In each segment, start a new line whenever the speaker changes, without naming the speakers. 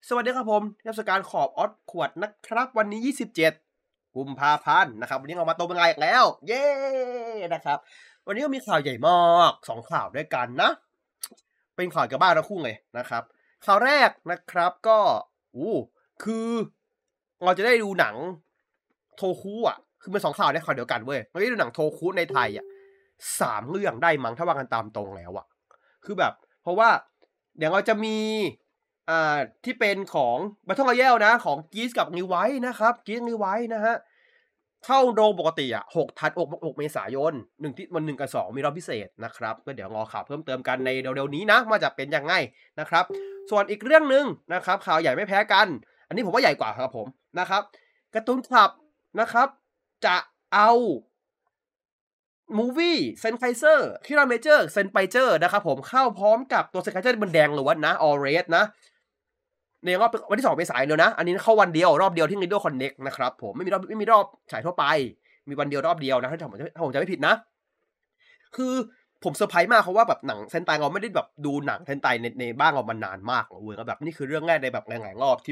สวัสดีครับผมเทศกาลขอบออสขวดนะครับวันนี้27กุมภาพันธ์นะครับวันนี้เรามาตรงเวลาอีกแล้วเย้นะครับวันนี้ก็มีข่าวใหญ่มาก2ข่าวด้วยกันนะเป็นข่าวกับบ้านทั้งคู่เลยนะครับข่าวแรกนะครับก็คือเราจะได้ดูหนังโทคุอ่ะคือเป็น2ข่าวในข่าวเดียวกันเว้ยเราได้ดูหนังโทคุในไทยอ่ะ3เรื่องได้มั้งถ้าว่ากันตามตรงแล้วอ่ะคือแบบเพราะว่าเดี๋ยวเราจะมีที่เป็นของ Battle Royale นะของ Geats กับ New White นะครับ Geats New White นะฮะเข้าโรงปกติอ่ะ6 เมษายนวัน1กับ2มีรอบพิเศษนะครับก็เดี๋ยวรอข่าวเพิ่มเติมกันในเร็วๆนี้นะว่าจะเป็นยังไงนะครับส่วนอีกเรื่องนึงนะครับข่าวใหญ่ไม่แพ้กันอันนี้ผมว่าใหญ่กว่าครับผมนะครับการ์ตูนคลับนะครับจะเอามูวี่เซนไคเซอร์คิราเมเจอร์เซนไพเจอร์นะครับผมเข้าพร้อมกับตัวเซนไคเจอร์บนแดงล้วนนะออเรสนะในรอบวันที่2เมษายนนะอันนี้เข้าวันเดียวรอบเดียวที่ Nintendo Connect นะครับผมไม่มีรอบฉายทั่วไปมีวันเดียวรอบเดียวนะถ้าผมจะไม่ผิดนะคือผมเซอร์ไพรส์มากเพราะว่าแบบหนังเซนไตเราไม่ได้แบบดูหนังเซนไตในบ้านเรามานานมากเลยแล้วแบบนี่คือเรื่องแรกในแบบหลายๆรอบ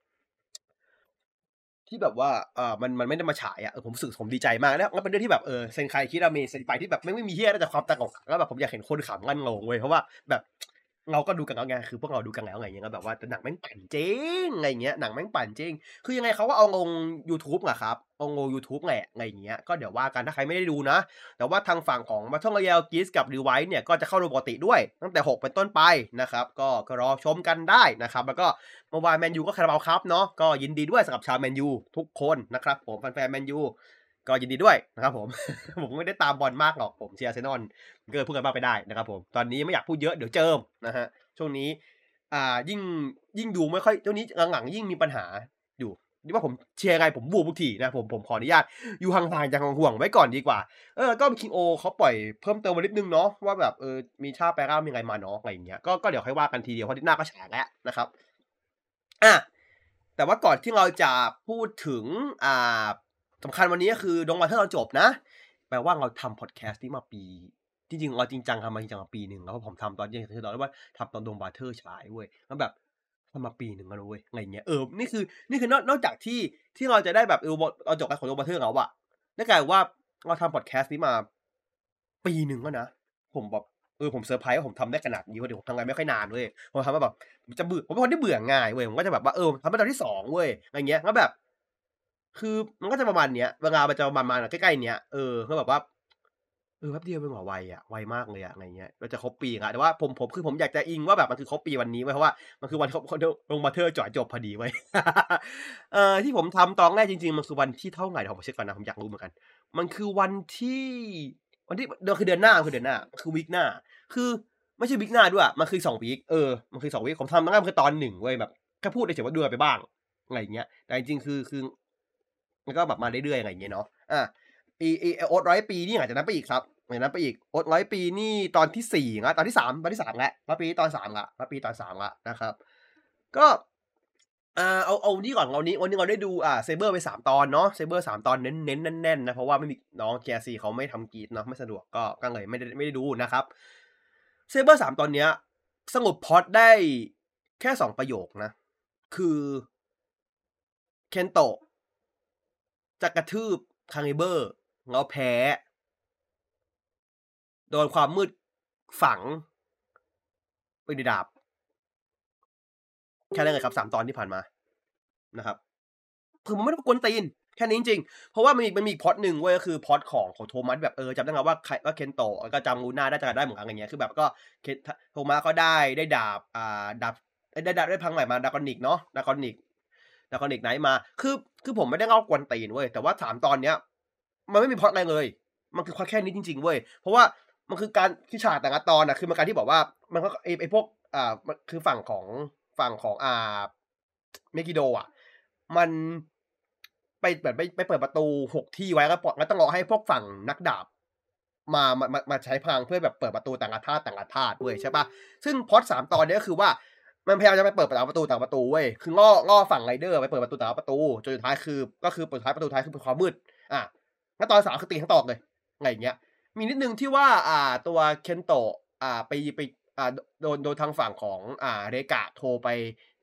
ที่แบบว่ามันไม่ได้มาฉายผมรู้สึกผมดีใจมากแล้วเป็นเรื่องที่แบบเซนไคคิราเมะเซนไปที่แบบไม่มีเฮียแต่ความตลกแล้วแบบผมอยากเห็นคนขำกันงงเว้ยเพราะว่าแบบเราก็ดูกันแล้วไงคือพวกเราดูกันแล้วไงอย่างเงี้ยแบบว่าแต่หนังแม่งปั่นจริงอะไรเงี้ยหนังแม่งปั่นจริงคือยังไงเขาก็เอาลงยูทูบอะครับเอาลงยูทูบแหละอะไรเงี้ยก็เดี๋ยวว่ากันถ้าใครไม่ได้ดูนะแต่ว่าทางฝั่งของ Battle Royale Geats กับ Rewind เนี่ยก็จะเข้าโดยปกติด้วยตั้งแต่6เป็นต้นไปนะครับก็รอชมกันได้นะครับแล้วก็เมื่อวานแมนยูก็คาราบาวคัพเนาะก็ยินดีด้วยสำหรับชาวแมนยูทุกคนนะครับผมแฟนๆแมนยูก็ยินดีด้วยนะครับผม ผมไม่ได้ตามบอลมากหรอกผมเชียร์อาร์เซนอลก็พูดกันมากไปได้นะครับผมตอนนี้ไม่อยากพูดเยอะเดี๋ยวเจิมนะฮะช่วงนี้ยิ่งดูไม่ค่อยช่วงนี้หลังๆยิ่งมีปัญหาอยู่นี่ว่าผมเชียร์ไงผมบูทุกทีนะผมขออนุญาตอยู่ห่างๆจากห่วงไว้ก่อนดีกว่าก็มีคิงโอเขาปล่อยเพิ่มเติมมานิดนึงเนาะว่าแบบมีชาแปลร่างมีอะไรมาเนาะอะไรอย่างเงี้ยก็เดี๋ยวค่อยว่ากันทีเดียวเพราะที่หน้าก็ฉายแล้วนะครับแต่ว่าก่อนที่เราจะพูดถึงสำคัญวันนี้ก็คือดงมาเธอเราจบนะแปลว่าเราทำพอดแคสต์นี้มาปีจริงๆเราจริงจังทำมาจริงจังมาปีหนึ่งแล้วผมทำตอนยังเคยบอกได้ว่าทำตอนดงบาเทอร์ฉายเว้ยแล้วแบบทำมาปีหนึ่งแล้วเว้ยอะไรเงี้ยนี่คือนอกจากที่เราจะได้แบบเราจบกันของดงบาเทอร์แล้วอะได้กลายว่าเราทำพอดแคสต์นี้มาปีหนึ่งแล้วนะผมแบบผมเซอร์ไพรส์ว่าผมทำได้ขนาดนี้เพราะเดี๋ยวผมทำงานไม่ค่อยนานเว้ยผมทำมาแบบผมจะเบื่อผมเป็นคนที่เบื่อง่ายเว้ยผมก็จะแบบว่าทำเป็นตอนที่2เว้ยอะไรเงี้ยแล้วแบบคือมันก็จะประมาณเนี้ยเวลามันจะประมาณใกล้ๆเนี้ยก็แบบว่าแป๊บเดียวเองเหรอไวมากเลยอะอะไรเงี้ยเราจะครบปีแล้วแต่ว่าผมอยากจะอิงว่าแบบมันคือครบปีวันนี้เว้ยเพราะว่ามันคือวันครบลงมาเทอร์จ่อยจบพอดีเว้ยที่ผมทำตอนแรกจริงๆมันคือวันที่เท่าไหร่เดี๋ยวผมเช็คก่อนนะผมอยากรู้เหมือนกันมันคือวันที่คือเดือนหน้าคือวีกหน้าคือไม่ใช่วีกหน้าด้วยมันคือ2วีกมันคือ2วีกผมทำตอนแรกมันคือตอน1เว้ยแบบแค่พูดเฉยๆว่าดูอะไรไปบ้างอะไรอย่างเงี้ยแต่จริงๆคือมันก็แบบมาเรื่อยๆอะไรอย่างเงี้ยเนาะโอ๊ต100ปีนี่อาจจะนับไปอีกครับอาจจะนับไปอีกโอ๊ต100ปีนี่ตอนที่4แล้วตอนที่3แล้ว100ปีตอน3แล้ว100ปีตอน3แล้วนะครับก็เอานี่ก่อนวันนี้เราได้ดูSaber ไป3ตอนเนาะ Saber 3ตอนเน้นๆแน่นๆนะเพราะว่าไม่มีน้อง KRC เขาไม่ทำกรีดเนาะไม่สะดวกก็เลยไม่ได้ดูนะครับ Saber 3ตอนเนี้ยสรุปพล็อตได้แค่2ประโยคนะคือเคนโตะจะกระทืบคางิเบอร์แล้วแพ้โดนความมืดฝังไปในดาบแค่นั้นเลยครับ3ตอนที่ผ่านมานะครับคือมันไม่ได้กวนตีนแค่นี้จริงๆเพราะว่ามันมีพล็อตหนึ่งเว้ยก็คือพล็อตของโทมัสแบบจำได้ไหมว่าใครว่าเคนโตะก็จำลูน่าได้เหมือนกันอะไรเงี้ยคือแบบก็โทมัสก็ได้ดาบได้พังใหม่มาดากอนิกเนาะดากอนิกไนท์มาคือผมไม่ได้เล่ากวนตีนเว้ยแต่ว่า3ตอนเนี้ยมันไม่มีพล็อตอะไรเลยมันคือพล็อตแค่นี้จริงๆเว้ยเพราะว่ามันคือการที่ฉากแต่ละตอนน่ะคือมันการที่บอกว่ามันก็ไอ้พวกมันคือฝั่งของเมกิโดอะมันไปเปิดประตู6ที่ไว้แล้วต้องรอให้พวกฝั่งนักดาบมาใช้พลังเพื่อแบบเปิดประตูแต่ละธาตุเว้ยใช่เปล่าซึ่งพล็อต3ตอนเนี้ยก็คือว่ามันพยายามจะไปเปิดประตูเว้ยคือล่อฝั่งไรเดอร์ไปเปิดประตูแต่ละประตูจนสุดท้ายก็คือเปิดท้ายประตูท้ายคือเป็นความมืดแล้วตอน3คือตีทั้งตอนเลยอะไรอย่างเงี้ยมีนิดนึงที่ว่าตัวเคนโตะไปโดนทางฝั่งของเรกะโทรไป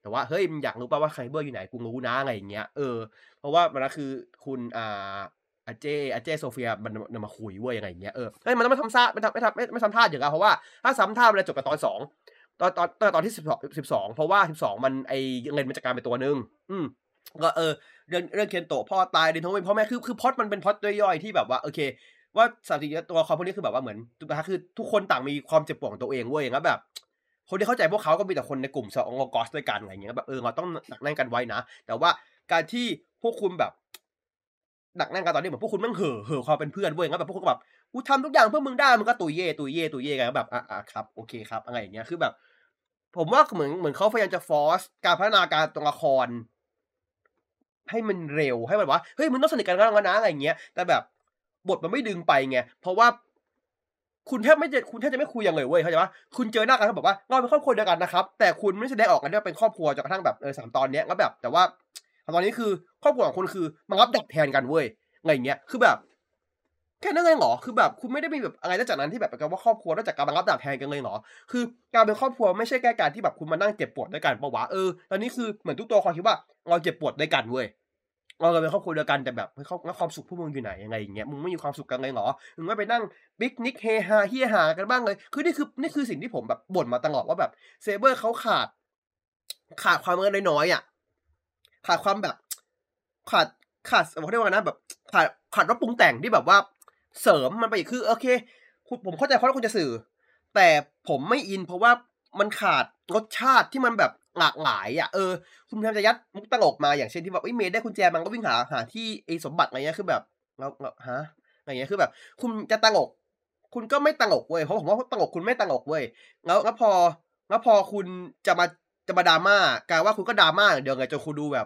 แต่ว่าเฮ้ยมึงอยากรู้เปล่าว่าไคเบอร์อยู่ไหนกูรู้นะอะไรอย่างเงี้ยเพราะว่ามันก็คือคุณอาเจ้โซเฟียมันมาคุยเว้ยอะไรอย่างเงี้ยเฮ้ยมันต้องไม่ทำซ่าไม่ซ้ำท่าอย่างเงี้ยเพราะว่าถ้าซ้ำท่ามันจะจบกับตอน2ตอนที่12เพราะว่า12มันไอ้เงินมันจะกลายเป็นตัวหนึ่งก็เรื่องเคนโตะพ่อตายเดนโทเวนพ่อแม่คือพล็อตมันเป็นพล็อตย่อยๆที่แบบว่าโอเคว่าสามจริงตัวละครพวกนี้คือแบบว่าเหมือนสุดท้ายคือทุกคนต่างมีความเจ็บปวดของตัวเองเว้ยแล้วแบบคนที่เข้าใจพวกเขาก็มีแต่คนในกลุ่มซองกอสด้วยกันอะไรอย่างเงี้ยแบบเราต้องหนักแน่นกันไว้นะแต่ว่าการที่พวกคุณแบบหนักแน่นกันตอนนี้เหมือนพวกคุณแม่งเห่อความเป็นเพื่อนเว้ยแล้วแบบพวกคุณก็แบบกูทำทุกอย่างเพื่อมึงได้มึงก็ตุยเย่กันแบบครับโอเคครับอะไรอย่างเงี้ยคือแบบผมว่าเหมือนเขาพยายามจะ force การพัฒนาการตัวละครให้มันเร็วให้แบบว่าเฮ้ยมึงต้องสนิทกันแล้วนะอะไรอย่างเงี้ยแต่แบบบทมันไม่ดึงไปไงเพราะว่าคุณแทบจะไม่คุยกันเลยเว้ยเข้าใจปะคุณเจอหน้ากันแล้วบอกว่าเราเป็นครอบครัวเดียวกันนะครับแต่คุณไม่แสดงออกกันว่าเป็นครอบครัวจนกระทั่งแบบ3ตอนเนี้ยแล้วแบบแต่ว่าตอนนี้คือครอบครัวของคุณคือมารับดักแทนกันเว้ยอะไรอย่างเงี้ยคือแบบแค่นั้นเลยเหรอคือแบบคุณไม่ได้มีแบบอะไรนอกจากนั้นที่แบบกับว่าครอบครัวนอกจากการมารับดาบแทนกันเลยเหรอคือการเป็นครอบครัวไม่ใช่แค่การที่แบบคุณมานั่งเจ็บปวดด้วยกันเปล่าวะตอนนี้คือเหมือนทุกตัวละครคิดว่าเราเจ็บปวดด้วยกันเว้ยเราเป็นครอบครัวเดียวกันแต่แบบแล้วความสุขพวกมึงอยู่ไหนยังไงอย่างเงี้ยมึงไม่มีความสุขกันเลยเหรอมึงไม่ไปนั่งปิกนิกเฮฮาเฮียฮากันบ้างเลยคือนี่คือสิ่งที่ผมแบบบ่นมาตลอดว่าแบบเซเบอร์เขาขาดความเล็กน้อยอะขาดความแบบขาดเขาเรียกว่าไงนะแบบขาดรสปรุงแต่งที่แบบว่าเสริมมันไปอีกคือโอเคผมเข้าใจเพราะว่าคุณจะสื่อแต่ผมไม่อินเพราะว่ามันขาดรสชาติที่มันแบบหลากหลายอะคุณพยายามจะยัดมุกตลกมาอย่างเช่นที่แบบเมย์ได้กุญแจมันก็วิ่งหาที่ไอ้สมบัติอะไรเงี้ยคือแบบเราฮะอะไรเงี้ยคือแบบคุณจะตลกคุณก็ไม่ตลกเว้ยเพราะผมว่าตลกคุณไม่ตลกเว้ยแล้วพอคุณจะมาดราม่ากลายว่าคุณก็ดราม่าอย่างเดียวไงจนคุณดูแบบ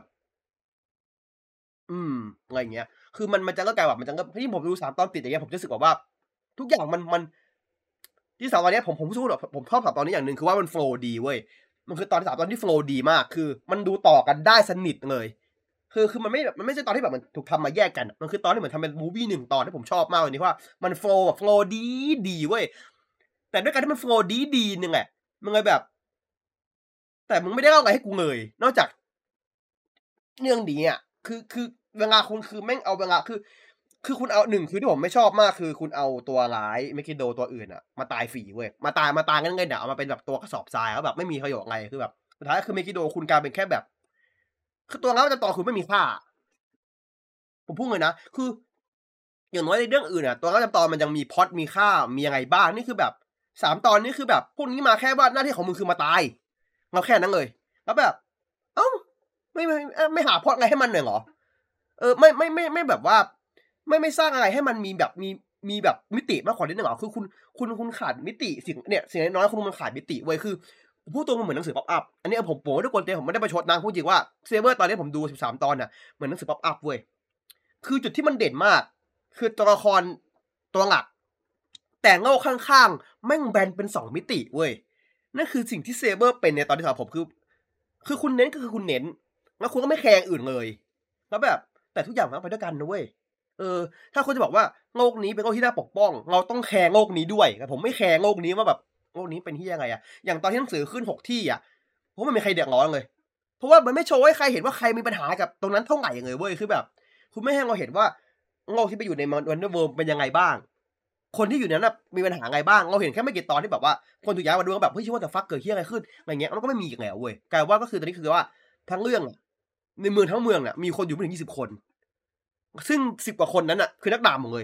อะไรอย่างเงี้ยคือมันจะก็กลายแบบมันจะก็ที่ผมดู3ตอนติดอย่างเงี้ยผมจะรู้สึกแบบว่าทุกอย่างมันที่3ตอนเนี้ยผมรู้สึกว่าผมชอบ3ตอนนี้อย่างหนึ่งคือว่ามันโฟลว์ดีเว้ยมันคือตอนที่3ตอนที่โฟลว์ดีมากคือมันดูต่อกันได้สนิทเลยคือมันไม่ใช่ตอนที่แบบมันถูกทำมาแยกกันมันคือตอนที่เหมือนทำเป็นมูฟวี่1ตอนที่ผมชอบมากเลยนี่ว่ามันโฟลว์แบบโฟลว์ดีเว้ยแต่ด้วยการที่มันโฟลว์ดีหนึ่งอะมันเลยแบบแต่มึงไม่ได้เล่าอะไรให้กูเลยนอกจากเรื่องนี้อะคือเวลาคุณคือแม่งเอาเวลาคือคุณเอา1คือที่ผมไม่ชอบมากคือคุณเอาตัวร้าย Megiddo ตัวอื่นอะมาตายฟรีเว้ยมาตายเล่นๆอะเอามาเป็นแบบตัวกระสอบทรายแล้วแบบไม่มีประโยชน์อะไรคือแบบสุดท้ายคือ Megiddo คุณกลายเป็นแค่แบบคือตัวร้ายประจำตอนคุณไม่มีค่าผมพูดเลยนะคืออย่างน้อยในเรื่องอื่นอะตัวร้ายประจำตอนมันยังมีพล็อตมีค่ามียังไงบ้างนี่คือแบบ3ตอนนี่คือแบบพวกนี้มาแค่ว่าหน้าที่ของมึงคือมาตายเราแค่นั้นเลยแล้วแบบอ้าวไม่หาพล็อตอะไรให้มันหน่อยเหรอ ไม่แบบว่าไม่สร้างอะไรให้มันมีแบบมีแบบมิติมากกว่านิดหนึ่งเหรอคือคุณขาดมิติสิ่งน้อยๆคุณมันขาดมิติเว้ยคือพูดตรงมันเหมือนหนังสือ pop up อันนี้ผมไม่ได้กวนตีนผมไม่ได้ประชดนะพูดจริงว่าเซเบอร์ตอนนี้ผมดู13ตอนน่ะเหมือนหนังสือ pop up เว้ยคือจุดที่มันเด่นมากคือตัวละครตัวหลักแต่โลกข้างๆแม่งแบนเป็น2มิติเว้ยนั่นคือสิ่งที่เซเบอร์เป็นในตอนที่สำหรับผมคือคุณเน้นก็คือคุณเน้นแล้วคุณก็ไม่แคร์อย่างอื่นเลยแล้วแบบแต่ทุกอย่างมันต้องไปด้วยกันนะเว้ยถ้าคุณจะบอกว่าโลกนี้เป็นโลกที่น่าปกป้องเราต้องแคร์โลกนี้ด้วยแต่ผมไม่แคร์โลกนี้ว่าแบบโลกนี้เป็นที่ยังไงอะอย่างตอนที่หนังสือขึ้น6ที่อะผมว่ามันไม่มีใครเดือดร้อนเลยเพราะว่ามันไม่โชว์ให้ใครเห็นว่าใครมีปัญหากับตรงนั้นเท่าไหร่เลยเว้ยคือแบบคุณไม่ให้เราเห็นว่าโลกที่ไปอยู่ในวันเดอร์เวิร์เป็นยังไงบ้างคนที่อยู่ในนั้นน่ะมีปัญหาไงบ้างเราเห็นแค่ไม่กี่ตอนที่แบบว่าคนถูกย้ายมาดูแบบเฮ้ยชิว่าแต่ฟักเกิดที่อะไรขึ้นอะไรเงี้ยมันก็ไม่มีอีกแล้วเว้ยกลายว่าก็คือตอนนี้คือว่าทั้งเรื่องอะในเมืองทั้งเมืองน่ะมีคนอยู่ไม่ถึง20คนซึ่ง10กว่าคนนั้นน่ะคือนักดาบหมดเลย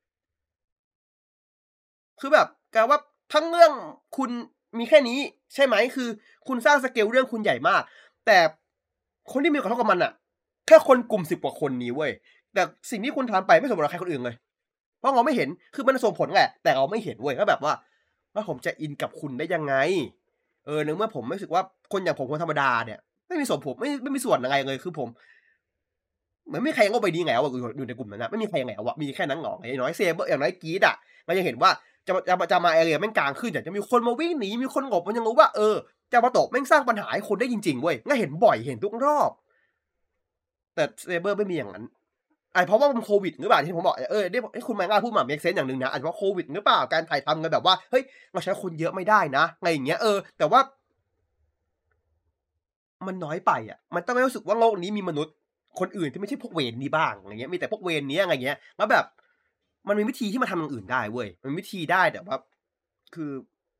คือแบบกลายว่าทั้งเรื่องคุณมีแค่นี้ใช่ไหมคือคุณสร้างสเกลเรื่องคุณใหญ่มากแต่คนที่มีกระทบกับมันน่ะแค่คนกลุ่ม10กว่าคนนี้เว้ยแต่สิ่งที่คุณทำไปไม่ส่งผลกับใครคนอื่นเลย เพราะเราไม่เห็น คือมันส่งผลแหละ แต่เราไม่เห็นเว้ยก็แบบว่าผมจะอินกับคุณได้ยังไงในเมื่อผมรู้สึกว่าคนอย่างผมคนธรรมดาเนี่ยไม่มีส่วนผมไม่มีส่วนอะไรเลยคือผมเหมือนไม่มีใครเข้าไปดีไงวะอยู่ในกลุ่มนั้นนะไม่มีใครไงวะมีแค่นั้นหรออย่างน้อยเซเบอร์อย่างน้อยกรีดอ่ะเรายังเห็นว่าจะมาแอเรียแม่งกลางขึ้นจะมีคนมาวิ่งหนีมีคนหลบมันยังรู้ว่าจะมาตกแม่งสร้างปัญหาให้คนได้จริงๆเว้ยง่ายเห็นบ่อยเห็นทุกรอบแต่เซเบอร์ไม่มีอย่างนั้น เพราะว่ามันโควิดหรือเปล่าที่ผมบอกได้คุณแมงล่าพูดมาเมคเซนส์อย่างหนึ่งนะอาจจะเพราะโควิดหรือเปล่าการถ่ายทำกันแบบว่าเฮ้ยเราใช้คนเยอะไม่ได้นะอะไรอย่างเงี้ยแต่ว่ามันน้อยไปมันต้องรู้สึกว่าโลกนี้มีมนุษย์คนอื่นที่ไม่ใช่พวกเวรนี้บ้างอย่างเงี้ยมีแต่พวกเวรนี้อะไรเงี้ยแล้วแบบมันมีวิธีที่มาทำอย่างอื่นได้เว้ยมันวิธีได้แต่ว่าคือ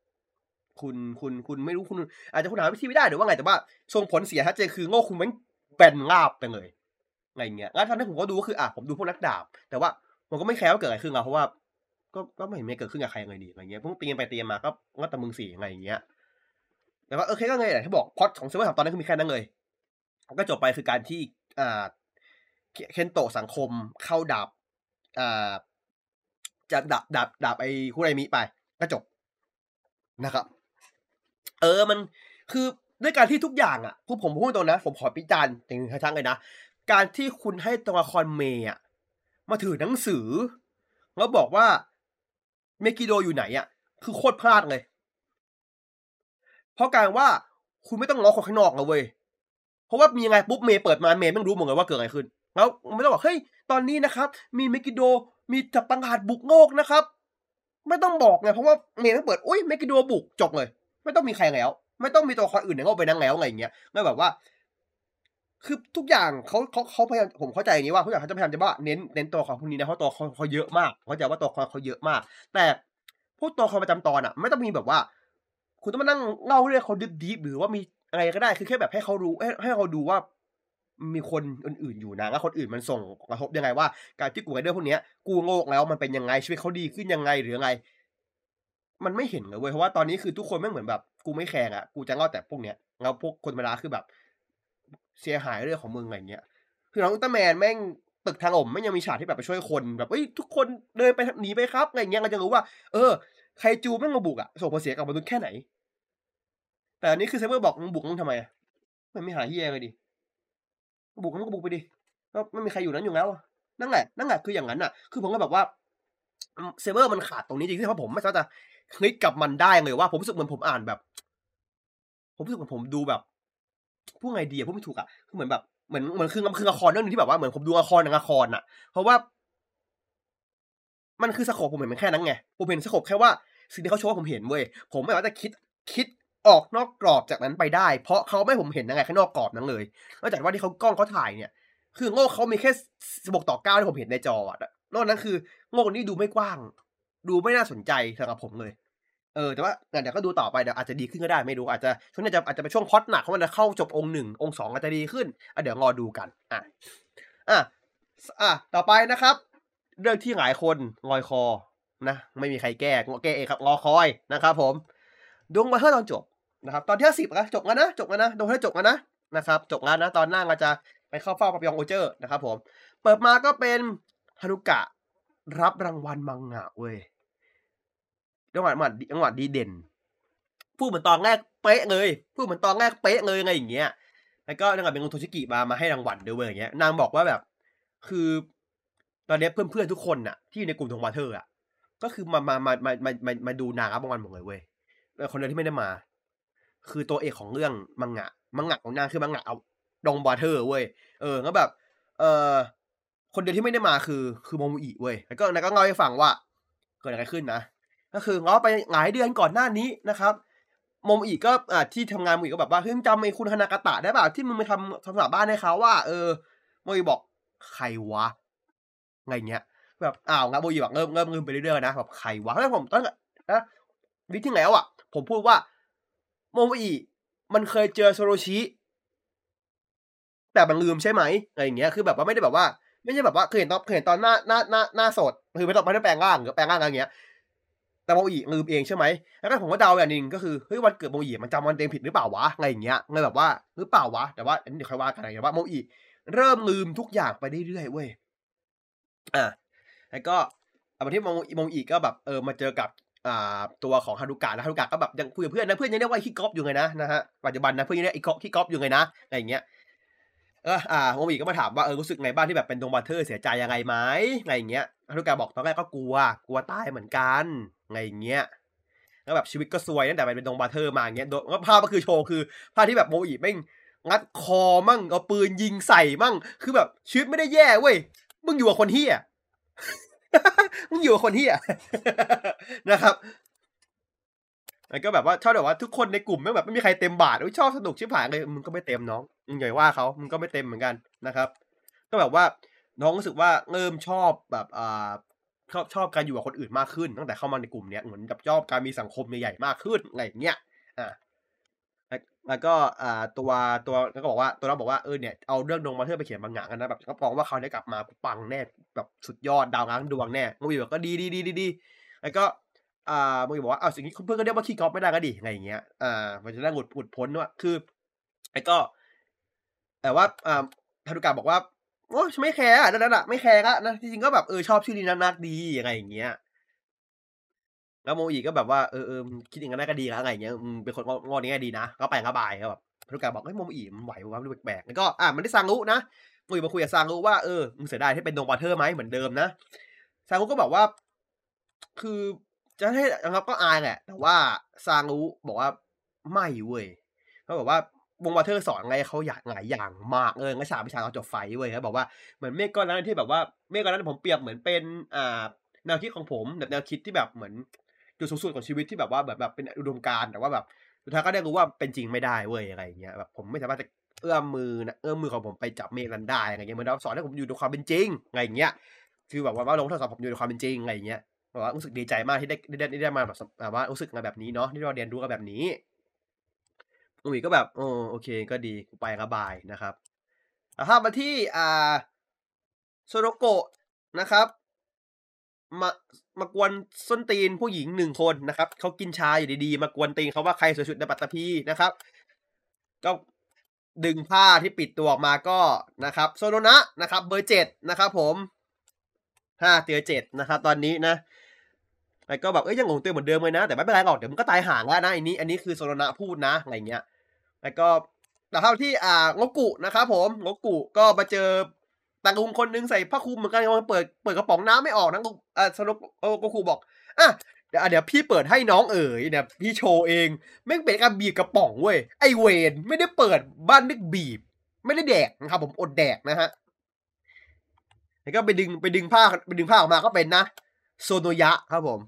คุณไม่รู้คุณอาจจะคุณหาวิธีไม่ได้หรือว่าไงแต่ว่าส่งผลเสียชัดเจนคือโลกคุณมันแบนราบไปเลยอะไรเงี้ยแล้วตอนนั้นผมก็ดูก็คือผมดูพวกนักดาบแต่ว่าผมก็ไม่แคร์ว่าเกิดอะไรขึ้นเพราะว่าก็ไม่เห็นมีเกิดขึ้นกับใครเลยดีอะไรเงี้ยเพิ่งตีกันไปตีมาก็แต่มึงสี่อะไรอย่างเงี้ยแต่ว่าโอเคก็ไงแหละที่บอกพล็อตของเซเวอร์ตอนนั้นคือมีแค่นั้นเลยก็จบไปคือการที่เคนโตะสังคมเข้าดาบจะดาบไอ้คุไรมิไปก็จบนะครับมันคือด้วยการที่ทุกอย่างพวกผมพูดตรงนะผมขอพิจารณ์ถึงทั้งเลยนะการที่คุณให้ตัวละครเมย์มาถือหนังสือแล้วบอกว่าเมกิโดอยู่ไหนคือโคตรพลาดเลยเพราะการว่าคุณไม่ต้องง้อคนข้างนอกนะเว้ยเพราะว่ามียังไงปุ๊บเมย์เปิดมาเมย์ไม่รู้หมดเลยว่าเกิดอะไรขึ้นแล้วไม่ต้องบอกเฮ้ยตอนนี้นะครับมีเมกิโดมีจับปังหาดบุกโลกนะครับไม่ต้องบอกไงเพราะว่าเมย์ไม่เปิดอุ้ยเมกิโดบุกจบเลยไม่ต้องมีใครแล้วไม่ต้องมีตัวละครอื่นในโลกไปนั่งแล้วอะไรอย่างเงี้ยไม่แบบว่าคือทุกอย่างเขาพยายามผมเข้าใจอย่างนี้ว่าทุกอย่างเขาจะพยายามจะว่าเน้นตัวของพวกนี้นะเพราะตัวเขาเยอะมากเข้าใจว่าตัวเขาเยอะมากแต่พวกตัวละครประจำตอนไม่ต้องมีแบบว่าคุณต้องมานั่งเล่าเรื่องเขาดิบหรือว่ามีอะไรก็ได้คือแค่แบบให้เขารู้ให้เขาดูว่ามีคนอื่นๆอยู่นะแล้วคนอื่นมันส่งกระทบยังไงว่าการที่กูกับเรื่องพวกนี้กูโง่แล้วมันเป็นยังไงชีวิตเขาดีขึ้นยังไงหรือยังไงมันไม่เห็นเลยเว้ยเพราะว่าตอนนี้คือทุกคนไม่เหมือนแบบกูไม่แคร์กูจะเล่าแต่พวกเนี้ยแล้วพวกคนธรรมดาคือแบบเสียหายเรื่องของมึงอะไรเงี้ยคือน้องอุลตร้าแมนแม่งตึกถล่มไม่ยังมีฉากที่แบบไปช่วยคนแบบเฮ้ยทุกคนเดินไปหนีไปครับอะไรเงี้ยเราจะรู้ว่าไคจูแม่งมาบุกส่งผลเสียกับมนุษย์แค่ไหนแต่อันนี้คือไซเบอร์บอกมึงบุกมึงทำไมมันไม่หาเหี้ยเลยดิบุกมึงก็บุกไปดิก็ไม่มีใครอยู่นั้นอยู่แล้วนั่นแหละคืออย่างนั้นคือผมก็แบบว่าเซเบอร์มันขาดตรงนี้จริงๆเพราะผมไม่สามารถจะคลิกกับมันได้เลยว่าผมรู้สึกเหมือนผมอ่านแบบผมรู้สึกเหมือนผมดูแบบพูดไงดีพูดไม่ถูกคือเหมือนแบบเหมือนคือละครเรื่องนึงที่แบบว่าเหมือนผมดูละครเพราะว่ามันคือสโคปผมเห็นมันแค่นั้นไงผมเห็นสโคปแค่ว่าสิ่งที่เขาโชว์ผมเห็นเว้ยผมไม่สามารถจะคิดออกนอกกรอบจากนั้นไปได้เพราะเขาไม่ให้ผมเห็นยังไงข้างนอกกรอบนั้นเลยนอกจากว่าที่เขากล้องเขาถ่ายเนี่ยคือโลกเขามีแค่16:9ที่ผมเห็นในจอนอกนั้นคือโลกนี้ดูไม่กว้างดูไม่น่าสนใจสำหรับผมเลยแต่ว่าเดี๋ยวก็ดูต่อไปเดี๋ยวอาจจะดีขึ้นก็ได้ไม่รู้อาจจะช่วงนี้อาจจะเป็นช่วงพล็อตหนักเพราะมันจะเข้าจบองค์1องค์2อาจจะดีขึ้นเดี๋ยวรอดูกันต่อไปนะครับเรื่องที่หลายคนงอยคอนะไม่มีใครแก้เองครับงอคอยนะครับผมดวงมาเทอร์ตอนจบนะครับตอนที่10จบแล้วนะดวงให้จบแล้วนะครับจบแล้วนะตอนหน้าเราจะไปเข้าเฝ้าปาปยองโอเจอร์นะครับผมเปิดมาก็เป็นฮารุกะรับรางวัลมังงะเว้ยจังหวัดดีเด่นพูดเหมือนตอนแรกเป๊ะเลยไงอย่างเงี้ยแล้วก็จังหวัดเป็นโทชิกิมาให้รางวัลด้วยอย่างเงี้ยนางบอกว่าแบบคือตอนนี้เพื่อนๆทุกคนที่อยู่ในกลุ่มทงวาเทอร์ก็คือมาดูนางรับรางวัลหมดเลยเว้ยคนเดียวที่ไม่ได้มาคือตัวเอกของเรื่องมังงะของนางคือมังงะเอาดงวาเทอร์เว้ยแล้วแบบคนเดียวที่ไม่ได้มาคือโมมุอิเว้ยแล้วก็นางก็เล่าให้ฟังว่าเกิดอะไรขึ้นนะก็คือง้อไปหลายเดือนก่อนหน้านี้นะครับโมมุอิก็ที่ทำงานโมมุอิก็แบบว่าเฮ้ยจำไอ้คุณฮานากาตะได้ป่ะที่มึงไปทำสถาบ้านให้เขาว่าโมมุอิบอกใครวะอะไรเงี้ยแบบงั้นโมมุอิแบบเริ่มไปเรื่อยๆนะแบบใครวะแล้วผมตั้งนะวิที่แล้วผมพูดว่าโมมุอิมันเคยเจอโซโรชิแต่มันลืมใช่ไหมอะไรอย่างเงี้ยคือแบบว่าไม่ได้แบบว่าไม่ใช่แบบว่าเคยเห็นตอนหน้าสดคือไม่ได้แปลงร่างหรือแปลงร่างอะไรอย่างเงี้ยแต่โมอิลืมเองใช่ไหมแล้วก็ผมก็เดาอย่างนึงก็คือเฮ้ยวันเกิดโมอิมันจำวันเต็มผิดหรือเปล่าวะอะไรอย่างเงี้ยเลยแบบว่าหรือเปล่าวะแต่ว่าอันนี้เดี๋ยวค่อยว่ากันนะว่าโมอิเริ่มลืมทุกอย่างไปเรื่อยๆเว้ยแล้วก็มาที่โมอิก็แบบมาเจอกับตัวของฮารุกะนะฮารุกะก็แบบยังคุยกับเพื่อนนะเพื่อนยังเรียกว่าคิกอฟอยู่ไงนะฮะปัจจุบันนะเพื่อนยังเรียกคิกอฟอยู่ไงนะอะไรอย่างเงี้ยโมมิก็มาถามว่ารู้สึกไงบ้างที่แบบเป็นดงบัตเทอร์เสียใจยังไงไหมไงอย่างเงี้ยฮารุกะบอกตอนแรกก็กลัวตายเหมือนกันไงอย่างเงี้ยแล้วแบบชีวิตก็ซวยตั้งแต่เป็นดงบัตเทอร์มาอย่างเงี้ยแล้วภาพก็คือโชว์คือภาพที่แบบโมอิแม่งงัดคอมั่งเอาปืนยิงใส่มั่งคือแบบชีวิตไม่ได้แย่เว้ยมึงอยู่กับคนเหี้ย มึงอยู่กับคนเหี้ย นะครับแล้วก็แบบว่าชอบแบบว่าทุกคนในกลุ่มไม่แบบไม่มีใครเต็มบาทชอบสนุกชิบหายเลยมึงก็ไม่เต็มน้องมึงอย่าว่าเขามึงก็ไม่เต็มเหมือนกันนะครับก็แบบว่าน้องรู้สึกว่าเริ่มชอบแบบชอบการอยู่กับคนอื่นมากขึ้นตั้งแต่เข้ามาในกลุ่มเนี้ยเหมือนกับชอบการมีสังคมใหญ่ๆมากขึ้นอะไรอย่างเงี้ยแล้วก็ตัวแล้วก็บอกว่าตัวเราบอกว่าเนี่ยเอาเรื่องดงมาเธอไปเขียนมังงะกันนะแบบก็มองว่าเขาได้กลับมาปังแน่แบบสุดยอดดาวง้างดวงแน่มูวี่บอกก็ดีแล้วก็มูวี่บอกว่าสิ่งนี้เพื่อนก็เรียกว่าขี้ก๊อปไม่ได้ก็ดีอะไรอย่างเงี้ยมันจะได้หลุดพ้นว่าคือไอ้ก็แต่ว่าธนุกาบอกว่าโอ้ไม่แคร์นั่นน่ะไม่แคร์ก็นะจริงๆก็แบบชอบชื่อนี้นักดีอะไรอย่างเงี้ยแล้วโมอีก็แบบว่าคิดอย่างนั้นได้ก็ดีแล้วอะไรอย่างเงี้ยเป็นคนงอนี้ดีนะก็ไปก็บายก็แบบธนุกาบอกโมอีมันไหววะดูแปลกๆแล้วก็มันได้ซังรุนะโมอีมาคุยกับซังรุว่ามึงเสียดายที่เป็นดงบอเทอร์ไหมเหมือนเดิมนะซังรุก็บอกว่าคือจะให้นะครับก็อายแหละแต่ว่าซังรุบอกว่าไม่เว้ยเขาบอกว่าวงวอเทอร์สอนไงเขาอยากหลายอย่างมากงั้นวิชาเราจบไฟเว้ยเขาบอกว่าเหมือนเมฆก้อนนั้นที่แบบว่าเมฆก้อนนั้นผมเปรียบเหมือนเป็นแนวคิดของผมแบบแนวคิดที่แบบเหมือนจุดสูงสุดของชีวิตที่แบบว่าแบบเป็นอุดมการณ์แต่ว่าแบบสุดท้ายก็ได้รู้ว่าเป็นจริงไม่ได้เว้ยอะไรอย่างเงี้ยแบบผมไม่สามารถจะเอื้อมมือของผมไปจับเมฆนั้นได้อะไรเงี้ยเหมือนเราสอนให้ผมอยู่ในความเป็นจริงอะไรอย่างเงี้ยคือแบบว่าลงโทษสอนผมอยู่ในความเป็นจริงอะไรอย่างเงี้ยแบบว่ารู้สึกดีใจมากที่ได้มาแบบว่ารู้สึกมาแบบนี้เนาะที่เราเรียนรู้กันแบบนี้อุ๋ยก็แบบโอเคก็ดีกูไปก็บายนะครับถ้ามาที่โซโนโกะนะครับมามากวนส้นตีนผู้หญิง1คนนะครับเขากินชาอยู่ดีๆมากวนตีนเขาว่าใครสวยสุดในปัตตภีนะครับก็ดึงผ้าที่ปิดตัวออกมาก็นะครับโซโนนะนะครับเบอร์7นะครับผม5เจอ7นะครับตอนนี้นะแล้วก็แบบยังงงตัวเหมือนเดิมเลยนะแต่ไม่เป็นไรหรอกเดี๋ยวมันก็ตายห่างแล้วนะอันนี้คือโซโนนะพูดนะอะไรเงี้ยแล้วก็แต่เท่าที่งกุนะครับผมงกุก็มาเจอตาลุงคนนึงใส่ผ้าคลุมเหมือนกันมันเปิดกระป๋องน้ำไม่ออกนะโซโนงกุบอกเดี๋ยวพี่เปิดให้น้องเนี่ยพี่โชว์เองแม่งเป็นการบีบกระป๋องเว้ยไอเวนไม่ได้เปิดบ้านนึกบีบไม่ได้แดกนะครับผมอดแดกนะฮะแล้วก็ไปดึงผ้าออกมาก็เป็นนะโซโนยะครับผม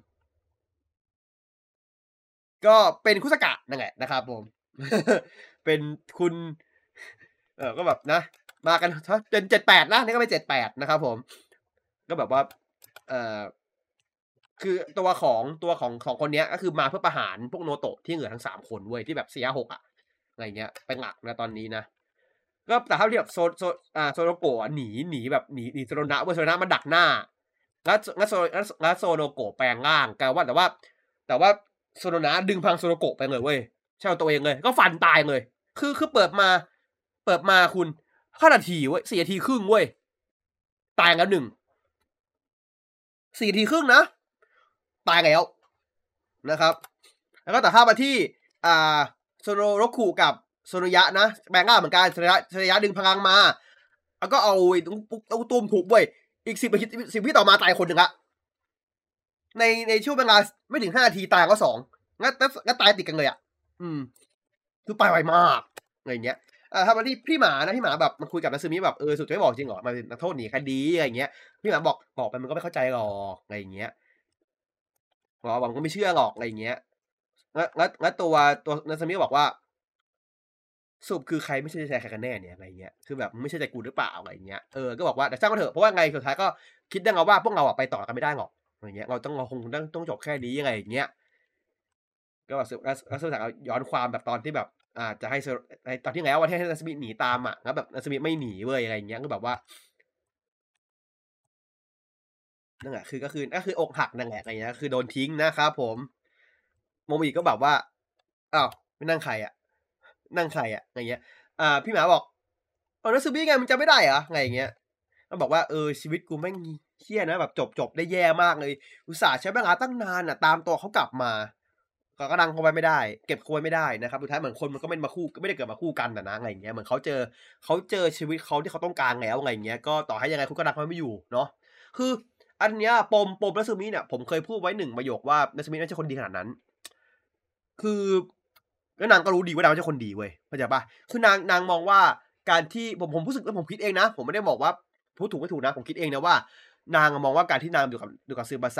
ก็เป็นคุสกะนั่นแหละนะครับผม เป็นคุณก็แบบนะมากันเป็น78นะนี่ก็เป็น78นะครับผมก็แบบว่าเอ่อคือตัวของคนเนี้ยก็คือมาเพื่อประหารพวกโนโตะที่เหลือทั้ง3คนเว้ยที่แบบ4 5 6อะอะไรเงี้ยเป็นหลักนะตอนนี้นะก็แต่เท่าที่แบบโซโนโกะหนีแบบหนีโซโนนะเว้ยโซโนนะมันดักหน้าแล้วโซโนโกะแปลงร่างกลายว่าแต่ว่าโซโนนะดึงพังโซโนโกะไปเลยเว้ยใช่ตัวเองเลยก็ฟันตายเลยคือเปิดมาคุณ5 นาทีเว้ย4 นาทีครึ่งเว้ยตายแล้ว4 นาทีครึ่งนะตายแล้วนะครับแล้วก็แต่ถ้ามาที่โซโนโรคุกับโซโนยะนะแปลงร่างเหมือนกันโซโนยะดึงพลังมาแล้วก็เอาตุ้มทุบเว้ยอีก10 วิต่อมาตายคนหนึ่งละในช่วงเวลาไม่ถึง5 นาทีตายก็2งั้นตายติดกันเลยคือไปไวมากอะไรเงี้ยถ้ามาที่พี่หมานะพี่หมาแบบมันคุยกับนัซึมิแบบสุดจะไม่บอกจริงเหรอมันเป็นนักโทษหนีคดีอะไรเงี้ยพี่หมาบอกไปมันก็ไม่เข้าใจหรอกอะไรเงี้ยบอกมันก็ไม่เชื่อหรอกอะไรเงี้ยแล้วตัวนัซึมิบอกว่าสรุปคือใครไม่ใช่ใจใครกันแน่เนี่ยอะไรเงี้ยคือแบบไม่ใช่ใจกูหรือเปล่าอะไรเงี้ยก็บอกว่าแต่ช่างมันเถอะเพราะว่าไงสุดท้ายก็คิดได้ไงว่าพวกเราไปต่อกันไม่ได้หรอกอะไรเงี้ยเราคงต้องจบแค่นี้อะไรอย่างเงี้ยก็แบบแล้วสุดท้ายย้อนความแบบตอนที่แบบจะให้ตอนที่แล้ววันที่ให้นัสมิหนีตามแล้วแบบนัสมิไม่หนีเว้ยอะไรอย่างเงี้ยก็แบบว่านั่นแหละก็คืออกหักนั่นแหละอะไรเงี้ยคือโดนทิ้งนะครับผมโมมิก็แบบว่าอ้าวไม่นั่งใครอะไรเงี้ยพี่หมาบอกนัสมิไงมึงจำไม่ได้เหรออะไรอย่างเงี้ยก็บอกว่าชีวิตกูแม่งเหี้ยนะแบบจบได้แย่มากเลยอุตส่าห์ใช้เวลาตั้งนานตามตัวเขากลับมาก็ดังเขาไว้ไม่ได้เก็บเขาไว้ไม่ได้นะครับสุดท้ายเหมือนคนมันก็ไม่ได้เกิดมาคู่กันนะอะไรอย่างเงี้ยเหมือนเขาเจอชีวิตเขาที่เขาต้องการแล้วอะไรอย่างเงี้ยก็ต่อให้ยังไงคุณก็ดังเขาไม่อยู่เนาะคืออันเนี้ยปมนัสมิเนี่ยผมเคยพูดไว้1 ประโยคว่านัสมิไม่ใช่คนดีขนาดนั้นคือแล้วนางก็รู้ดีว่านางไม่ใช่คนดีเว้ยเข้าใจป่ะคือนางมองว่าการที่ผมรู้สึกแล้วผมคิดเองนะผมไม่ได้บอกว่าพูดถูกไม่ถูกนะผมคิดเองนะว่านางมองว่าการที่นางอยู่กับซึบาสะ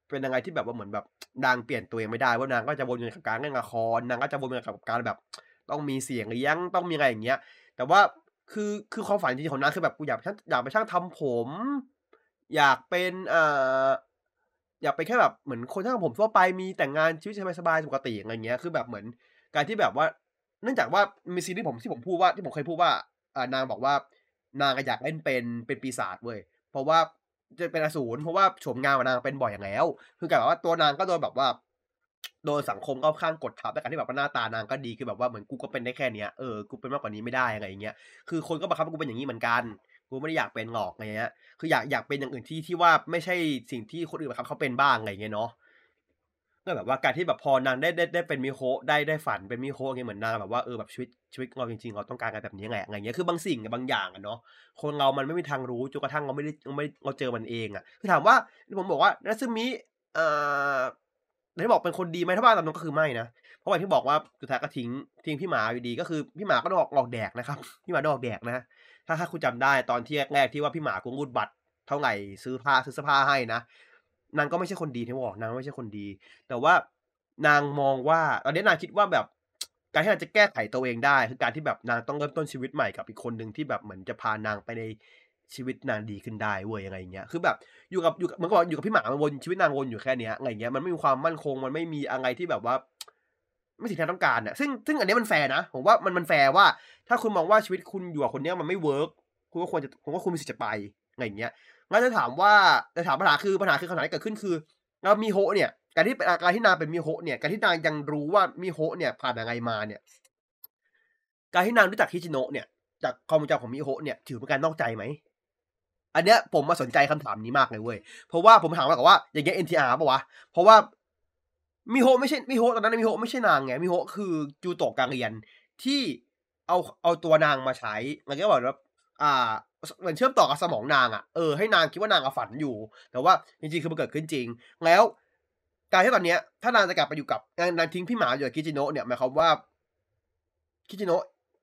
เป็นยังไงที่แบบว่าเหมือนแบบนางเปลี่ยนตัวเองไม่ได้ว่านางก็จะวนอยู่กับการเล่นละครนางก็จะวนอยู่กับการแบบต้องมีเสียงเลี้ยงต้องมีอะไรอย่างเงี้ยแต่ว่าคือความฝันจริงๆของนางคือแบบกูอยากเป็นช่างทำผมอยากเป็นอยากเป็นแค่แบบเหมือนคนช่างทำผมทั่วไปมีแต่งงานชีวิตสบายๆปกติอะไรเงี้ยคือแบบเหมือนการที่แบบว่าเนื่องจากว่ามีซีนที่ผมพูดว่าที่ผมเคยพูดว่านางบอกว่านางอะอยากเล่นเป็นปีศาจเว้ยเพราะว่าจะเป็นอสูรเพราะว่าโฉมงามอะนางเป็นบ่อยอยู่แล้วคือกลายเป็นว่าตัวนางก็โดนแบบว่าโดนสังคมค่อนข้างกดทับด้วยการที่แบบว่าหน้าตานางก็ดีคือแบบว่าเหมือนกูก็เป็นได้แค่เนี้ยกูเป็นมากกว่านี้ไม่ได้อะไรอย่างเงี้ยคือคนก็บังคับให้กูเป็นอย่างงี้เหมือนกันกูไม่ได้อยากเป็นหรอกอะไรเงี้ยคืออยากเป็นอย่างอื่นที่ว่าไม่ใช่สิ่งที่คนอื่นบังคับเขาเป็นบ้างอะไรอย่างเงี้ยเนาะ ก็แบบว่าการที่แบบพอนางได้เป็นมิโคะได้ฝันเป็นมิโคะอย่างเงี้ยเหมือนนางแบบว่าแบบชีวิตเราจริงๆเราต้องการกันแบบนี้แหละอะไรเงี้ยคือบางสิ่งบางอย่างอะเนาะคนเรามันไม่มีทางรู้จนกระทั่งเราไม่ได้เราเจอมันเองอะคือถามว่าที่ผมบอกว่านาซึมิเอ่อที่บอกเป็นคนดีไหมถ้าว่าตามตรงก็คือไม่นะเพราะอย่างที่บอกว่าสุดท้ายก็ทิ้งพี่หมาอยู่ดีก็คือพี่หมาก็ต้องออกแดกนะครับพี่หมาโดนออกแดกนะถ้าคุณจำได้ตอนที่แรกๆที่ว่าพี่หมากูรูดบัตรเท่าไรซื้อเสื้อผ้าให้นะนางก็ไม่ใช่คนดีที่บอกนางไม่ใช่คนดี แต่ว่านางมองว่าตอนนี้นางคิดว่าแบบการที่นางจะแก้ไขตัวเองได้คือการที่แบบนางต้องเริ่มต้นชีวิตใหม่กับอีกคนหนึ่งที่แบบเหมือนจะพานางไปในชีวิตนางดีขึ้นได้เว้ยอะไรอย่างเงี้ยคือแบบอยู่กับเหมือนกับอยู่กับพี่หมามันวนชีวิตนางวนอยู่แค่เนี้ยอะไรอย่างเงี้ยมันไม่มีความมั่นคงมันไม่มีอะไรที่แบบว่าไม่สิ่งที่นางต้องการอะซึ่งอันนี้มันแฟร์นะผมว่ามันแฟร์ว่าถ้าคุณมองว่าชีวิตคุณอยู่กับคนเนี้ยมันไม่เวิร์กคุณก็ควรจะผมว่าคุณมีสิทธิ์จะไปอะไรอย่างเงี้ยแล้วจะถามปัญหาคือคำถามที่เกิดขึ้นคือ แล้วมิโฮะเนี่ยการที่นางเป็นมิโฮะเนี่ยการที่นางยังรู้ว่ามิโฮะเนี่ยผ่านอะไรมาเนี่ยการที่นางรู้จักฮิจิโนะเนี่ยจากความทรงจำของมิโฮะเนี่ยถือเป็นการนอกใจไหมอันเนี้ยผมมาสนใจคำถามนี้มากเลยเว้ยเพราะว่าผมถามว่าอย่างเงี้ย NTR เปล่าวะเพราะว่ามิโฮะไม่ใช่มิโฮะตอนนั้นมิโฮะไม่ใช่นางไงมิโฮะคือจูโตะกาเรียนที่เอาตัวนางมาใช้มันก็บอกว่าอ่าเหมือนเชื่อมต่อกับสมองนางอะให้นางคิดว่านางอะฝันอยู่แต่ว่าจริงๆคือมันเกิดขึ้นจริงแล้ว การที่ตอนเนี้ยถ้านางจะกลับไปอยู่กับนางทิ้งพี่หมาอยู่กับคิจิโนะเนี่ยหมายความว่าคิจิโนะ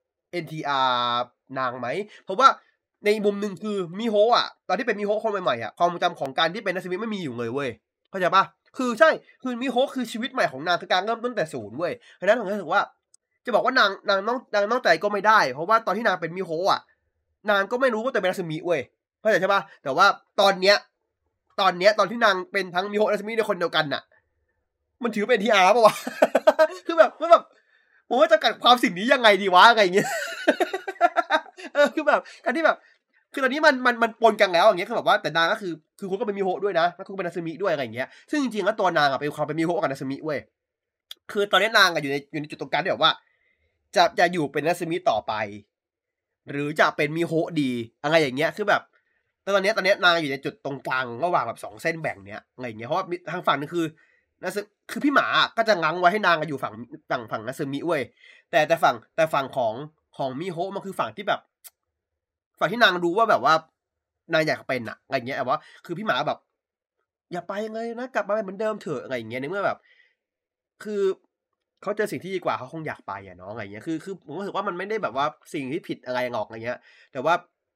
NTR นางไหมเพราะว่าในมุมหนึ่งคือมิโฮะอะตอนที่เป็นมิโฮะคนใหม่ๆอะความทรงจำของการที่เป็นนักสมิธไม่มีอยู่เลยเว้ยเข้าใจปะคือใช่คือมิโฮะคือชีวิตใหม่ของนางคือการเริ่มต้นแต่ศูนย์เว้ยเพราะฉะนั้นผมรู้สึกว่าจะบอกว่านางนอกใจก็ไม่ได้เพราะว่าตอนที่นางเป็นมิโฮะอะนางก็ไม่รู้ว่าตัวเป็นนักสมิธเว้ยเข้าใจใช่ปะแต่ว่าตอนเนี้ยตอนที่นางเป็นทั้งมิโฮะและนักสมิธในคนเดียวกันน่ะ มันถือเป็น TR เปล่าวะ คือแบบผมว่าจำกัดความสิ่งนี้ยังไงดีวะอะไรอย่างเงี้ย คือแบบการที่แบบคือตอนนี้มันปนกันแล้วอย่างเงี้ยคือแบบว่าแต่นางก็คือคุณก็เป็นมิโฮะด้วยนะแล้วคุณก็เป็นนาซึมิด้วยอะไรอย่างเงี้ยซึ่งจริงๆแล้วตัวนางอะเป็นความเป็นมิโฮะกับนาซึมิเว้ยคือตอนนี้นางอะอยู่ในจุดตรงกลางที่แบบว่าจะอยู่เป็นนาซึมิต่อไปหรือจะเป็นมิโฮะดีอะไรอย่างเงี้ยคือแบบแต่ตอนนี้นางอยู่ในจุดตรงกลางระหว่างแบบ2เส้นแบ่งเนี้ยอะไรอย่างเงี้ยเพราะว่าทางฝั่งนึงคือ นาซึคือพี่หมาก็จะง้างไว้ให้นางอยู่ฝั่งนาซึมิเว้ยแต่ฝั่งของมิโฮะมันคือฝั่งที่แบบฝั่งที่นางรู้ว่าแบบว่านางอยากเป็นอะอะไรอย่างเงี้ยแบบว่าคือพี่หมาแบบอย่าไปเลยนะกลับมาเป็นเหมือนเดิมเถอะอะไรอย่างเงี้ยในเมื่อแบบคือเขาเจอสิ่งที่ดีกว่าเขาคงอยากไปอะเนาะอะไรอย่างเงี้ยคือผมรู้สึกว่ามันไม่ได้แบบว่าสิ่งที่ผิดอะไรหรอกอะไรเงี้ยแต่ว่า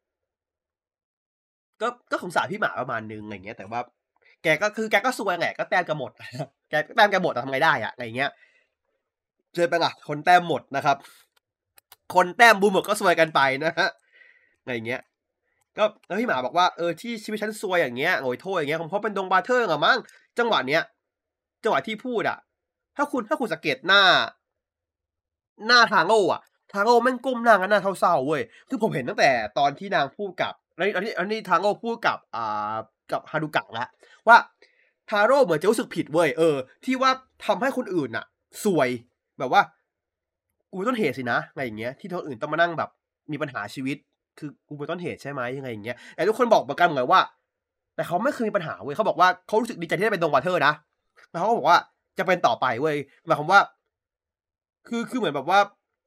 ก็สงสารพี่หมาประมาณนึงอะไรเงี้ยแต่ว่าแกก็ซวยแหละก็แต้มกันหมดแกก็แต้มกันหมดอะทำไงได้อะอะไรเงี้ยเจอไปล่ะคนแต้มหมดนะครับคนแต้มบูมหมดก็ซวยกันไปนะฮะอะไรเงี้ยก็แล้วพี่หมาบอกว่าที่ชีวิตฉันซวยอย่างเงี้ยโอยโทษอย่างเงี้ยผมเพราะเป็นดงบาเทอร์อะมั้งจังหวะเนี้ยจังหวะที่พูดอะถ้าคุณสังเกตหน้าทางโง่อะทางโง่แม่งก้มหน้ากันหน้าเศร้าๆเว้ยคือผมเห็นตั้งแต่ตอนที่นางพูดกับอันนี้ทางโง่พูดกับฮารุกะแล้วว่าทาโร่เหมือนจะรู้สึกผิดเว้ยที่ว่าทำให้คนอื่นน่ะซวยแบบว่ากูเป็นต้นเหตุสินะอะไรอย่างเงี้ยที่คนอื่นต้องมานั่งแบบมีปัญหาชีวิตคือกูเป็นต้นเหตุใช่ไหมยังไงอย่างเงี้ยแต่ทุกคนบอกเหมือนกันเหมือนว่าแต่เขาไม่เคยมีปัญหาเว้ยเขาบอกว่าเขารู้สึกดีใจที่ได้เป็นดงวาเทอร์นะแล้วเขาก็บอกว่าจะเป็นต่อไปเว้ยหมายความว่า คือเหมือนแบบว่า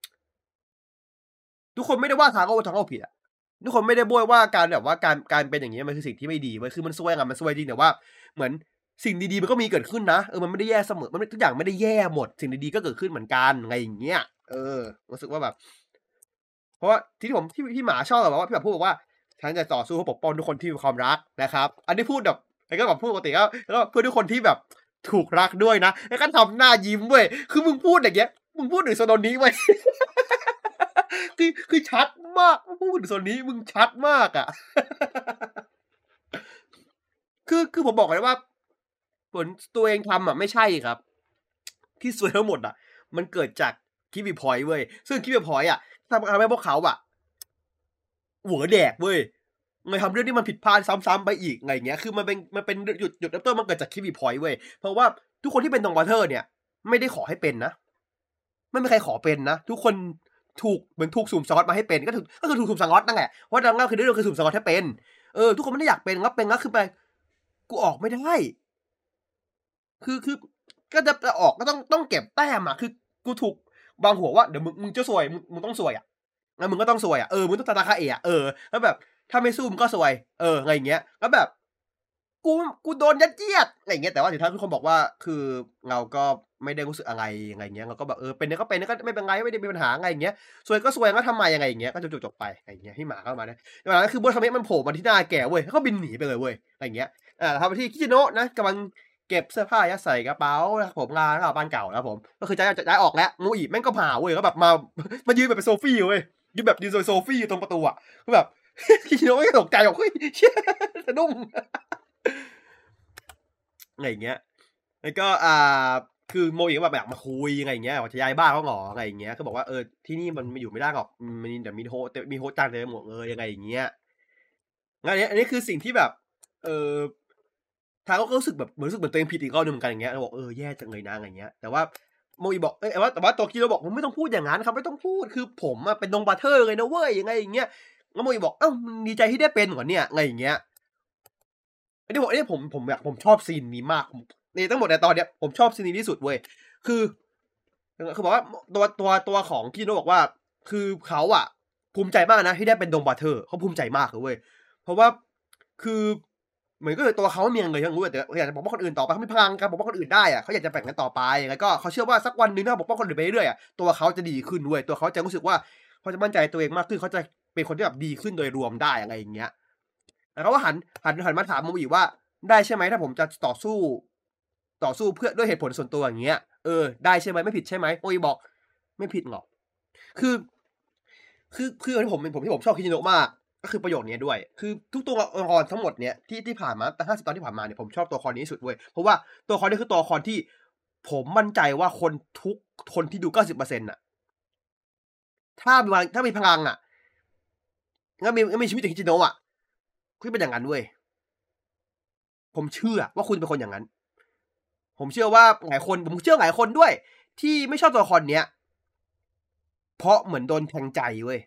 ทุกคนไม่ได้ว่าทางโง่ผิดอะทุกคนไม่ได้โบ้ยว่าการแบบว่าการเป็นอย่างนี้มันคือสิ่งที่ไม่ดีเว้ยคือมันซวยอะมันซวยจริงแต่ว่าเหมือนสิ่งดีๆมันก็มีเกิดขึ้นนะมันไม่ได้แย่เสมอมันทุกอย่างไม่ได้แย่หมดสิ่งดีๆก็เกิดขึ้นเหมือนกันอะไรอย่างเงี้ยรู้สึกว่าแบบเพราะว่าที่หมาชอบแบบว่าพี่แบบพูดบอกว่าฉันจะต่อสู้เพื่อปกป้องทุกคนที่มีความรักนะครับอันนี้พูดแบบแล้วก็แบบพูดปกติแล้วก็เพื่อนทุกคนที่แบบถูกรักด้วยนะแล้วก็ทำหน้ายิ้มเว้ยคือมึงพูดอย่างเงี้ยมึงพูดถึงโซนนี้เว้ย คือชัดมากพูดถึงโซนนี้มึงชัดมากอ่ะ คือผมบอกเลยว่าผลตัวเองทำอ่ะไม่ใช่ครับที่ซวยทั้งหมดอ่ะมันเกิดจากคิวิพอยต์เว้ยซึ่งคิวิพอยต์อ่ะทำให้พวกเขาอ่ะหัวแดกเว้ยเลยทำเรื่องที่มันผิดพลาดซ้ำๆไปอีกไงเงี้ยคือมันเป็นจุดเริ่มต้นมันเกิดจากคิวิพอยต์เว้ยเพราะว่าทุกคนที่เป็นดองวอเทอร์เนี่ยไม่ได้ขอให้เป็นนะไม่มีใครขอเป็นนะทุกคนถูกเหมือนถูกสุ่มสล็อตมาให้เป็นก็คือถูกสุ่มสล็อตนั่นแหละเพราะดังนั้นคือเรื่องคือสุ่มสล็อตให้เป็นทุกคนไม่ได้อยากเป็นก็เป็นก็คือไปกูออกไม่ได้คือก็จะออกก็ต้องเก็บแต้มอ่ะคือกูถูกบางหัวว่าเดี๋ยวมึงจะซวยมึงต้องซวยอ่ะงั้นมึงก็ต้องซวยอ่ะมึงต้องตาคาเอะแล้วแบบถ้าไม่สู้มึงก็ซวยอะไรอย่างเงี้ยแล้วแบบกูโดนยัดเยียดอะไรอย่างเงี้ยแต่ว่าสุดท้ายทุกคนบอกว่าคือเราก็ไม่ได้รู้สึกอะไรอย่างเงี้ยเราก็แบบเป็นก็เป็นก็ไม่เป็นไรไม่ได้มีปัญหาอะไรอย่างเงี้ยซวยก็ซวยก็ทำไมยังไงอย่างเงี้ยก็จบไปอะไรอย่างเงี้ยให้หมาเข้ามานะแต่นั้นคือโบสเมะมันโผล่มาที่หน้าแกเว้ยแล้วก็บินหนีไปเลยเว้ยอะไรอย่างเงี้ยทำที่คิจิโนะนะกำลังเก็บเสื้อผ้ายัดใส่กระเป๋าผมลาแล้วบ้านเก่าแล้วผมก็คือย้ายออกแล้วมูอีแม่งก็ผ่าเว้ยก็แบบมายืนแบบเป็นโซฟี่เว้ยยืนโซฟี่ตรงประตูอ่ะก็แบบคิจิโนะไม่ตกใจบอกเฮ้ยเชี่ยสะดุ้งอะไรอย่างเงี้ยแล้วก็คือโมอีก็แบบอยากมาคุยอะไรอย่างเงี้ยว่าจะย้ายบ้านเขาหรออะไรอย่างเงี้ยก็บอกว่าที่นี่มันอยู่ไม่ได้หรอกมันแต่มีโฮสต์จานเต็มหมดเลยยังไงอย่างเงี้ยงั้นอันนี้คือสิ่งที่แบบทางก็รู้สึกแบบเหมือนตัวเองผิดอีกรอบนึงเหมือนกันอย่างเงี้ยบอกแย่จังเลยนะอะไรเงี้ยแต่ว่าโมอีบอกแต่ว่าตัวคิโรบอกผมไม่ต้องพูดอย่างนั้นครับไม่ต้องพูดคือผมเป็นดงบัตเทอร์เลยนะเว้ยยังไงอย่างเงี้ยแล้วโมอีบอกมึงดีใจที่ได้เป็นเหรอเนี่ยอะไรอย่างเงี้ยอันนี้ผมชอบซีนนี้มากในทั้งหมดในตอนเนี้ยผมชอบซีนนี้ที่สุดเว้ยคือบอกว่าตัวของคิโรบอกว่าคือเขาอะภูมิใจมากนะที่ได้เป็นดงบัตเทอร์เขาภูมิใจมากเลยเว้ยเพราะว่าคือเหมือนก็เลยตัวเขามีเงินทั้งรู้แต่อยากจะบอกว่าคนอื่นต่อไปเขามีพลังการบอกว่าคนอื่นได้อะเขาอยากจะแบ่งกันต่อไปแล้วก็เขาเชื่อว่าสักวันนึงถ้าบอกว่าคนอื่นไปเรื่อยๆอะตัวเขาจะดีขึ้นด้วยตัวเขาจะรู้สึกว่าเขาจะมั่นใจตัวเองมากขึ้นเขาจะเป็นคนที่แบบดีขึ้นโดยรวมได้อะไรอย่างเงี้ยแล้วเขาก็หันมาถามโมอีว่าได้ใช่ไหมถ้าผมจะต่อสู้เพื่อด้วยเหตุผลส่วนตัวอย่างเงี้ยได้ใช่ไหมไม่ผิดใช่ไหมโมอีบอกไม่ผิดหรอกคือที่ผมชอบคิจิโนะมากก็คือประโยคนี้ด้วยคือทุกตัวละครทั้งหมดเนี้ยที่ผ่านมาแต่50ตอนที่ผ่านมาเนี่ยผมชอบตัวละครนี้ที่สุดเว้ยเพราะว่าตัวละครนี้คือตัวละครที่ผมมั่นใจว่าทุกคนที่ดู 90% น่ะถ้ามีพลังอ่ะแล้วมีชีวิตอย่างคิจิโนะอ่ะคุณเป็นอย่างนั้นเว้ยผมเชื่อว่าคุณเป็นคนอย่างนั้นผมเชื่อหลายคนด้วยที่ไม่ชอบตัวละครเนี้ยเพราะเหมือนโดนแทงใจเว้ย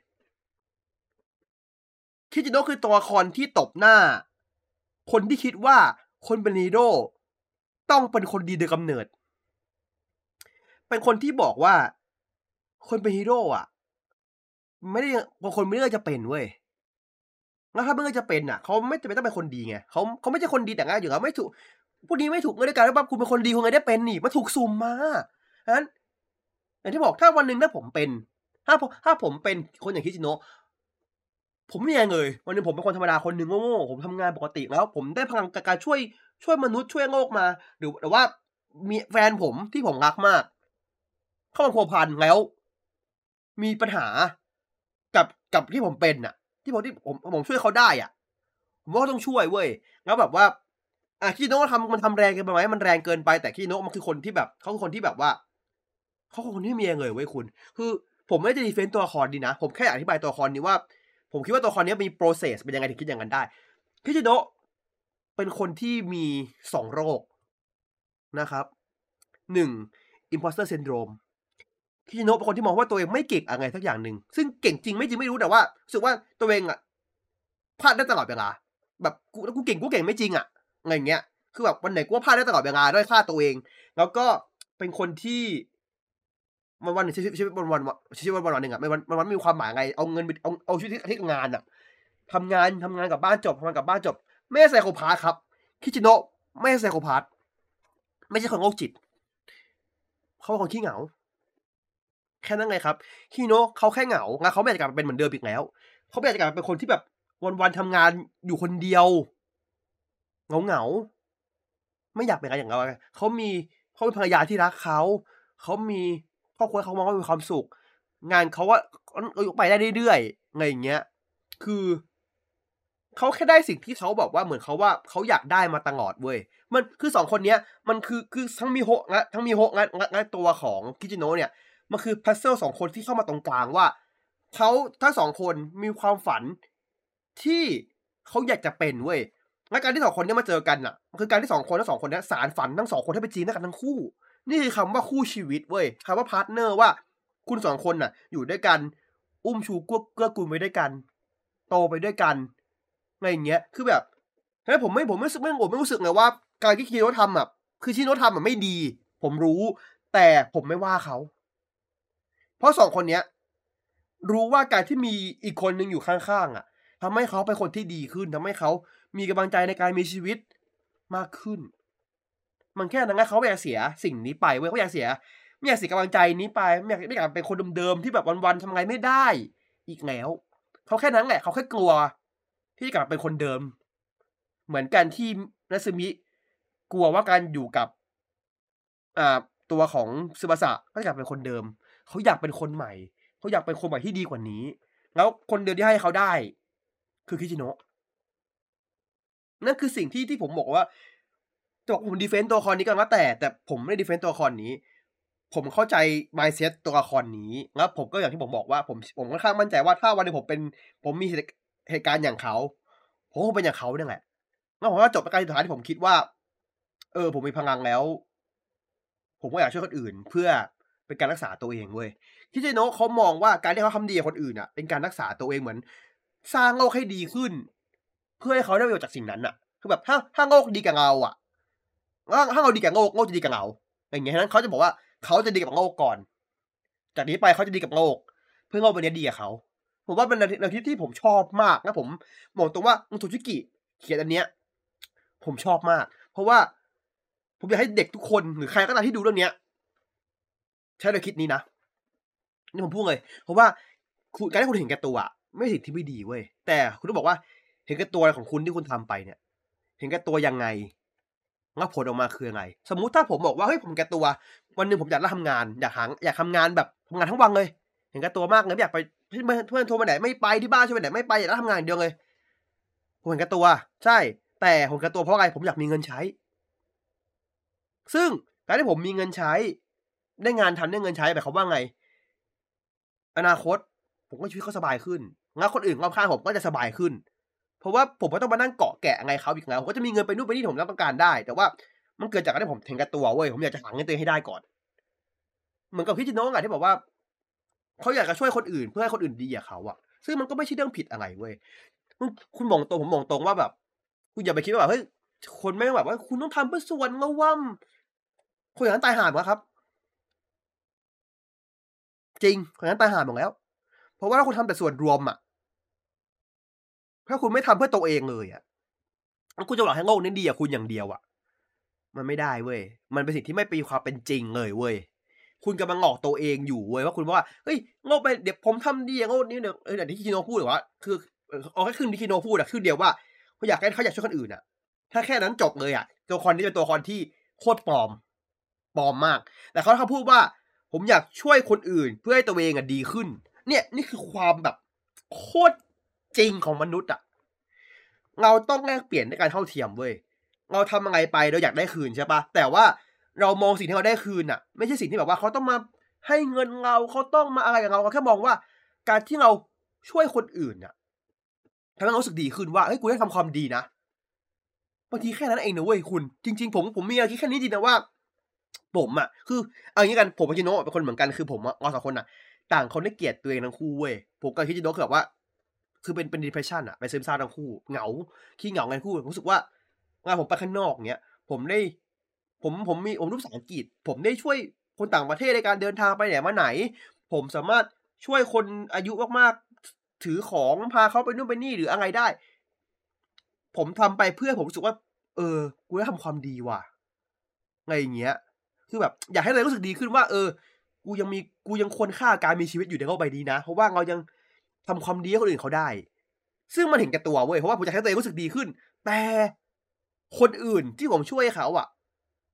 คิจิโนะคือตัวละครที่ตบหน้าคนที่คิดว่าคนเป็นฮีโร่ต้องเป็นคนดีโดยกำเนิดเป็นคนที่บอกว่าคนเป็นฮีโร่อะไม่ได้บางคนไม่เลือกจะเป็นเว้ยแล้วถ้าไม่เลือกจะเป็นอะเขาไม่จำเป็นต้องเป็นคนดีไงเขาไม่ใช่คนดีแต่ง่ายอยู่แล้วไม่ถูกพวกนี้ไม่ถูกเงื่อนไขว่าคุณเป็นคนดีคุณไงได้เป็นนี่มันถูกสุ่มมาฉะนั้นอย่างที่บอกถ้าวันหนึ่งถ้าผมเป็นถ้าผมเป็นคนอย่างคิจิโนะผมไม่แย่เลยวันนึงผมเป็นคนธรรมดาคนหนึ่งโง่ๆผมทำงานปกติแล้วผมได้พลังการช่วยมนุษย์ช่วยโลกมาหรือว่ามีแฟนผมที่ผมรักมากเข้ามาพัวพันแล้วมีปัญหากับที่ผมเป็นน่ะที่ผมช่วยเขาได้อ่ะผมว่าต้องช่วยเว้ยแล้วแบบว่าคิโนะมันทำแรงเกินไปไหมมันแรงเกินไปแต่คิโนะมันคือคนที่แบบเขาคือคนที่แบบว่าเขาคือคนที่มีเลยเว้ยคุณคือผมไม่ได้จะดีเฟนต์ตัวละครดีนะผมแค่อธิบายตัวละครนี้ว่าผมคิดว่าตัวละครนี้มี process เป็นยังไงถึงคิดอย่างนั้นได้คิโนะเป็นคนที่มี2โรคนะครับ1 imposter syndrome คิโนะเป็นคนที่มองว่าตัวเองไม่เก่งอะไรสักอย่างหนึ่งซึ่งเก่งจริงไม่จริงไม่รู้แต่ว่ารู้สึกว่าตัวเองอะพลาดได้ตลอดเวลาแบบกูเก่งไม่จริงอะอะไรอย่างเงี้ยคือแบบวันไหนกูก็พลาดได้ตลอดเวลาด้อยค่าตัวเองแล้วก็เป็นคนที่วันหนึ่งชีวิตวันหนึ่งอะมันไม่มีความหมายไงเอาเงินเอาชีวิตที่งานอะทำงานกลับบ้านจบไม่ใช่ไซโคพาธครับคิจิโนะไม่ใช่ไซโคพาธไม่ใช่คนโรคจิตเขาเป็นคนขี้เหงา แค่นั้นไงครับคิโนะเขาแค่เหงาแล้วเขาไม่อยากจะกลับมาเป็นเหมือนเดิมอีกแล้วเขาไม่อยากจะกลับมาเป็นคนที่แบบวันๆทำงานอยู่คนเดียวเหงาไม่อยากเป็นอย่างเราเขามีภรรยาที่รักเขามีครอบครัวเขามองว่ามีความสุขงานเขาก็ไปได้เรื่อยๆอะไรอย่างเงี้ยคือเขาแค่ได้สิ่งที่เขาบอกว่าเหมือนเขาว่าเขาอยากได้มาตลอดเว้ยมันคือ2คนเนี้ยมันคือทั้งมิโฮะและทั้งมิโฮะและตัวของคิจิโนะเนี่ยมันคือ puzzle 2คนที่เข้ามาตรงกลางว่าเขาทั้ง2คนมีความฝันที่เขาอยากจะเป็นเว้ยและการที่2คนเนี้ยมาเจอกันน่ะคือการที่2คนทั้ง2คนเนี้ยสานฝันทั้ง2คนให้เป็นจริงด้วยกันทั้งคู่นี่คือคำว่าคู่ชีวิตเว้ยคำว่าพาร์ตเนอร์ว่าคุณ2คนน่ะอยู่ด้วยกันอุ้มชูเกื้อกูลไปด้วยกันโตไปด้วยกันอะไรอย่างเงี้ยคือแบบเฮ้ยผมไม่รู้สึกเลยว่าการที่ชิโนะทำอะคือชิโนะทำอะไม่ดีผมรู้แต่ผมไม่ว่าเขาเพราะ2คนเนี้ยรู้ว่าการที่มีอีกคนหนึ่งอยู่ข้างๆอะทำให้เขาเป็นคนที่ดีขึ้นทำให้เขามีกำลังใจในการมีชีวิตมากขึ้นมันแค่นั้นนะเขาไม่อยากเสียสิ่งนี้ไปเว้ยเขาไม่อยากเสียกำลังใจนี้ไปไม่อยากเป็นคนเดิมๆที่แบบวันๆทำไงไม่ได้อีกแล้วเขาแค่นั้นแหละเขาแค่กลัวที่จะกลับเป็นคนเดิมเหมือนกันที่นัตสึมิกลัวว่าการอยู่กับตัวของซึบาสะก็จะกลับเป็นคนเดิมเขาอยากเป็นคนใหม่เขาอยากเป็นคนใหม่ที่ดีกว่านี้แล้วคนเดียวที่ให้เขาได้คือคิชิโนะนั่นคือสิ่งที่ผมบอกว่าจะบอกผม defend ตัวละครนี้ก็แล้วแต่ผมไม่ได้ defend ตัวละครนี้ผมเข้าใจ mindset ตัวละครนี้แล้วผมก็อย่างที่ผมบอกว่าผมค่อนข้างมั่นใจว่าถ้าวันหนึ่งผมมีเหตุการณ์อย่างเขาผมคงเป็นอย่างเขาเนี่ยแหละแล้วผมว่าจบด้วยการสุดท้ายที่ผมคิดว่าผมมีพลังแล้วผมก็อยากช่วยคนอื่นเพื่อเป็นการรักษาตัวเองเว้ยคิชิโนะเขามองว่าการที่เขาทำดีกับคนอื่นอ่ะเป็นการรักษาตัวเองเหมือนสร้างโลกให้ดีขึ้นเพื่อให้เขาได้ประโยชน์จากสิ่งนั้นอ่ะคือแบบถ้าโลกดีกับเราอ่ะถ้าเราดีกับโลกจะดีกับเราอย่างเงี้ยฉะนั้นเขาจะบอกว่าเขาจะดีกับโลกก่อนจากนี้ไปเขาจะดีกับโลกเพื่อโลกใบนี้ดีกับเขาผมว่าเป็นแนวคิดที่ผมชอบมากนะผมบอกตรงว่าโทชิกิเขียนอันเนี้ยผมชอบมากเพราะว่าผมอยากให้เด็กทุกคนหรือใครก็ตามที่ดูเรื่องเนี้ยใช้แนวคิดนี้นะนี่ผมพูดเลยเพราะว่าการที่คุณเห็นแก่ตัวไม่ใช่สิ่งที่ไม่ดีเว้ยแต่คุณต้องบอกว่าเห็นแก่ตัวของคุณที่คุณทำไปเนี่ยเห็นแก่ตัวยังไงแล้วผลออกมาคือยังไงสมมุติถ้าผมบอกว่าเฮ้ยผมแก่ตัววันหนึ่งผมอยากทำงานอยากทำงานแบบทำงานทั้งวันเลยเห็นแก่ตัวมากเลยไม่อยากไปเพื่อนโทรมาไหนไม่ไปที่บ้านช่วยไปไหนไม่ไปอยากทำงานอย่างเดียวเลยผมเห็นแก่ตัวใช่แต่ผมเห็นแก่ตัวเพราะอะไรผมอยากมีเงินใช้ซึ่งการที่ผมมีเงินใช้ได้งานทำได้เงินใช้หมายความว่าไงอนาคตผมก็ชีวิตเขาสบายขึ้นแล้วคนอื่นรอบข้างผมก็จะสบายขึ้นเพราะว่าผมไม่ต้องมานั่งเกาะแกะอะไรเขาอีกแล้วผมก็จะมีเงินไปนู่นไปนี่ผมต้องการได้แต่ว่ามันเกิดจากการที่ผมเห็นแก่ตัวเว้ยผมอยากจะหาเงินตัวเองให้ได้ก่อนเหมือนกับพี่จิโนะอะที่บอกว่าเขาอยากจะช่วยคนอื่นเพื่อให้คนอื่นดีกับเขาอะซึ่งมันก็ไม่ใช่เรื่องผิดอะไรเว้ยคุณบอกตรงผมบอกตรงว่าแบบคุณอย่าไปคิดว่าแบบเฮ้ยคนแม่งแบบว่าคุณต้องทำเพื่อส่วนรวมคนอย่างนั้นตายห่าหมดแล้วครับจริงคนอย่างนั้นตายห่าหมดแล้วเพราะว่าถ้าคุณทำแต่ส่วนรวมอะถ้าคุณไม่ทำเพื่อตัวเองเลยอะแล้วคุณจะหวังให้โลกนี้ดีกับคุณอย่างเดียวอะมันไม่ได้เว้ยมันเป็นสิ่งที่ไม่เป็นความเป็นจริงเลยเว้ยคุณกำลังหลอกตัวเองอยู่เว้ยว่าคุณว่าเฮ้ยโลกไปเดี๋ยวผมทำดีอย่างโลกนี้เดี๋ยวอย่างที่คิโนะพูดหรือว่าคือเอาแค่ครึ่งที่คิโนะพูดอะครึ่งเดียวว่าเขาอยากช่วยคนอื่นอะถ้าแค่นั้นจบเลยอะตัวละครนี้เป็นตัวละครที่โคตรปลอมมากแต่เขาพูดว่าผมอยากช่วยคนอื่นเพื่อให้ตัวเองอะดีขึ้นเนี่ยนี่คือความแบบโคตรจริงของมนุษย์อะเราต้องแลกเปลี่ยนด้วยการเท่าเทียมเว้ยเราทำอะไรไปเราอยากได้คืนใช่ปะแต่ว่าเรามองสิ่งที่เราได้คืนอะไม่ใช่สิ่งที่แบบว่าเขาต้องมาให้เงินเราเขาต้องมาอะไรกับเราแค่มองว่าการที่เราช่วยคนอื่นอะทำให้เรารู้สึกดีขึ้นว่าเฮ้ยกูได้ทำความดีนะบางทีแค่นั้นเองนะเว้ยคุณจริงๆผมมีอะไรคิดแค่นี้จริงนะว่าผมอะคือเอาอย่างนี้กันผมกับคิโนะเป็นคนเหมือนกันคือผมเราสองคนอะต่างคนได้เกลียดตัวเองทั้งคู่เว้ยผมกับคิโนะคือแบบว่าคือเป็น depression อะเป็นซึมเศร้าทั้งคู่เหงาขี้เหงากันทั้งคู่ผมรู้สึกว่าเวลาผมไปข้างนอกเงี้ยผมได้ผมรู้ภาษาอังกฤษผมได้ช่วยคนต่างประเทศในการเดินทางไปไหนมาไหนผมสามารถช่วยคนอายุมากๆถือของพาเขาไปนู่นไปนี่หรืออะไรได้ผมทำไปเพื่อผมรู้สึกว่ากูได้ทำความดีว่ะอะไรอย่างเงี้ยคือแบบอยากให้ตัวเองรู้สึกดีขึ้นว่ากูยังควรค่าการมีชีวิตอยู่ในโลกใบนี้นะเพราะว่าเรายังทำความดีให้คนอื่นเขาได้ซึ่งมันเห็นแก่ตัวเว้ยเพราะว่าผมอยากให้ตัวเองรู้สึกดีขึ้นแต่คนอื่นที่ผมช่วยเขาอะ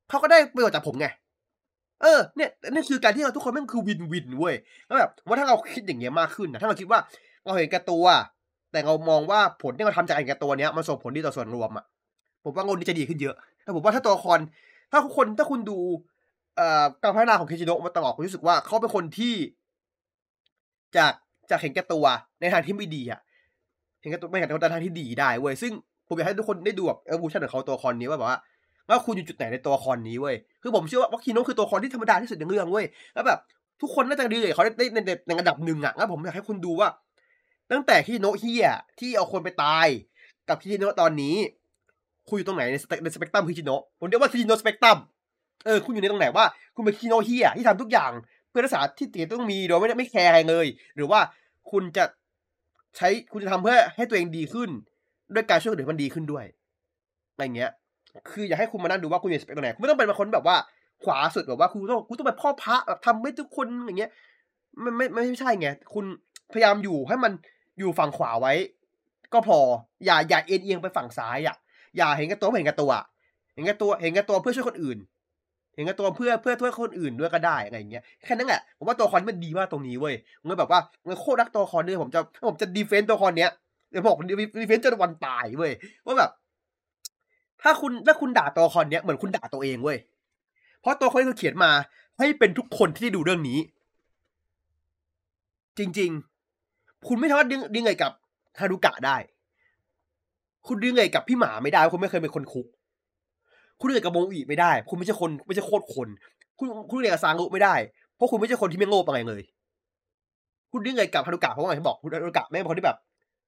เขาก็ได้ประโยชน์จากผมไงเนี่ยนี่คือการที่เราทุกคนแม่งคือวินวินเว้ยแล้วแบบว่าถ้าเราคิดอย่างเงี้ยมากขึ้นนะถ้าเราคิดว่าเราเห็นแก่ตัวแต่เรามองว่าผลที่เราทำจากเห็นแก่ตัวเนี้ยมันส่งผลดีต่อส่วนรวมอะผมว่าโลกนี้จะดีขึ้นเยอะแต่ผมว่าถ้าตัวละครถ้าคุณดูการพัฒนาของเคจิโนะมาตลอดผมรู้สึกว่าเขาเป็นคนที่จากเห็นแก่ตัวในทางที่ไม่ดีอะเห็นแก่ตัวไม่เห็นแก่ตัวในทางที่ดีได้เว้ยซึ่งผมอยากให้ทุกคนได้ดูแบบevolution ของเขาตัวละครนี้ว่าแบบว่าคุณอยู่จุดไหนในตัวละครนี้เว้ยคือผมเชื่อว่าคิโนะคือตัวละครที่ธรรมดาที่สุดในเรื่องเว้ยแล้วแบบทุกคนน่าจะดีเลยเขาได้ในระดับหนึ่งอะแล้วผมอยากให้คุณดูว่าตั้งแต่คิโนะเฮียที่เอาคนไปตายกับคิโนะตอนนี้คุณอยู่ตรงไหนในสเปกตรัมคิโนะผมเรียกว่าคิโนะสเปกตรัมคุณอยู่ในตรงไหนว่าคุณเป็นคิโนะเฮียที่ทำทุกอย่างเพื่อรักษาที่ติต้องมีโดยไม่แคร์อะไรเลยหรือว่าคุณจะทำเพื่อให้ตัวเองดีขึ้นด้วยการช่วยคนอื่นมันดีขึ้นด้วยอะไรเงี้ยคืออยากให้คุณมานั่งดูว่าคุณอยู่สเปกตรงไหนคุณไม่ต้องเป็นคนแบบว่าขวาสุดแบบว่าคุณต้องเป็นพ่อพระแบบทำให้ทุกคนอย่างเงี้ยมันไม่ใช่ไงคุณพยายามอยู่ให้มันอยู่ฝั่งขวาไว้ก็พออย่าเอียงไปฝั่งซ้ายอย่าเห็นแก่ตัวเห็นแก่ตัวเห็นแก่ตัวเพื่อช่วยคนอื่นเห็นแก่ตัวเพื่อช่วยคนอื่นด้วยก็ได้อะไรอย่างเงี้ยแค่นั้นแหละผมว่าตัวละครมันดีมากตรงนี้เว้ยผมแบบว่าผมโคตรรักตัวละครเลยผมจะดีเฟนต์ตัวละครเนี้ยเดี๋ยวบอกดีเฟนต์จนวันตายเว้ยว่าแบบถ้าคุณด่าตัวละครเนี้ยเหมือนคุณด่าตัวเองเว้ยเพราะตัวละครที่เขาเขียนมาให้เป็นทุกคนที่ได้ดูเรื่องนี้จริงๆคุณไม่สามารถดึงไงกับฮารุกะได้คุณดึงไงกับพี่หมาไม่ได้คุณไม่เคยเป็นคนคุกคุณดึงไงกับโมอิไม่ได้คุณไม่ใช่โคตรคนคุณดึงไงกับซาnguไม่ได้เพราะคุณไม่ใช่คนที่ไม่โง่อะไรเลยคุณดึงไงกับฮารุกะเพราะว่าอย่างที่บอกคุณฮารุกะแม่งเป็นคนที่แบบ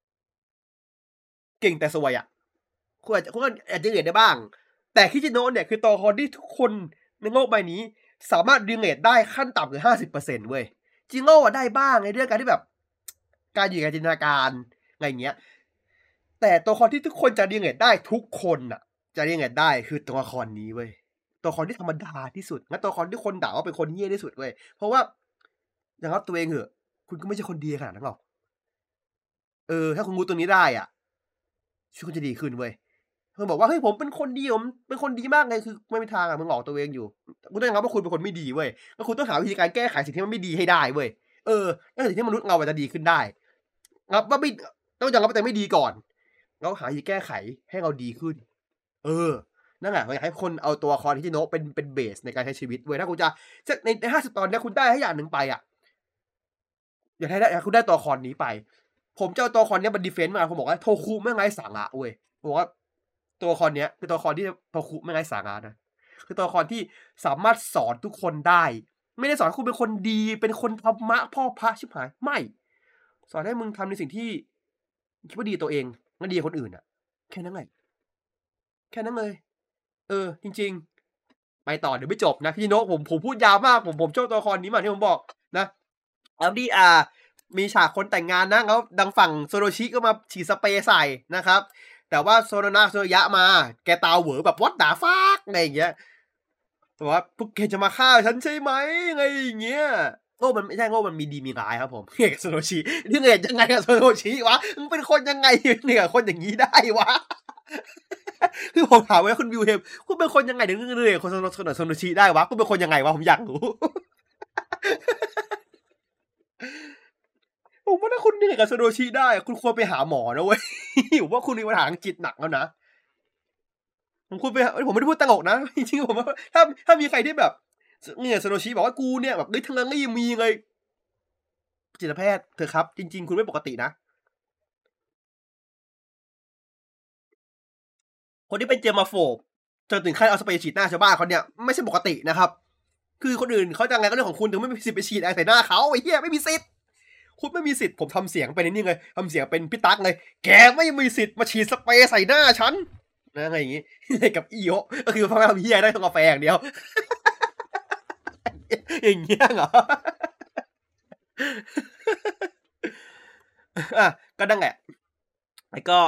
เก่งแต่ซวยอ่ะคุณอาจจะเรียนได้บ้างแต่คิจิโนะเนี่ยคือตัวละครที่ทุกคนในโลกใบนี้สามารถดึงเรทได้ขั้นต่ำคือ50%เว้ยจิโง่ได้บ้างในเรื่องการที่แบบการอยู่ในจินตนาการอะไรอย่างเงี้ยแต่ตัวละครที่ทุกคนจะดึงเรทได้ทุกคนน่ะจะดึงเรทได้คือตัวละครนี้เว้ยตัวละครที่ธรรมดาที่สุดและตัวละครที่คนด่าว่าเป็นคนเหี้ยที่สุดเว้ยเพราะว่าอย่างรับตัวเองเหอะคุณก็ไม่ใช่คนดีขนาดนั้นหรอกถ้าคุณรู้ตัวนี้ได้อ่ะชีวิตคุณจะดีขึ้นเว้ย คุณบอกว่าเฮ้ยผมเป็นคนดีผมเป็นคนดีมากเลยคือไม่มีทางอะมึงหลอกตัวเองอยู่คุณต้องยอมรับว่าคุณเป็นคนไม่ดีเว้ยแล้วคุณต้องหาวิธีการแก้ไขสิ่งที่มันไม่ดีให้ได้เว้ยนั่นสิ่งที่มนุษย์เราจะดีขึ้นได้รับว่าไม่ต้องยอมรับว่าตัวเองไม่ดีก่อนแล้วหาวิธีแก้ไขให้เราดีขึ้นเออนั่นแหละอยากให้คนเอาตัวละครที่โนะเป็นเบสในการใช้ชีวิตเว้ยถ้าคุณจะใน50 ตอนเนี้ยคุณได้ให้อย่างหนึ่งไปอ่ะอยากให้ได้คุณได้ตัวละครนี้ไปผมจะเอาตัวละครเนี้ยมาดีเฟนต์มาผมบอกว่าโทคุไม่ไร้สาระเว้ยบอกว่า ตัวละครเนี้ยคือตัวละครที่โทคุไม่ไร้สาระนะคือตัวละครที่สามารถสอนทุกคนได้ไม่ได้สอนให้คุณเป็นคนดีเป็นคนธรรมะพ่อพระชิบหายไม่สอนให้มึงทำในสิ่งที่คิดว่าดีตัวเองและดีคนอื่นอ่ะแค่นั้นแหละแค่นั้นเลยจริงๆไปต่อเดี๋ยวไม่จบนะพี่โนะผมพูดยาวมากผมชอบตัวละครนี้มากที่ผมบอกนะแล้วที่มีฉากคนแต่งงานนะแล้วดังฝั่งโซโรชิก็มาฉีดสเปรย์ใส่นะครับแต่ว่าโซโนยะมาแกตาเหวอแบบวัดด่าฟากอะไรอย่างเงี้ยแต่ว่าพวกแกจะมาฆ่าฉันใช่ไหมอะไรอย่างเงี้ยโง่มันไม่ใช่โง่มันมีดีมีร้ายครับผมเอกโซโนชิที่เงยยังไงกับโซโนชิวะมึงเป็นคนยังไงเนี่ยคนอย่างนี้ได้วะคือผมถามว่าคุณวิวเฮมคุณเป็นคนยังไงถึงเรียกคนโซโนชิได้วะคุณเป็นคนยังไงวะผมอยากรู้ผมว่าถ้าคุณเหนื่อยกับโซโนชิได้คุณควรไปหาหมอนะเว้ยผมว่าคุณมีปัญหาทางจิตหนักแล้วนะผมไม่ได้พูดตลกนะจริงๆผมว่าถ้ามีใครที่แบบเนี่ยโซโนชิบอกว่ากูเนี่ยแบบทั้งนั้นไม่มีเลยจิตแพทย์เถอะครับจริงๆคุณไม่ปกตินะคนที่เป็นเจมาโฟบจนถึงขั้นเอาสเปรย์ฉีดหน้าชาวบ้านเขาเนี่ยไม่ใช่ปกตินะครับคือคนอื่นเขาจะไงก็เรื่องของคุณถึงไม่มีสิทธิ์ไปฉีดอะไรใส่หน้าเขาไอ้เหี้ยไม่มีสิทธิ์คุณไม่มีสิทธิ์ผมทำเสียงเป็นนี่เลยทำเสียงเป็นพี่ตั๊กเลยแกไม่มีสิทธิ์มาฉีดสเปรย์ใส่หน้าฉันนะอะไรอย่างงี้กับอีโอก็คือพ่อแม่ทำเหี้ยได้ต้องกาแฟอย่างเดียวอย่างเงี้ยเหรออ่ะก็นั่งแหละแล้วก็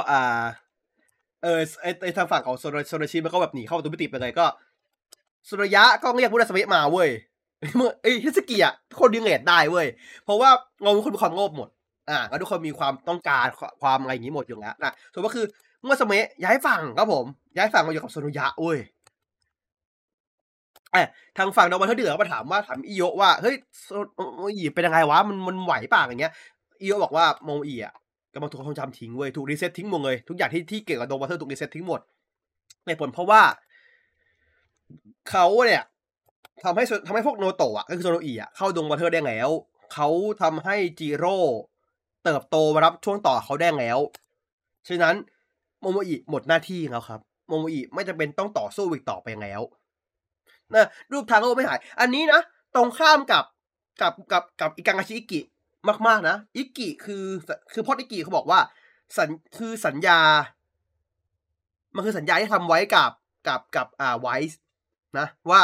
ไอทางฝั่งของโซโนชิมันก็แบบหนีเข้าประตูมิติไปเลยก็สุริยะก็เรียกพุทธสเวทมาเว้ยเมื่อฮิสกิอ่ะคนดึงเรทได้เว้ยเพราะว่าเราทุกคนมีความโลภหมดแล้วทุกคนมีความต้องการความอะไรอย่างนี้หมดอยู่แล้วนะส่วนก็คือเมื่อสเมะย้ายฝั่งครับผมย้ายฝั่งมาอยู่กับโซนุยะเว้ยทางฝั่งดองบัตเทอร์ที่เหลือมาถามอิโยะว่าเฮ้ยโมอิเป็นยังไงวะมันไหวป่ะอย่างเงี้ยอิโยะบอกว่าโมอิกำลังถูกความทรงจำทิ้งเว้ยถูกรีเซ็ตทิ้งหมดเลยทุกอย่างที่เกี่ยวกับดองบัตเทอร์ถูกรีเซ็ตทิ้งหมดในผลเพราะว่าเขาเนี่ยทำให้พวกโนโตะก็คือโซโนอิเข้าดงบัตเทอร์ได้แล้วเขาทำให้จิโร่เติบโตมารับช่วงต่อเขาได้แล้วฉะนั้นโมโมอิหมดหน้าที่แล้วครับโมโมอิไม่จำเป็นต้องต่อสู้อีกต่อไปแล้วนะรูปทางโลไม่หายอันนี้นะตรงข้ามกับอิกังาชิอิกิมากๆนะอิกิคือพอดอิกิเขาบอกว่าสัญญามันคือสัญญาที่ทำไว้กับไวส์นะว่า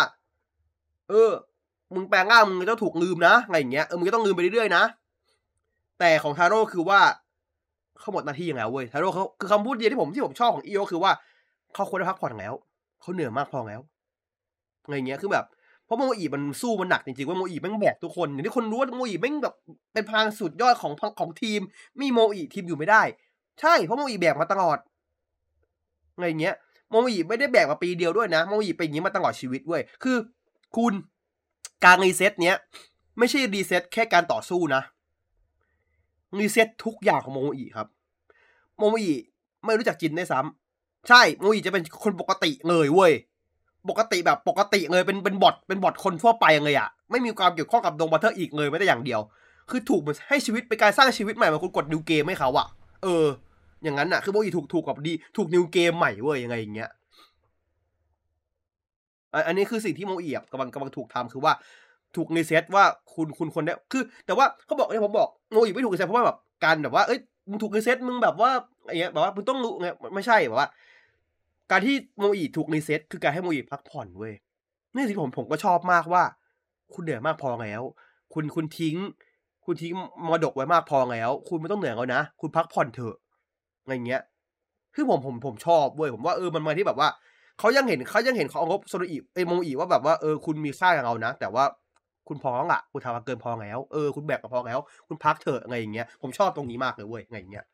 มึงแปลงร่างมึงต้องถูกลืมนะอะไรอย่างเงี้ยมึงก็ต้องลืมไปเรื่อยๆนะแต่ของทาโร่คือว่าเขาหมดหน้าที่ยังไงเว้ยทาโร่เขาคือคำพูดเดียวที่ผมชอบของอิโยคือว่าเขาควรได้พักผ่อนแล้วเขาเหนื่อยมากพอแล้วอะไรเงี้ยคือแบบเพราะโมอิมันสู้มันหนักจริงๆว่าโมอิแม่งแบกทุกคนอย่างที่คนรู้ว่าโมอิแม่งแบบเป็นพลังสุดยอดของทีมมีโมอิทีมอยู่ไม่ได้ใช่เพราะโมอิแบกมาตลอดอะไรเงี้ยโมอิไม่ได้แบกมาปีเดียวด้วยนะโมอิเป็นอย่างนี้มาตลอดชีวิตเว้ยคือคุณการรีเซ็ตเนี้ยไม่ใช่รีเซ็ตแค่การต่อสู้นะรีเซ็ตทุกอย่างของโมอิครับโมอิไม่รู้จักจินได้ซ้ำใช่โมอิจะเป็นคนปกติเลยเว้ยปกติแบบปกติเลยเป็นบอทคนทั่วไปเลยอ่ะไม่มีความเกี่ยวข้องกับดงบัตเทอร์อีกเลยไม่ได้อย่างเดียวคือถูกมันให้ชีวิตเป็นการสร้างชีวิตใหม่มาคุณกดนิวเกมให้เขาอ่ะอย่างนั้นอ่ะคือโมอิถูกกับดีถูกนิวเกมใหม่เว้ยยังไงอย่างเงี้ยอันนี้คือสิ่งที่โมอิกำลังถูกทำคือว่าถูกรีเซ็ตว่าคุณคนนี้คือแต่ว่าเขาบอกเนี่ยผมบอกโมอิไม่ถูกรีเซ็ตเพราะว่าแบบการแบบว่ามึงถูกรีเซ็ตมึงแบบว่าอะไรเงี้ยแบบว่ามึงต้องรู้ไงไม่ใช่แบบว่าการที่โมอิถูกรีเซ็ตคือการให้โมอิพักผ่อนเว้ยนี่สิผมก็ชอบมากว่าคุณเหนื่อยมากพอแล้วคุณทิ้งมรดกไว้มากพอแล้วคุณไม่ต้องเหนื่อยแล้วนะคุณพักผ่อนเถอะอะไรเงี้ยคือผมชอบเว้ยผมว่ามันมาที่แบบว่าเขายังเห็นของงบโซโนอิโมอิว่าแบบว่าคุณมีค่ากับเรานะแต่ว่าคุณพอแล้วล่ะคุณทำมาเกินพอแล้วคุณแบกมาพอแล้วคุณพักเถอะอะไรอย่างเงี้ยผมชอบตรงนี้มากเลยเว้ยอะไรอย่างเงี้ย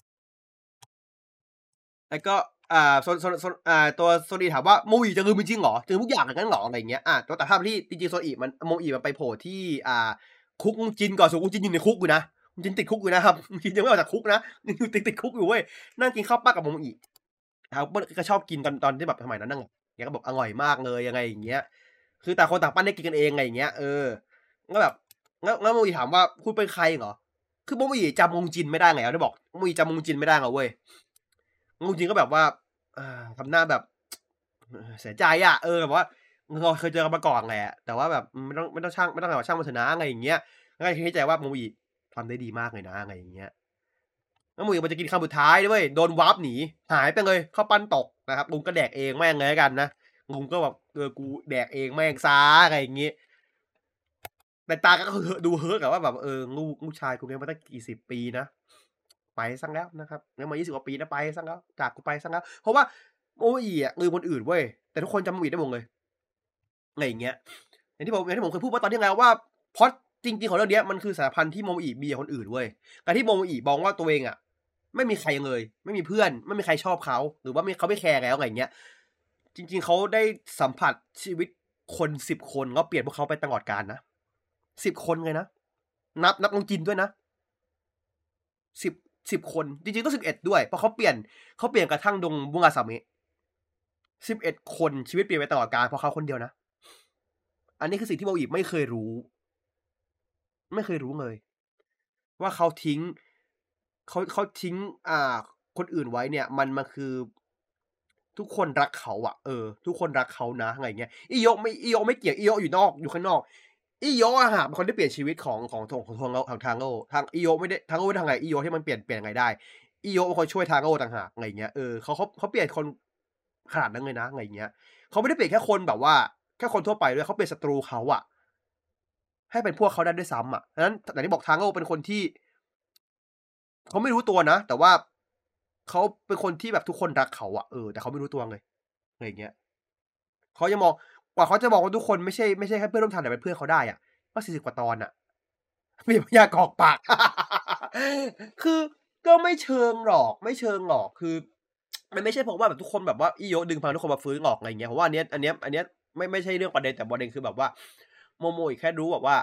แล้วก็ตัวโซนีถามว่าโมอิจะลืมจริงๆเหรอจะลืมทุกอย่างอย่างนั้นเหรออะไรอย่างเงี้ยแต่ภาพที่จริงๆโซอิมันโมอิมันไปโผล่ที่คุกจินก่อนส่วนจินอยู่ในคุกอยู่นะจินติดคุกอยู่นะครับจินยังไม่ออกจากคุกนะยังติดคุกอยู่เว้ยนั่งกินข้าวปั้นกับโมอิเขาก็ชอบกินตอนที่แบบสมัยนั้นนั่งแกก็บอกอร่อยมากเลยยังไงอย่างเงี้ยคือต่างคนต่างปั้นได้กินกันเองอะไรอย่างเงี้ยก็แบบแล้วโมอิถามว่าคุณเป็นใครเหรอคือโมอิจำมงจินไม่ได้ไงได้บอกโมอิจำมงจินไม่ได้เหรอเว้ยมงจินก็แบบว่าทำหน้าแบบเสียใจอ่ะแบบว่าเราเคยเจอกันมาก่อนแหละแต่ว่าแบบไม่ต้องช่างมันเถอะนะอะไรอย่างเงี้ยแล้วก็คิดในใจว่าโมอิทำได้ดีมากเลยนะอะไรอย่างเงี้ยแล้วโมอิมันจะกินคำสุดท้ายด้วยโดนวาร์ปหนีหายไปเลยข้าวปั้นตกนะครับลุงก็แดกเองแม่งเลยกันนะลุงก็แบบกูแดกเองแม่งซาอะไรอย่างเงี้ยแต่ตาก็ดูเฮิร์ตกับว่าแบบลูกชายกูเลี้ยงมาตั้งกี่10 ปีนะไปซะแล้วนะครับเลี้ยงมา20 กว่าปีนะไปซะแล้วจากกูไปซะแล้วเพราะว่าโมอิลืมคนอื่นเว้ยแต่ทุกคนจำโมอิได้หมดเลยอะไรอย่างเงี้ยอย่างที่ผมเคยพูดว่าตอนที่แล้วว่าพล็อตจริงๆของเรื่องนี้มันคือสารพันที่โมอิมีกับคนอื่นเว้ยการที่โมอิมองว่าตัวเองอะไม่มีใครเลยไม่มีเพื่อนไม่มีใครชอบเขาหรือว่าเขาไม่แคร์แล้วอะไรอย่างเงี้ยจริงๆเขาได้สัมผัสชีวิตคน10 คนแล้วเปลี่ยนพวกเขาไปตลอดกาลนะ10 คนเลยนะนับน้องจินด้วยนะ10คนจริงๆต้อง11ด้วยเพราะเขาเปลี่ยนกระทั่งดงบุงอาซาเมะ11 คนชีวิตเปลี่ยนไปตลอดกาลเพราะเขาคนเดียวนะอันนี้คือสิ่งที่โมอิไม่เคยรู้เลยว่าเขาทิ้งคนอื่นไว้เนี่ยมันคือทุกคนรักเขาอ่ะทุกคนรักเขานะอะไรเงี้ยอิโยะไม่เกี่ยวอิโยะอยู่ข้างนอกอิโยะอะฮะเป็นคนที่เปลี่ยนชีวิตของทางโง่ทางอิโยะไม่ได้ทางโง่ทางไงอิโยะที่มันเปลี่ยนยังไงได้อิโยะเป็นคนช่วยทางโง่ต่างหากอะไรเงี้ยเขาเปลี่ยนคนขนาดนั้นเลยนะอะไรเงี้ยเขาไม่ได้เปลี่ยนแค่คนแบบว่าแค่คนทั่วไปด้วยเขาเปลี่ยนศัตรูเขาอะให้เป็นพวกเขาได้ด้วยซ้ำอะฉะนั้นอย่างที่บอกทางโง่เป็นคนที่เขาไม่รู้ตัวนะแต่ว่าเขาเป็นคนที่แบบทุกคนรักเขาอะแต่เขาไม่รู้ตัวเลยอะไรอย่างเงี้ยเขาจะมองกว่าเขาจะมองว่าทุกคนไม่ใช่แค่เพื่อนร่วมทางแต่เป็นเพื่อนเขาได้อะก็40 กว่าตอนอะไม่อยากออกปากคือก็ไม่เชิงหรอกคือมันไม่ใช่เพราะว่าแบบทุกคนแบบว่าอิโยะดึงพลังทุกคนมาฟื้นหรอกอะไรอย่างเงี้ยเพราะว่าอันเนี้ยไม่ใช่เรื่องประเด็นแต่ประเด็นคือแบบว่าโมโมอีแค่รู้แบบว่า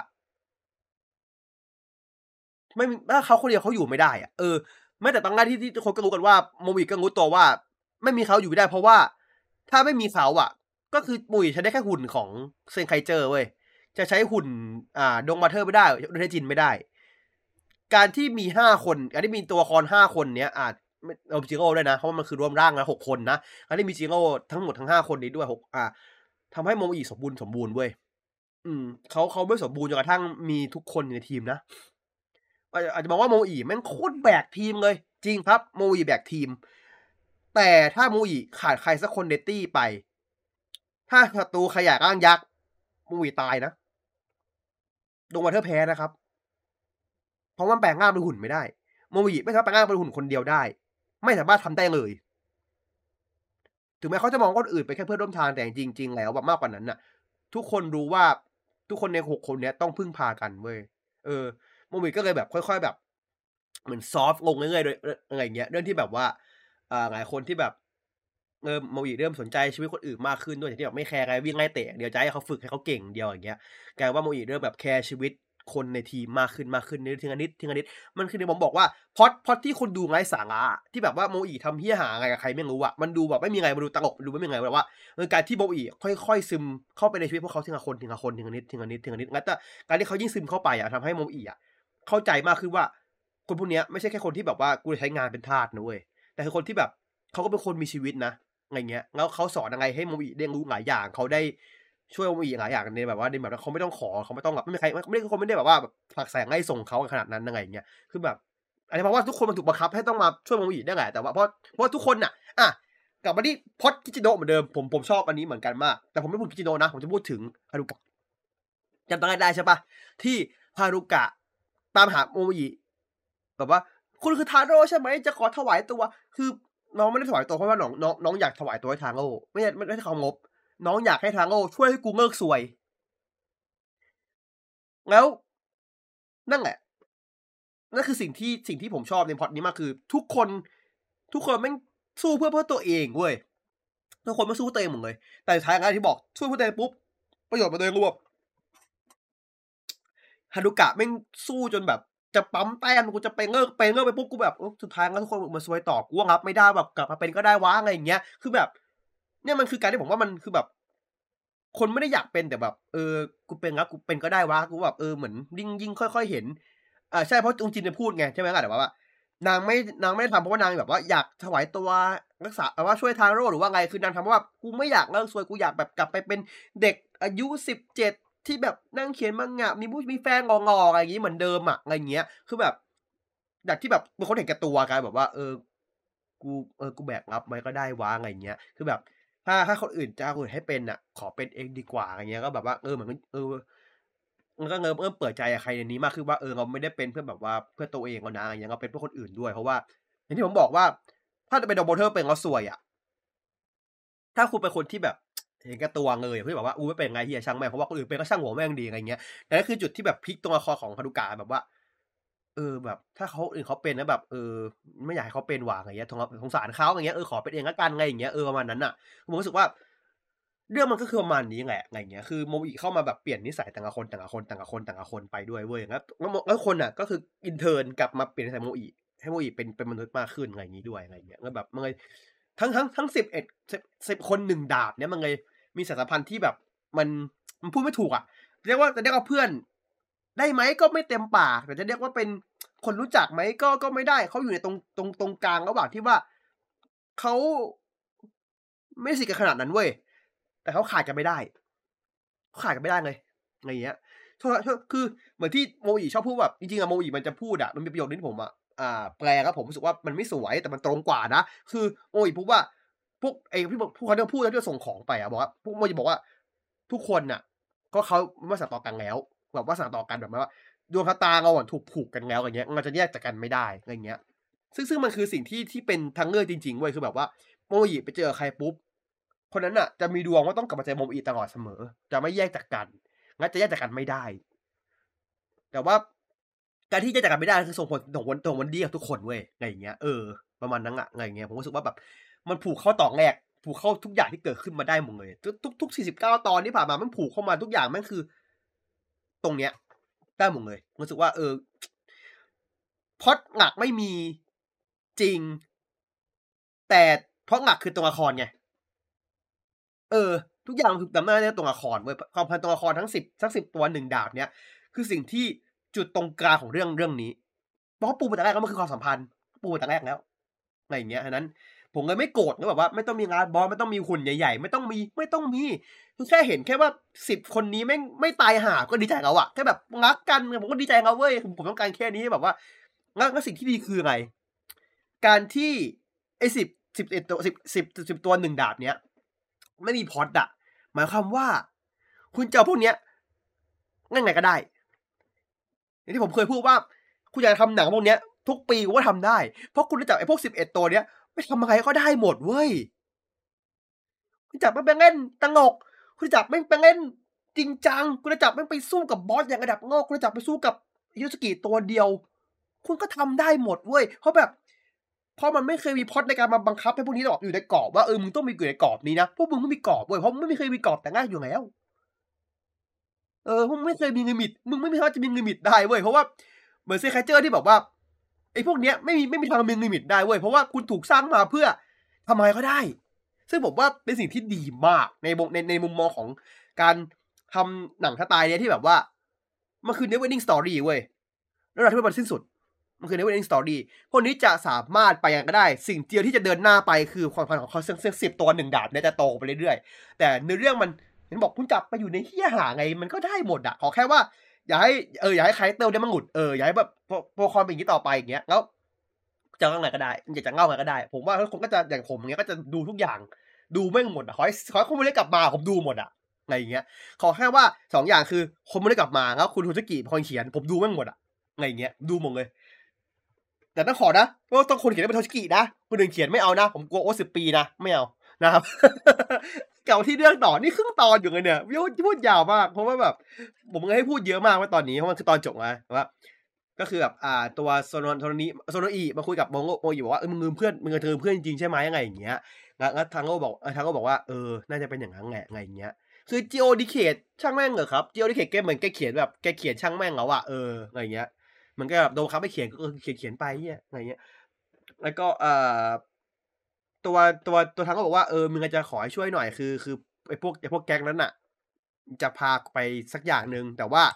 ไม่มีถ้าเขาคนเดียวเขาอยู่ไม่ได้อะแม้แต่ตอนแรกที่ทุกคนก็รู้กันว่าโมโมอิก็รู้ตัวว่าไม่มีเขาอยู่ไม่ได้เพราะว่าถ้าไม่มีเขาอะก็คือโมโมอิใช้ได้แค่หุ่นของเซนไคเจอร์เว้ยจะใช้หุ่นดงมาเทอร์ไม่ได้โดเทจินไม่ได้การที่มี5คนการที่มีตัวละคร5คนเนี้ยเอาจิโร่ด้วยนะเพราะว่ามันคือรวมร่างนะ6คนนะการที่มีจิโร่ทั้งหมดทั้ง5คนนี้ด้วยทำให้โมโมอิสมบูรณ์เว้ยเขาไม่สมบูรณ์จนกระทั่งมีทุกคนในทีมนะอาจจะมองว่าโมอีแม่งโคตรแบกทีมเลยจริงครับโมอีแบกทีมแต่ถ้าโมอีขาดใครสักคนในตี้ไปถ้าศัตรูขยะร่างยักษ์โมอีตายนะดงวันเทอร์แพ้นะครับเพราะมันแปลงร่างเป็นหุ่นไม่ได้โมอีไม่สามารถแปลงร่างเป็นหุ่นคนเดียวได้ไม่สามารถทำได้เลยถึงแม้เขาจะมองคนอื่นเป็นแค่เพื่อนร่วมทางแต่จริงๆแล้วแบบมากกว่านั้นน่ะทุกคนรู้ว่าทุกคนใน6คนนี้ต้องพึ่งพากันเว้ยโมอีก็เลยแบบค่อยๆแบบเหมือนซอฟต์ลงเรื่อยๆโดยอะไรอย่างเงี้ยเรื่องที่แบบว่าหลายคนที่แบบโมอิเริ่มสนใจชีวิตคนอื่นมากขึ้นด้วยจากที่แบบไม่แคร์ไงวิ่งไล่เตะอย่างเดียวจะให้เขาฝึกให้เขาเก่งเดียวอย่างเงี้ยกลายว่าโมอิเริ่มแบบแคร์ชีวิตคนในทีมมากขึ้นทีละนิดทีละนิดมันคือที่ผมบอกว่าพล็อตที่คนดูไร้สาระที่แบบว่าโมอิทำเหี้ยหาอะไรกับใครไม่รู้อะมันดูแบบไม่มีอะไรมันดูตลกมันดูไม่มีอะไรแบบว่าการที่โมอิค่อยๆซึมเข้าไปในชีวิตพวกเขาทีละคนทีละคนทีละนิดทีละนิดทีละนิดแล้วแต่การที่เขายิ่งซึมเข้าไปอะทำให้โมอิอะเข้าใจมากขึ้นว่าคนพวกเนี้ยไม่ใช่แค่คนที่แบบว่ากูจะใช้งานเป็นทาสนะเว้ยแต่คือคนที่แบบเขาก็เป็นคนมีชีวิตนะ อะไรเงี้ยแล้วเขาสอนอะไรให้โมบิเรียนรู้หลายอย่างเขาได้ช่วยโมบิหลายอย่างในแบบว่าในแบบเขาไม่ต้องขอเขาไม่ต้องแบบไม่มีใครไม่ได้คนไม่ได้แบบว่าแบบผลักแสงไล่ส่งเขาขนาดนั้นอะไรเงี้ยคือแบบอันนี้เพราะว่าทุกคนมันถูกบังคับให้ต้องมาช่วยโมบิได้แหละแต่ว่าเพราะทุกคนน่ะกลับมาที่พล็อตคิจิโนะเหมือนเดิมผมชอบอันนี้เหมือนกันมากแต่ผมไม่พูดคิจิโนะนะผมจะพูดถึงฮารุกะจำได้ใช่ปะที่ฮารุกะตามหาโมบิแบบว่าคุณคือทาโร่ใช่ไหมจะขอถวายตัวคือ น้องไม่ได้ถวายตัวเพราะว่าน้องอยากถวายตัวให้ทางโง่ไม่ใช่เขางบน้องอยากให้ทางโง่ช่วยให้กูเลิกซวยแล้วนั่นแหละนั่นคือสิ่งที่ผมชอบในพล็อตนี้มากคือทุกคนแม่งสู้เพื่อตัวเองเว้ยทุกคนไม่สู้เพื่อตัวเองหมดเลยแต่สุดท้ายอย่างที่บอกสู้เพื่อตัวเองปุ๊บประโยชน์มาโดยรวมฮารุกะแม่งสู้จนแบบจะปั๊มแต้มกูจะไปเลิกไปปุ๊บกูแบบสุดท้ายแล้วทุกคนมาซวยต่อกูว่ารับไม่ได้แบบกลับมาเป็นก็ได้วะอะไรอย่างเงี้ยคือแบบเนี่ยมันคือการที่ผมว่ามันคือแบบ คนไม่ได้อยากเป็นแต่แบบกูเป็นแล้วกูเป็นก็ได้วะกูแบบเหมือนยิ่งค่อยๆเห็นใช่เพราะจงจินจะพูดไงใช่ไหมล่ะแต่ว่านางไม่ได้ทำเพราะว่านางแบบว่าอยากถวายตัวรักษาแบบว่าช่วยทาโร่หรือว่าไงคือนางทำเพราะว่ากูไม่อยากเลิกซวยกูอยากแบบกลับไปเป็นเด็กอายุ17ที่แบบนั่งเขียน Manga มีแฟนงอๆอะไรอย่างงี้เหมือนเดิมอะอะไรอย่างเงี้ยคือแบบอยากที่แบบเป็นคนเห็นแก่ตัวกันแบบว่ากูกูแบกรับไว้ก็ได้วะอะไรอย่างเงี้ยคือแบบ ถ้าคนอื่นจ้างคนอื่นให้เป็นอ่ะขอเป็นเองดีกว่าอะไรเงี้ยก็แบบว่าเหมือนมันก็เริ่มเปิดใจกับใครในนี้มากขึ้นว่าเราไม่ได้เป็นเพื่อแบบว่าเพื่อตัวเองแล้วนะอะไรเงี้ยเราเป็นเพื่อคนอื่นด้วยเพราะว่าอย่างที่ผมบอกว่าถ้าจะเป็น Double เป็นแล้วซวยอะถ้าคุณเป็นคนที่แบบเห็นแก่ตัวเลยที่แบบว่าไม่เป็นไรเหี้ยช่างแม่งเพราะว่าคนอื่นเป็นก็ช่างหัวแม่งดีอะไรเงี้ยแต่นั่นคือจุดที่แบบพลิกตัวละครของฮารุกะแบบว่าแบบถ้าเขาอื่นเขาเป็นแล้วแบบไม่อยากให้เขาเป็นว่ะอะไรเงี้ยสงสารเขาอย่างเงี้ยขอเป็นเองแล้วกันอะไรอย่างเงี้ยประมาณนั้นน่ะผมรู้สึกว่า เรื่องมันก็คือประมาณนี้แหละอะไรเงี้ยคือโมอิเข้ามาแบบเปลี่ยนนิสัยแต่ละคนไปด้วยเว้ยแล้วคนน่ะก็คือ intern กลับมาเปลี่ยนนิสัยโมอิให้โมอิเป็นมนุษย์มากขึ้นอะไรอย่างงี้ด้วยอะไรเงี้ยแล้วแบบมันเลยทั้ง1110คน1ดาบเนี่ยมันเลยมีสายสัมพันธ์ที่แบบมันมันพูดไม่ถูกอะจะเรียกว่าเพื่อนได้ไหมก็ไม่เต็มปากแต่จะเรียกว่าเป็นคนรู้จักไหมก็ไม่ได้เขาอยู่ในตรงกลางระหว่างที่ว่าเขาไม่ได้สนิทกันขนาดนั้นเว้ย แต่เขาขาดกันไม่ได้เขาขาดกันไม่ได้เลยอะไรอย่างเงี้ยคือเหมือนที่โมอิชอบพูดแบบจริงๆอะโมอิมันจะพูดอะมันมีประโยคนึงที่ผมอะแปลแล้วผมรู้สึกว่ามันไม่สวยแต่มันตรงกว่านะคือโมอิพูดว่าพวกไอ้ที่บอกพวกเขาที่พูดแล้วที่ส่งของไปอะบอกว่าพวกโมอิบอกว่าทุกคนน่ะก็เขาวาสนาต่อกันแล้วแบบวาสนาต่อกันแบบว่าดวงชะตาเราอะถูกผูกกันแล้วอย่างเงี้ยมันจะแยกจากกันไม่ได้อะไรอย่างเงี้ยซึ่งมันคือสิ่งที่เป็นทางเลือกจริงๆเว้ยคือแบบว่าโมอิไปเจอใครปุ๊บ คนนั้นน่ะจะมีดวงว่าต้องกลับมาเจอโมอิตลอดเสมอจะไม่แยกจากกันงั้นจะแยกจากกันไม่ได้แต่ว่าการที่แยกจากกันไม่ได้คือส่งผลดีกับทุกคนเว้ยอะไรอย่างเงี้ยประมาณนั้นอะอะไรอย่างเงี้ยผมรู้สึกว่าแบบมันผูกเข้าต่อแรกผูกเข้าทุกอย่างที่เกิดขึ้นมาได้หมดเลยทุก49ตอนที่ผ่านมามันผูกเข้ามาทุกอย่างมันคือตรงเนี้ยได้หมดเลยรู้สึกว่าพล็อตหลักไม่มีจริงแต่พล็อตหลักคือตัวละครไงทุกอย่างคือดำเนินในตัวละครเว้ยความพันตัวละครทั้ง10ตัว1ดาบเนี้ยคือสิ่งที่จุดตรงกลางของเรื่องนี้เพราะปูมาแต่แรกแล้วมันคือความสัมพันธ์ปูมาแต่แรกแล้วอะไรอย่างเงี้ยฉะนั้นผมเลยไม่โกรธก็แบบว่าไม่ต้องมีงานบอสไม่ต้องมีหุ่นใหญ่ๆไม่ต้องมีคือแค่เห็นแค่ว่า10คนนี้ไม่ตายห่าก็ดีใจแล้วอะแค่แบบรักกันผมก็ดีใจแล้วเว้ยผมต้องการแค่นี้แบบว่าแล้วสิ่งที่ดีคืออะไรการที่ไอ้11ตัว10ตัว1ดาบเนี้ยไม่มีพล็อตอะหมายความว่าคุณจะเอาพวกเนี้ยนั่งไหนก็ได้อย่างที่ผมเคยพูดว่าคุณอยากทำหนังพวกเนี้ยทุกปีก็ทำได้เพราะคุณรู้จักไอ้พวก11ตัวเนี้ยไปทำอะไรก็ได้หมดเว้ยคุณจับมันไปเล่นตลกคุณจับมันไปเล่นจริงจังคุณจะจับมันไปสู้กับบอสอย่างระดับโลกคุณจะจับไปสู้กับยูสกิตัวเดียวคุณก็ทำได้หมดเว้ยเพราะมันไม่เคยมีพล็อตในการมาบังคับให้พวกนี้แบบอยู่ในกรอบว่ามึงต้องมีอยู่ในกรอบนี้นะพวกมึงไม่มีกรอบเว้ยเพราะมึงไม่เคยมีกรอบแต่แรกอยู่แล้วมึงไม่เคยมีลิมิตมึงไม่มีทางจะมีลิมิตได้เว้ยเพราะว่าเหมือนเซคาเจอร์ที่แบบว่าไอ้พวกเนี้ยไม่มีทางมีลิมิตได้เว้ยเพราะว่าคุณถูกสร้างมาเพื่อทำอะไรก็ได้ซึ่งผมว่าเป็นสิ่งที่ดีมากในมุมมองของการทำหนังสไตล์เนี้ยที่แบบว่ามันคือ never ending story เว้ยแล้วเราที่มันสิ้นสุดมันคือ never ending story พวกนี้จะสามารถไปยังก็ได้สิ่งเดียวที่จะเดินหน้าไปคือความสัมพันธ์ของเขาซึ่ง10ตัว1ดาบเนี่ยจะโตไปเรื่อยๆแต่ในเรื่องมันเห็นบอกคุณจับไปอยู่ในเหี้ยหาไงมันก็ได้หมดอะขอแค่ว่าอย่าให้คาแรคเตอร์เนี่ยมันหงุดอย่าให้แบบตัวละครเป็นอย่างนี้ต่อไปอย่างเงี้ยแล้วจะเล่าไงก็ได้อยากจะเล่าไงก็ได้ผมว่าคนก็จะอย่างผมอย่างเงี้ยก็จะดูทุกอย่างดูไม่หมดอะขอให้คนไม่ได้กลับมาผมดูหมดอะอะไรอย่างเงี้ยขอแค่ว่า2อย่างคือคนไม่ได้กลับมาแล้วคุณโทสกิเป็นคนเขียนผมดูไม่หมดอะอะไรอย่างเงี้ยดูหมดเลยแต่ต้องขอนะว่าต้องคนเขียนเป็นโทสกินะคนอื่นเขียนไม่เอานะผมกลัวโอ้10 ปีนะไม่เอานะครับ เก่าที่เรื่องต่อนี่ครึ่งตอนอยู่เลยเนี่ยพูดยาวมากเพราะว่าแบบผมเลยให้พูดเยอะมากว่าตอนนี้เพราะมันคือตอนจบนะว่าก็คือแบบตัวโซโนอิมาคุยกับโมอิบอกว่ามึงลืมเพื่อนมึงลืมเพื่อนจริงใช่ไหมอะไรอย่างเงี้ยแล้วทางก็บอกว่าน่าจะเป็นอย่างนั้นแหละอะไรอย่างเงี้ยคือจิโอดิเคทช่างแม่งเหรอครับจิโอดิเคทแกเหมือนแกเขียนช่างแม่งแล้วอะอะไรอย่างเงี้ยมันก็แบบโดนคับให้เขียนก็เขียนไปเนี่ยอะไรเงี้ยแล้วก็ตัวทางก็บอกว่ามึงจะขอให้ช่วยหน่อยคือไอ้พวกแก๊งนั้นน่ะจะพาไปสักอย่างนึงแต่ว่า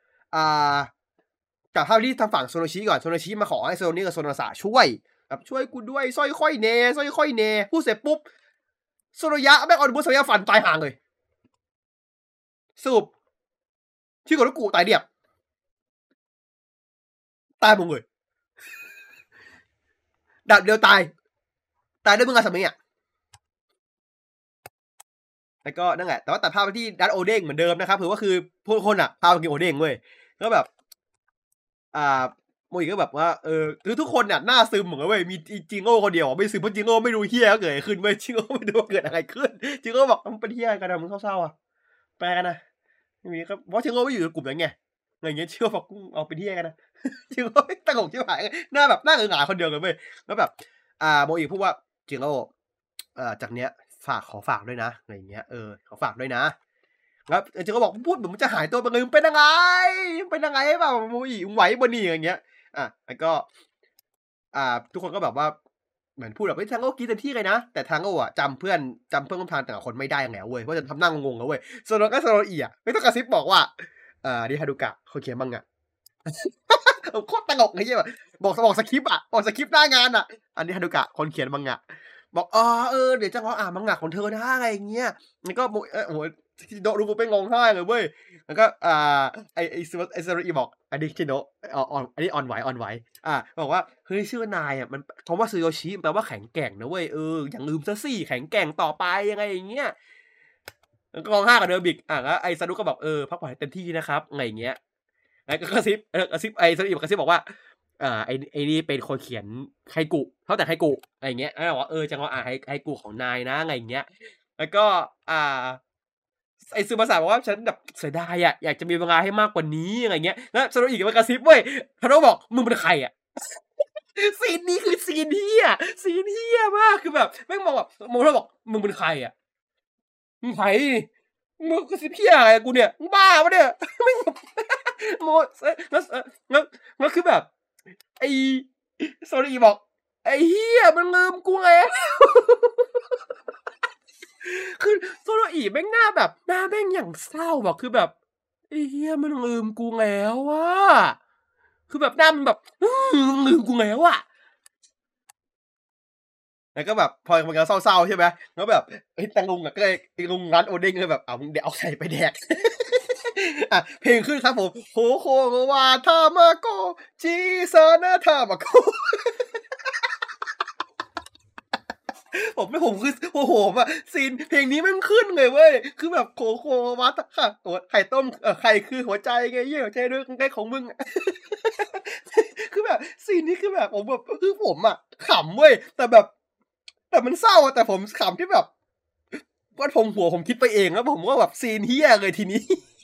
จากภาพที่ทางฝั่งโซโนชิก่อนโซโนชิมาขอให้โซโนนี้กับโซโนสะช่วยแบบช่วยกูด้วยสร้อยค่อยเนพูดเสร็จปุ๊บโซโนยะแม่งเอาบุโซโนยะฟันตายห่างเลยสรุปชื่อของลูกกูตายเรียบตายหมดเลยดาบเดียวตายด้วยมึงอาสมิอ่ะแล้วก็นั่นแหละแต่ว่าตัดภาพไปที่ดันโอเด้งเหมือนเดิมนะครับถือว่าคือพวกคนอ่ะพาไปกินโอเด้งเว้ยก็แบบโมอิก็แบบว่าคือทุกคนเนี่ยหน้าซึมเหมือนกันเว้ยมีจิงโง่คนเดียวไม่ซึมเพราะจิงโง่ไม่รู้เฮียเกิดอะไรขึ้นเว้ยจิงโง่ไม่รู้ว่าเกิดอะไรขึ้นจิงโง่บอกมันเป็นเฮียกันนะมึงเศร้าๆอ่ะแปลกันนะอย่างนี้ก็เพราะจิงโง่ไม่อยู่ในกลุ่มนั้นไงอะไรเงี้ยจิงโง่บอกเอาเป็นเฮียกันนะจิงโง่ตลกชิบหายหน้าแบบหน้าหงายคนเดียวกันเว้ยแล้วแบบโมอิพูดว่าจิงโง่จากเนี้ยขอฝากด้วยนะอะไรเงี้ยขอฝากด้วยนะแล้วจิงโง่บอกพูดเหมือนมันจะหายตัวไปเลยเป็นยังไงเปล่าโมอิไหวบนนี่อย่างเงี้ยแล้วก็ทุกคนก็แบบว่าเหมือนพูดแบบทางโง่กินเต็มที่เลยนะแต่ทางโง่จำเพื่อนร่วมทางแต่ละคนไม่ได้แล้วเว้ยเพราะจะทำหน้างงๆแล้วเว้ยโซโนอีไม่ต้องกระซิบบอกว่านี่ฮารุกะเขาเขียนมังงะโคตรตลกเลยใช่ป่ะบอกสคริปต์บอกสคริปต์หน้างานอันนี้ฮารุกะคนเขียนมังงะบอกเดี๋ยวจะขออ่านมังงะของเธอนะอะไรอย่างเงี้ยแล้วก็โอ้โหโดรูกูไปงงท่าเลยเว้ยแล้วก็ไอซารุอิบอกอันนี้ชิโนะอันนี้อ่อนไหวบอกว่าเฮ้ยชื่อนายมันคำว่าซูโยชิแปลว่าแข็งแกร่งนะเว้ยอย่างลืมซะสิแข็งแกร่งต่อไปยังไงอย่างเงี้ยแล้วก็ร้องไห้กับเดอร์บิกแล้วไอซารุก็บอกพักผ่อนให้เต็มที่นะครับไงอย่างเงี้ยแล้วก็กระซิบไอซารุอิกระซิบบอกว่าไอ้นี่เป็นคนเขียนไคกุเท่าแต่ไคกุอะไรเงี้ยบอกว่าจะเอาไคกุของนายนะอะไรเงี้ยแล้วก็ไอซูมาสะบอกว่าฉันแบบเสียดายอยากจะมีเวลาให้มากกว่านี้อะไรเงี้ยแล้วซาโนอิก็มากระซิบเว้ยทาโร่บอกมึงเป็นใครซีนนี้คือซีนเหี้ยมากคือแบบแม่งมองแบบมองแล้วบอกมึงเป็นใครอ่ะมึงใครมึงกระซิบเหี้ยอะไรกูเนี่ยมึงบ้าปะเนี่ยแม่งแบบโมแล้วคือแบบไอ้โซลีบอกไอ้เหี้ยมันลืมกูแล้วคือโซโลอีแม่งหน้าแบบหน้าแม่งอย่างเศร้าแบบคือแบบไอ้เหี้ยมันลืมกูแล้วอะคือแบบหน้ามันแบบลืมกูแล้วอะ แล้วก็แบบพอมันก็เศร้าๆใช่ไหมแล้วแบบเฮ้ยแต่ลุงอะก็เลยลุงร้านโอเด้งเลยแบบเอามึงเดี๋ยวเอาไข่ไปแดกอ่ะเพลงขึ้นครับผมโคโควาทามาโกจิซานาทามาโกผมคือโอ้โหอะซีนเพลงนี้แม่งขึ้นเลยเว้ยคือแบบโคโควาทาค่ะโอ้ไข่ต้มไข่คือหัวใจไงเยี่ยหัวใจด้วยใกล้ของมึงคือแบบซีนนี้คือแบบผมแบบคือผมอะขำเว้ยแต่แบบแต่มันเศร้าแต่ผมขำที่แบบว่าผมคิดไปเองแล้วผมก็แบบซีนเฮียเลยทีนี้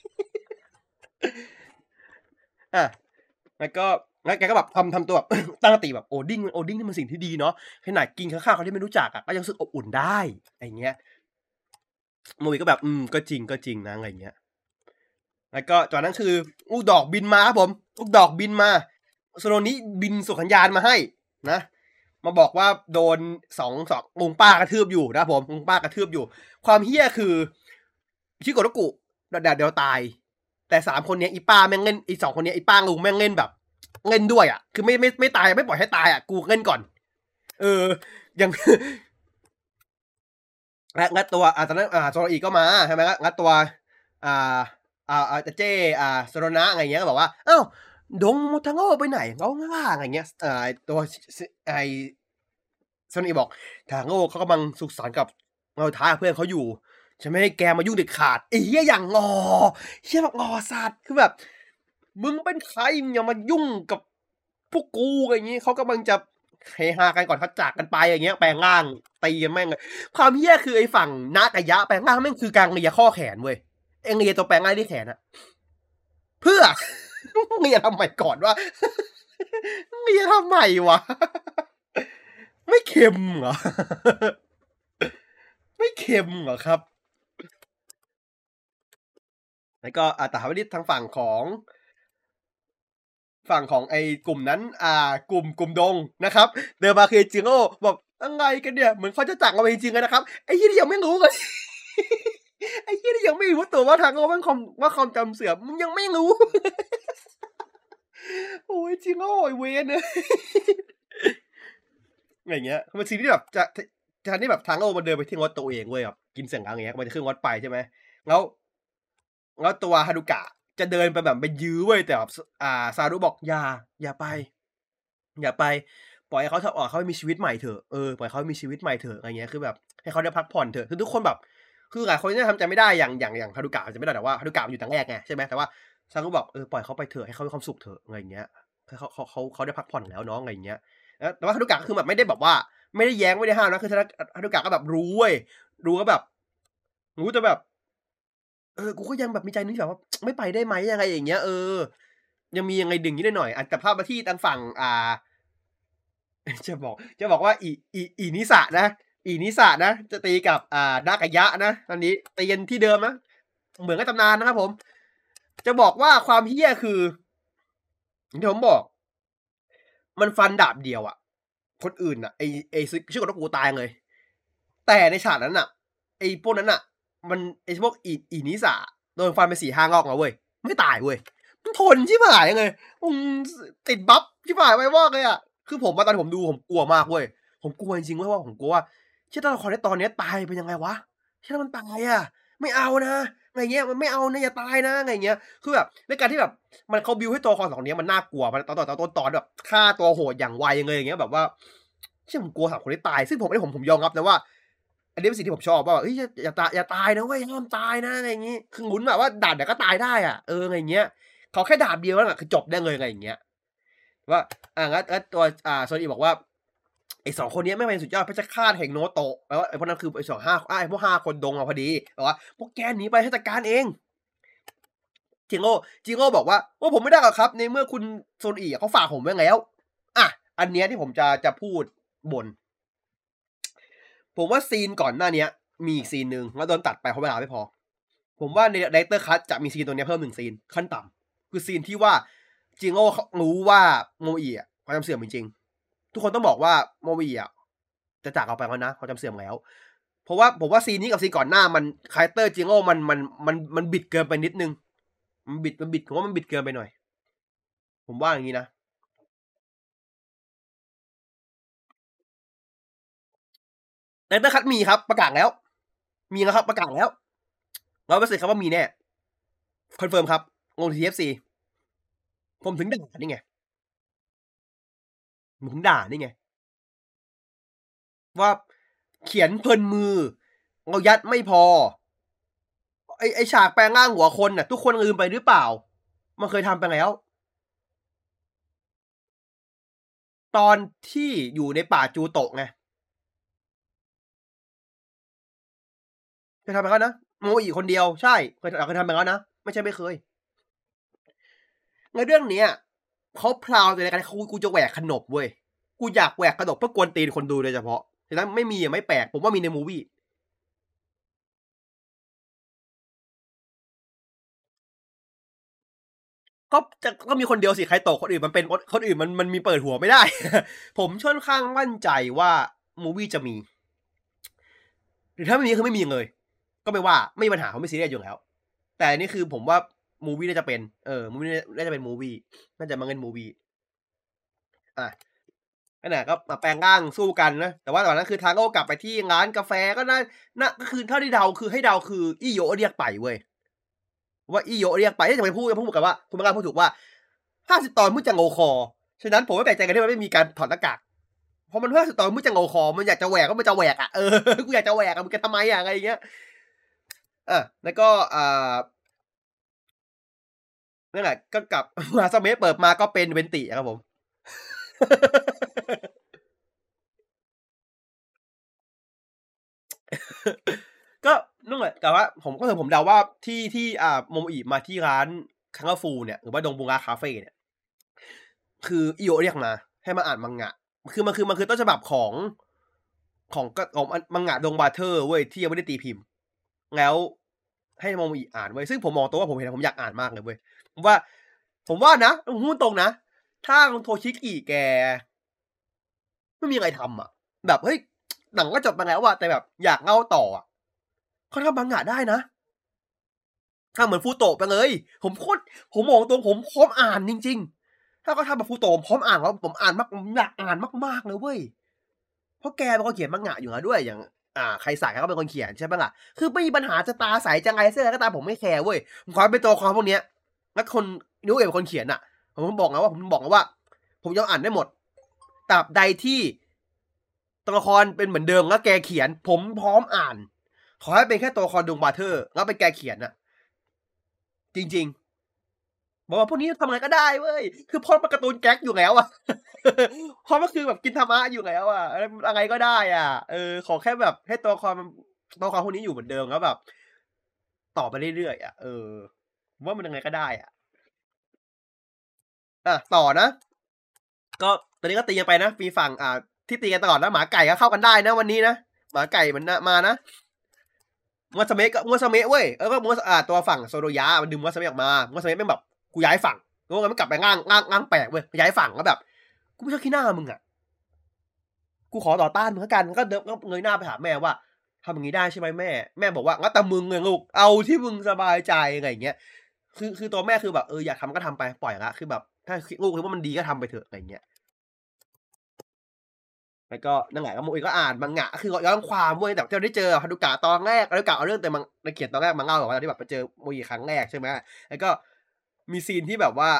อ่ะแล้วก็แล้วแกก็แบบทำตัวแบบตั้งสติแบบโอดิ้งนี่มันสิ่งที่ดีเนาะขนาดกินข้าวๆเขาที่ไม่รู้จักอะก็ยังรู้สึกอบอุ่นได้อะไรเงี้ยโมวีก็แบบก็จริงนะอะไรเงี้ยแล้วก็จากนั้นคือลูกดอกบินมาครับผมลูกดอกบินมาโซโลนี้บินส่งสัญญาณมาให้นะมาบอกว่าโดนสองลุงป้ากระทืบอยู่นะผมลุงป้ากระทืบอยู่ความเฮี้ยคือชิโกโรกุเดี๋ยวตายแต่3 คนเนี้ยอีป้าแม่งเล่นอี2 คนเนี้ยอีป้าลุงแม่งเล่นแบบเล่นด้วยอ่ะคือไม่ตายไม่ปล่อยให้ตายอ่ะกูเล่นก่อนเออยังงัดตัวตอนนั้นโซโลอีก็มาใช่ไหมงัดตัวอ่าเจ้โซโรนะอะไรเงี้ยก็บอกว่าอ้าวดงโมทังโง่ไปไหนร้องล่าอะไรเงี้ยตัวไอโซโลอีบอกทางโง่เขากำลังสุขสันต์กับเราท้าเพื่อนเขาอยู่ฉันไม่ให้แกมายุ่งเด็ดขาดไอ้เหี้ยอย่างงอเหี้ยแบบงอสัตว์คือแบบมึงเป็นใครมึงอย่ามายุ่งกับพวกกูอะไรอย่างงี้เขากำลังจะเฮฮากันก่อนเขาจากกันไปอย่างเงี้ยแปลงร่างตีกันแม่งความเหี้ยคือไอ้ฝั่งนากายะแปลงร่างแม่งคือการเลียข้อแขนเว้ยเอ็งเลียตัวแปลงร่างที่แขนอะเพื่อเลียทำไมก่อนว่าเลียทำไมวะไม่เค็มเหรอไม่เค็มเหรอครับแล้วก็แต่ถามว่าทางฝั่งของไอ้กลุ่มนั้นกลุ่มดงนะครับเดินมาคือจิโร่บอกอะไรกันเนี่ยเหมือนเขาจะจากเราไปจริงๆกันนะครับไอ้ที่ยังไม่รู้เลยไอ้ที่ยังไม่รู้ตัวว่าทางโง่ว่าความจำเสื่อมมึงยังไม่รู้โอ้ยจิโร่ไอ้เวนเนี่ยอย่างเงี้ยมันซีนที่แบบจะที่แบบทางโง่มันเดินไปที่รถตัวเองเว้ยแบบกินเสียงอะไรเงี้ยมันจะขึ้นรถไปใช่ไหมแล้วแล้วตัวฮารุกะจะเดินไปแบบไปยื้อเว้ยแต่แบบซารุบอกอย่าไป อย่าไปปล่อยให้เขาเขามีชีวิตใหม่เถอะปล่อยเขามีชีวิตใหม่เถอะอะไรเงี้ยคือแบบให้เขาได้พักผ่อนเถอะคือทุกคนแบบคือหลายคนเนี่ยทำใจไม่ได้อย่างฮารุกะจะไม่ได้แต่ว่าฮารุกะอยู่ตั้งแรกไงใช่ไหมแต่ว่าซารุบอกปล่อยเขาไปเถอะให้เขามีความสุขเถอะอะไรเงี้ยให้เขาได้พักผ่อนแล้วน้องอะไรเงี้ยแต่ว่าฮารุกะก็คือแบบไม่ได้แบบว่าไม่ได้แย้งไม่ได้ห้ามนะคือฮารุกะก็แบบรู้เว้ยรู้ก็แบบรู้แต่แบบกูก็ยังแบบมีใจนึกแบบว่าไม่ไปได้ไหมอะไรอย่างเงี้ยยังมียังไงดึงนิดหน่อยแต่ภาพมาที่ทางฝั่งจะบอกว่าอีนิสะนะอีนิสะนะจะตีกับนากายะนะตอนนี้ตีกันที่เดิมนะเหมือนกับตำนานนะครับผมจะบอกว่าความเฮี้ยคืออย่างที่ผมบอกมันฟันดาบเดียวอ่ะคนอื่นอ่ะไอชื่อของกูตายเลยแต่ในฉากนั้นอ่ะไอพวกนั้นอ่ะมันไอพวกอีนิสะโดนฟันไป4-5 งอกแล้วเว้ยไม่ตายเว้ยมันทนชิบหายเลยติดบัฟชิบหายไว้ว่าเลยอ่ะคือผมตอนผมดูผมกลัวมากเว้ยผมกลัวจริงๆเว้ยว่าผมกลัวว่าเชื่อตัวละครในตอนนี้ตายเป็นยังไงวะเชื่อมันตายอ่ะไม่เอานะอะไรเงี้ยมันไม่เอานะอย่าตายนะอะไรเงี้ยคือแบบในการที่แบบมันเขาบิวให้ตัวละคร2 คนนี้มันน่ากลัวมันตอนแบบฆ่าตัวโหดอย่างไวเลยอย่างเงี้ยแบบว่าเชื่อผมกลัว3 คนนี้ตายซึ่งผมผมยอมรับนะว่าอันนี้เป็นสิ่งที่ผมชอบว่าเฮ้ยอย่าตายนะเว้ยห้ามตายนะอะไรอย่างงี้คือลุ้นแบบว่าดาบไหนก็ตายได้อะอะไรอย่างเงี้ย ขอแค่ดาบเดียวนั่นแหละคือจบได้เลยอะไรอย่างเงี้ยว่างั้นตัวโซนีบอกว่าไอ้2 คนนี้ไม่งเป็นสุดยอดเพชฌฆาตแห่งโนโตะแปลว่าไอ้พวกนั้นคือไอ้ไอ้พวก5 คนดงมาพอดีบอกว่าพวกแกหนีไปให้จัดการเองจิโร่บอกว่าผมไม่ได้หรอกครับในเมื่อคุณโซนีเขาฝากผมไว้แล้วอ่ะอันเนี้ยที่ผมจะพูดบ่นผมว่าซีนก่อนหน้านี้มีอีกซีนนึงแล้วโดนตัดไปเพราะเวลาไม่พอผมว่าใน Director Cut จะมีซีนตัวนี้เพิ่ม1ซีนขั้นต่ำคือซีนที่ว่าจิงโง่รู้ว่าโมอีอ่ะความจำเสื่อมจริงๆทุกคนต้องบอกว่าโมอีอ่ะจะจากเราไปแล้วนะความจำเสื่อมแล้วเพราะว่าผมว่าซีนนี้กับซีนก่อนหน้ามันคาแรคเตอร์จิงโง่มันบิดเกินไปนิดนึงมันบิดผมว่ามันบิดเกินไปหน่อยผมว่าอย่างนี้นะDirector Cut มีครับประกาศแล้วมีแล้วครับประกาศแล้ว100%ครับว่ามีแน่คอนเฟิร์มครับลง TFC ผมถึงด่านี่ไงผมถึงด่านี่ไงว่าเขียนเพลินมือเรายัดไม่พอไอฉากแปลงร่างหัวคนน่ะทุกคนลืมไปหรือเปล่ามันเคยทำไปแล้วตอนที่อยู่ในป่าจูโตะไงเคยทำไปแล้วนะโมอีคนเดียวใช่เคยทำไปแล้วนะไม่ใช่ไม่เคยในเรื่องเนี้ยเขาพราวในการกูจะแหวกขนบเว้ยกูอยากแหวกขนบเพื่อกวนตีนคนดูโดยเฉพาะฉะนั้นไม่มีไม่แปลกผมว่ามีในมูวี่ก็มีคนเดียวสิใครโตคนอื่นมันเป็นคนอื่นมันมีเปิดหัวไม่ได้ ผมค่อนข้างมั่นใจว่ามูวี่จะมีหรือถ้าไม่มีคือไม่มีเลยก็ไม่ว่าไม่มีปัญหาเขาไม่ซีเรียสอยู่แล้วแต่นี่คือผมว่ามูวี่น่าจะเป็นมูวี่น่าจะเป็นมูวี่น่าจะมาเงินมูวี่อ่ะนั่นแหละก็มาแปลงร่างสู้กันนะแต่ว่าตอนนั้นคือทางโก้กลับไปที่ร้านกาแฟก็น่าก็คือเท่าที่เดาคือให้เดาคืออีโยเรียกไปเว้ยว่าอีโยเรียกไปที่จะไปพูดกันว่าคุณไม่กล้าพูดถูกว่า50 ตอนมึงจะโงคอฉะนั้นผมไม่แปลกใจกันที่มันไม่มีการถอดหน้ากากพอมัน50 ตอนมึงจะโงคอมันอยากจะแหวกก็มันจะแหวกอ่ะกูอยากจะแหวกอ่ะมึงจะทำไมอ่ะอะไรอย่างเงี้ยแล้วก็นั่นแหละก็กลับมาสเมธเปิดมาก็เป็นเวนติครับผมก็นั่นแหละแต่ว่าผมเดาว่าที่โมโมอิมาที่ร้านคังกาฟูเนี่ยหรือว่าดงบุงราคาเฟ่เนี่ยคืออิโอเรียกมาให้มาอ่านมังงะมันคือต้นฉบับของมังงะดงบาเทอร์เว้ยที่ยังไม่ได้ตีพิมพ์แล้วให้โมโมอิอ่านเว้ยซึ่งผมมองตัวว่าผมเห็นผมอยากอ่านมากเลยเว้ยผมว่านะผมพูดตรงนะถ้าโทชิกิแกไม่มีอะไรทำอ่ะแบบเฮ้ยหนังก็จบไปแล้วอะแต่แบบอยากเล่าต่ออ่ะเขาทำมังงะได้นะทำเหมือนฟูโตะไปเลยผมมองตรงผมพร้อมอ่านจริงๆถ้าเขาทำแบบฟูโตะผมพร้อมอ่านแล้วผมอ่านมากผมอยากอ่านมากๆเลยเว้ยเพราะแกเป็นคนเขียนมังงะอยู่แล้วด้วยอย่างใครสายก็เป็นคนเขียนใช่ปะล่ะคือไม่มีปัญหาจะตาใสจะไงเสื้อก็ตามผมไม่แคร์เว้ยผมขอเป็นตัวความพวกเนี้ยแล้วคนนิ้วเอกเป็นคนเขียนอ่ะผมบอกนะว่าผมยอมอ่านได้หมดตราบใดที่ตัวละครเป็นเหมือนเดิมแล้วแกเขียนผมพร้อมอ่านขอให้เป็นแค่ตัวละครดวงบาเทอร์แล้วเป็นแกเขียนอะจริงๆบอกว่าพวกนี้ทำอะไรก็ได้เว้ยคือพอดมาการ์ตูนแก๊กอยู่แล้วอะพอมันคือแบบกินธรรมะอยู่แล้วอะอะไรก็ได้อ่ะขอแค่แบบให้ตัวละครพวกนี้อยู่เหมือนเดิมแล้วแบบต่อไปเรื่อยๆอ่ะว่ามันยังไงก็ได้อ่ะต่อนะก็ตอนนี้ก็ตีกันไปนะมีฝั่งที่ตีกันตลอดนะหมาไก่ก็เข้ากันได้นะวันนี้นะหมาไก่มันมานะมัวสเมะก็มัวสเมะเว้ยก็มัวตัวฝั่งโซโดยะมันดึงมัวสเมะออกมามัวสเมะแม่งแบบกูย้ายฝั่งแล้วมันกลับไปง่างแปลกเว้ยย้ายฝั่งก็แบบกูไม่ชอบขี้หน้ามึงอ่ะกูขอต่อต้านมึงแล้วกันก็เงยหน้าไปหาแม่ว่าทำอย่างนี้ได้ใช่ไหมแม่บอกว่างั้นแต่มึงไงลูกเอาที่มึงสบายใจอะไรอย่างเงี้ยคือตัวแม่คือแบบอยากทำก็ทำไปปล่อยละคือแบบถ้าลูกคิดว่ามันดีก็ทำไปเถอะอะไรเงี้ยแล้วก็นั่นแหละก็โมอีก็อ่านมังงะคือย้อนความเว้ยแต่เราได้เจอฮารุกะตอนแรกฮารุกะเอาเรื่องแต่มังในเขียนตอนแรกมังเล่าบอกว่าที่แบบไปเจอโมอีครั้งแรกใช่ไหมแล้วก็มีซีนที่แบบว่า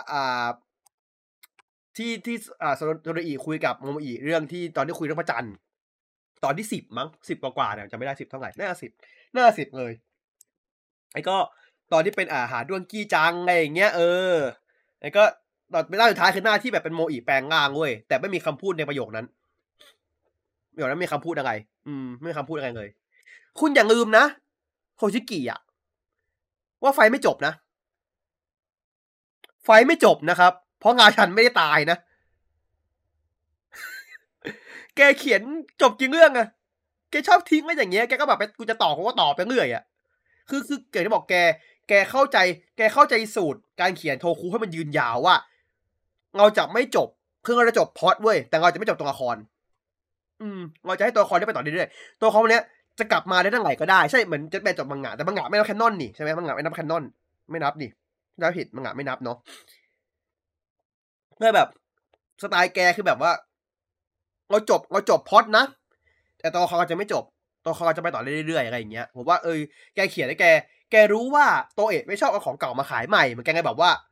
ที่โซโดอิคุยกับโมอีเรื่องที่ตอนที่คุยเรื่องพระจันทร์ตอนที่10มั้ง10 กว่าเนี่ยจะไม่ได้10เท่าไหร่น่าจะ10เลยไอ้ก็ตอนที่เป็นหาด้วงกี้จังอะไรอย่างเงี้ยไอ้ก็ตอนเป็นหน้าสุดท้ายคือหน้าที่แบบเป็นโมอีแปลงร่างเว้ยแต่ไม่มีคำพูดในประโยคนั้นไม่มีคำพูดอะไรไม่มีคำพูดอะไรเลยคุณอย่าลืมนะโคชิกิว่าไฟไม่จบนะไฟไม่จบนะครับเพราะงาชันไม่ได้ตายนะแกเขียนจบจริงเรื่องอะแกชอบทิ้งไว้อย่างเงี้ยแกก็แบบกูจะต่อกูก็ต่อไปเรื่อยอะคือเกิดที่บอกแกเข้าใจสูตรการเขียนโทคุให้มันยืนยาวว่าเราจะไม่จบคือเราจะจบพล็อตเว้ยแต่เราจะไม่จบตัวละครเราจะให้ตัวละครได้ไปต่อเรื่อยๆตัวละครเนี้ยจะกลับมาได้ตั้งไหนก็ได้ใช่เหมือนจะเป็นจบมังงะแต่มังงะไม่นับแคนนอนนี่ใช่ไหมมังงะไม่นับแคนนอนไม่นับนี่ถ้าผิดมังงะไม่นับเนาะเพื่อแบบสไตล์แกคือแบบว่าเราจบพล็อตนะแต่ตัวละครจะไม่จบตัวละครจะไปต่อเรื่อยๆอะไรอย่างเงี้ยผมว่าแกเขียนได้แกรู้ว่าตัวเอกไม่ชอบเอาของเก่ามาขายใหม่เหมือนแกไงแบบว่า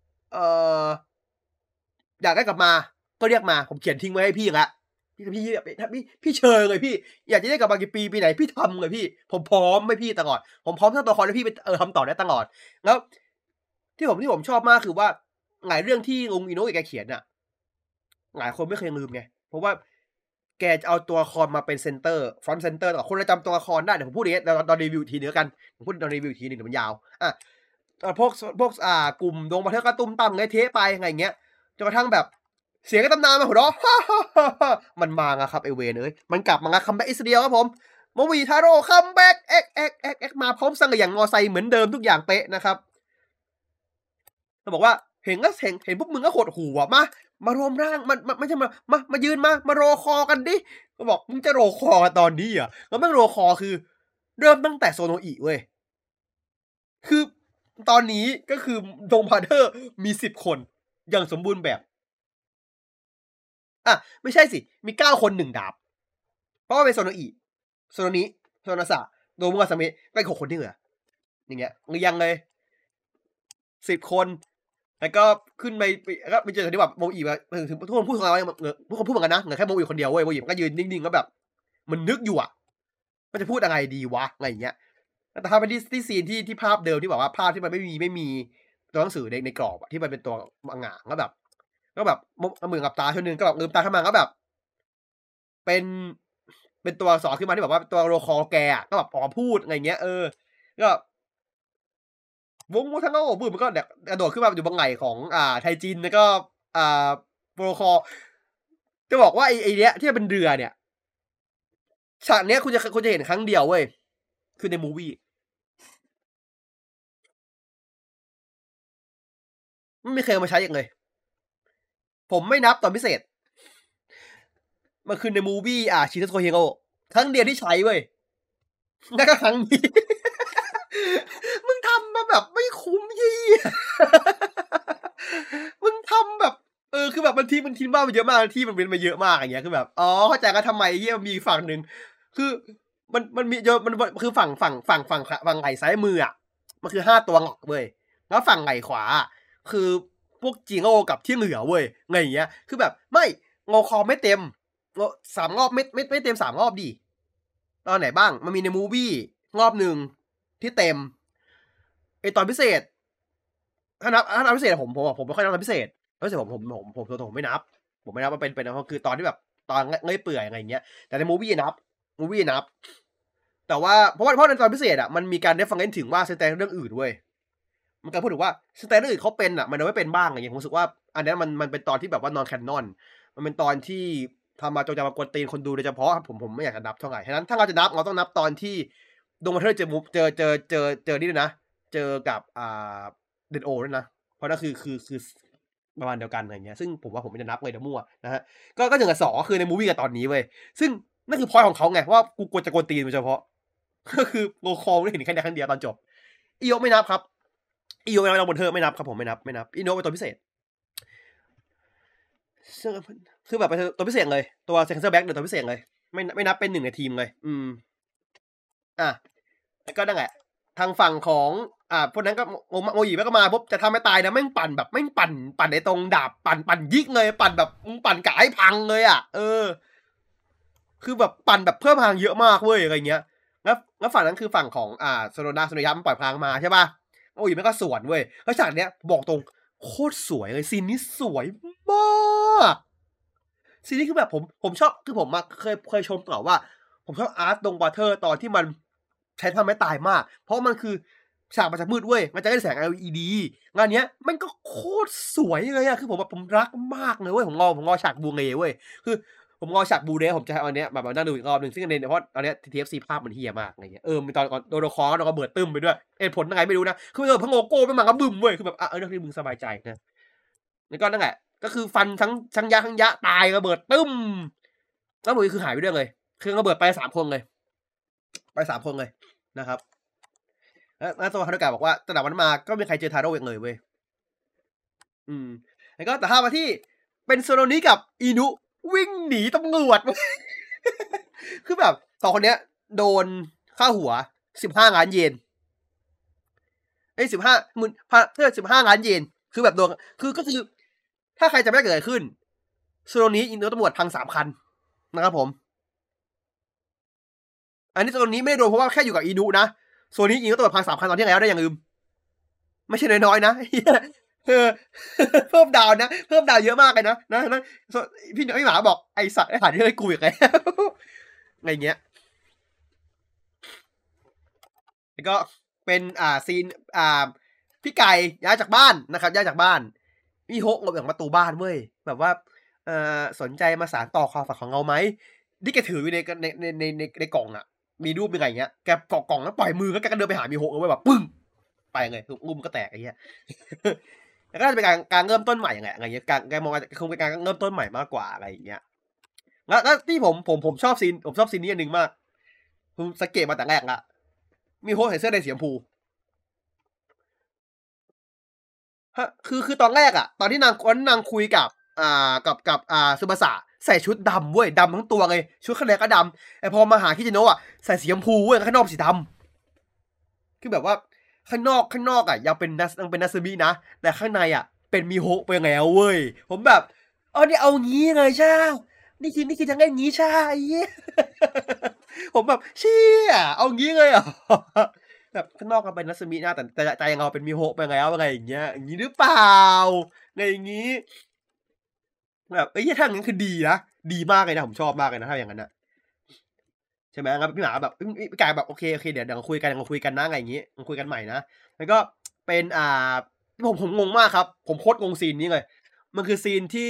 อยากได้กลับมาก็เรียกมาผมเขียนทิ้งไว้ให้พี่ละพี่เชิญเลยพี่อยากจะได้กลับมากี่ปีไหนพี่ทำเลยพี่ผมพร้อมให้พี่ตลอดผมพร้อมทั้งตัวละครให้พี่ไปทำต่อได้ตลอดแล้วที่ผมชอบมากคือว่าหลายเรื่องที่ลุงอิโนะแกเขียนอะหลายคนไม่เคยลืมไงเพราะว่าแกจะเอาตัวละครมาเป็นเซนเตอร์ฟรอนต์เซนเตอร์ต่อคนจะจำตัวละครได้เดี๋ยวผมพูดอย่างเงี้ยตอนรีวิวทีนึงกันผมพูดตอนรีวิวทีนึงเดี๋ยวมันยาวพวกกลุ่มดงมาเทอร์ก็ตุ้มตั้มไงเทไปไงอย่างเงี้ยจนกระทั่งแบบเสียงก็ตำนานมาหัวเราะมันมาอะครับไอเวนมันกลับมาคัมแบ็กอิสเดียครับผมโมวีทาโร่คัมแบ็กเอ็กมาพร้อมสังอย่างงอไซเหมือนเดิมทุกอย่างเป๊ะนะครับจะบอกว่าเห็นพวกมึงก็โหดหู่มารวมร่างมันไม่ใช่มายืนมาโรคอกันดิก็บอกมึงจะโรคอตอนนี้อ่ะแล้วแม่งโรคอคือเริ่มตั้งแต่โซโนอิเว้ยคือตอนนี้ก็คือดงพาเทอร์มี10 คนอย่างสมบูรณ์แบบไม่ใช่สิมี9 คน1 ดาบเพราะว่าเป็นโซโนอิโซโนนิโซโนสะโดมุกาซามิเป็น6 คนที่เหลืออย่างเงี้ยยังเลย10 คนแล้วก็ขึ้นไปก็ไปเจอที่แบบโมอีแบบถึงทุกคนพูดของเราทุกคนพูดเหมือนกันนะเหลือแค่โมอีคนเดียวเว้ยโมอีก็ยืนนิ่งๆก็แบบมันนึกอยู่อ่ะมันจะพูดอะไรดีวะอะไรอย่างเงี้ยแต่ถ้าเป็นที่ซีนที่ภาพเดิมที่บอกว่าภาพที่มันไม่มีตัวหนังสือในกรอบอะที่มันเป็นตัวมังงะก็แบบมือกับตาช่วงนึงก็แบบลืมตาขึ้นมาก็แบบเป็นตัวอักษรขึ้นมาที่แบบว่าตัวโรคอแกอ่ะก็แบบออกพูดอะไรเงี้ยก็วงทั้งโลกมือมันก็กระโดดขึ้นมาอยู่บนไหล่ของไทจินแล้วก็โปรคอจะบอกว่าไอเนี้ยที่เป็นเรือเนี่ยฉากเนี้ยคุณจะเห็นครั้งเดียวเว้ยคือในมูวี่ไม่เคยมาใช้อีกเลยผมไม่นับตอนพิเศษมันคือในมูวี่ชินโตเฮโร่ครั้งเดียวที่ใช้เว้ยแล้วก็ครั้งนี้ มึงทำมาแบบไม่คุ้มยี่มึงทำแบบคือแบบมันทิ้งบ้านมาเยอะมากที่มันเป็นมาเยอะมากอย่างเงี้ยคือแบบเข้าใจกันทำไมเฮียมีฝั่งหนึ่งคือมันมีเยอะมันคือฝั่งไหล่ซ้ายมืออ่ะมันคือ5 ตัวหลักเว้ยแล้วฝั่งไหล่ขวาคือพวกจิโร่กับที่เหลือเว้ยไงอย่างเงี้ยคือแบบไม่งอคอไม่เต็ม3 รอบไม่เต็ม3 รอบดิตอนไหนบ้างมันมีในมูวี่รอบหนึ่งที่เต็มไอตอนพิเศษถ้านับพิเศษผมไม่ค่อยนับตอนพิเศษพิเศษผมไม่นับว่าเป็นเพราะคือตอนที่แบบตอนเงยเปื่อยอะไรเงี้ยแต่ในมูวี่นับแต่ว่าเพราะในตอนพิเศษอ่ะมันมีการได้ฟังเล่นถึงว่าสแตนเรื่องอื่นเว้ยมันการพูดถึงว่าสแตนเรื่องอื่นเขาเป็นอ่ะมันไม่เป็นบ้างอะไรอย่างเงี้ยผมรู้สึกว่าอันนี้มันเป็นตอนที่แบบว่านอนแคนนอนมันเป็นตอนที่ทำมาจงจะมากวนตีนคนดูโดยเฉพาะผมไม่อยากจะนับเท่าไหร่ฉะนั้นถ้าเราจะนับเราต้องนับตอนที่ดงมาเทอร์เจอนี่ด้วยนะเจอกับเดนโอด้วยนะเพราะนั่นคือประมาณเดียวกันอะไรเงี้ยซึ่งผมว่าผมไม่จะนับเลยเดี๋ยวมั่วนะฮะก็1 กับ 2คือในมูวี่กับตอนนี้เว้ยซึ่งนั่นคือพอยของเขาไงว่ากูกวนจะกวนตีนโดยเฉพาะก็คือโลคอลได้เห็นแค่ครั้งเดียวตอนจบอีโยไม่นับครับอีโยไม่นับบนเทอร์ไม่นับครับผมไม่นับอีโนเป็นตัวพิเศษคือแบบเป็นตัวพิเศษเลยตัวเซนเซอร์แบ็กเป็นตัวพิเศษเลยไม่นับเป็น1 ในทีมเลยก็นั่นแหละทางฝั่งของพวกนั้นก็โมยิก็มาปุ๊บจะทำให้ตายนะแม่งปั่นแบบแม่งปั่นในตรงดาบปั่นยิกเลยปั่นแบบปั่นกะให้พังเลยคือแบบปั่นแบบเพิ่มพลังเยอะมากเว้ยอะไรเงี้ยแล้วฝั่งนั้นคือฝั่งของโซโนยะมันปล่อยพลังมาใช่ป่ะโมยิมันก็สวนเว้ยแล้วฉากเนี้ยบอกตรงโคตรสวยเลยซีนนี้สวยมากซีนนี้คือแบบผมชอบคือผมเคยชมต่อว่าผมชอบอาร์ตดงวอเตอร์ตอนที่มันใช้ทำให้ตายมากเพราะมันคือฉากมันจะมืดเว้ยมันจะได้แสง LED งานเนี้ยมันก็โคตรสวยเลยคือผมรักมากเลยเว้ยผมงอฉากบูเงเว้ยคือผมรอฉากบูเดสผมจะเอาเนี้ยแบบมานั่งดูอีกรอบนึงซึ่งในเพราะตอนเนี้ย TFC ภาพมันเหี้ยมากอะไรเงี้ยมีตอนก่อนโดนคอแล้วก็เบิดตึ้มไปด้วยผลยังไงไม่รู้นะคือพงโงโก้ไม่มาก็บึ้มเว้ยคือแบบเรื่องที่มึงสบายใจนะแล้วก็นั่นแหละก็คือฟันทั้งยะตายระเบิดตึ้มแล้วมือคือหายไปเรื่องเลยคือระเบิดไป3 คนเลยไป3 คนเลยนะครับแล้วตัวฮารุกะบอกว่าตั้งแต่วันมาก็ไม่มีใครเจอทาโร่อีกเลยเว้ยแล้วก็แต่ถ้ามาที่เป็นโซโลนี้กับอินุวิ่งหนีตำรวจ คือแบบ2 คนเนี้ยโดนค่าหัว15 ล้านเยน15 ล้านเยนคือแบบโดนก็คือถ้าใครจะไม่ได้เกิดอะไรขึ้นโซโลนี้อินุตำรวจพัง3 คันนะครับผมอันนี้โซนนี้ไม่โดนเพราะว่าแค่อยู่กับอินุนะโซนนี้อินุตำรวจพัง3 คันตอนที่แล้วได้อย่างลืมไม่ใช่น้อยๆนะเพิ่มดาวนะเพิ่มดาวเยอะมากเลยนะพี่หมาบอกไอสัตว์ไอหาที่ให้กูอีกแล้วอะไรเงี้ยแล้วก็เป็นซีนพี่ไก่ย้ายจากบ้านนะครับย้ายจากบ้านมีโฮกหลบจากประตูบ้านเว้ยแบบว่าสนใจมาสานต่อความฝันของเราไหมที่แกถืออยู่ในกล่องอ่ะมีรูปเป็นไงเงี้ยแกเกาะกล่องแล้วปล่อยมือแล้วแกก็เดินไปหามีโฮกเอาไว้แบบปึ้งไปเลยรูปมันก็แตกไอ้เงี้ยแล้วก็จะเป็นการเริ่มต้นใหม่อะไรเงี้ยการมองคงเป็นการเริ่มต้นใหม่มากกว่าอะไรอย่างเงี้ยแล้วที่ผมชอบซีนนี้อันนึงมากผมสังเกตมาแต่แรกละมีโฮสใส่เสื้อในสีชมพูคือตอนแรกอ่ะตอนที่นางคุยกับซูบาสะใส่ชุดดำเว้ยดำทั้งตัวเลยชุดข้างในก็ดำแต่พอมาหาคิจิโนะอ่ะใส่สีชมพูเว้ยข้างนอกสีดำคือแบบว่าข้างนอกอ่ะยังเป็นนาซึมินะแต่ข้างในอ่ะเป็นมิโฮะไปแล้วเว้ยผมแบบนี่เอางี้เลยใช่นี่คือจะเล่นงี้ใช่ผมแบบเชี่ยเอางี้เลยอ่ะแบบข้างนอกก็เป็นนัสมินะแต่ใจเราเป็นมิโฮะไปแล้วอะไรอย่างเงี้ยหรือเปล่าอะไรอย่างงี้แบบถ้าอย่างนั้นคือดีนะดีมากเลยนะผมชอบมากเลยนะถ้าอย่างนั้นนะใช่ไหมครับพี่หมาแบบพี่กายแบบโอเคเดี๋ยวเราคุยกันนะอะไรอย่างงี้เราคุยกันใหม่นะแล้วก็เป็นผมงงมากครับผมโคตรงงซีนนี้เลยมันคือซีนที่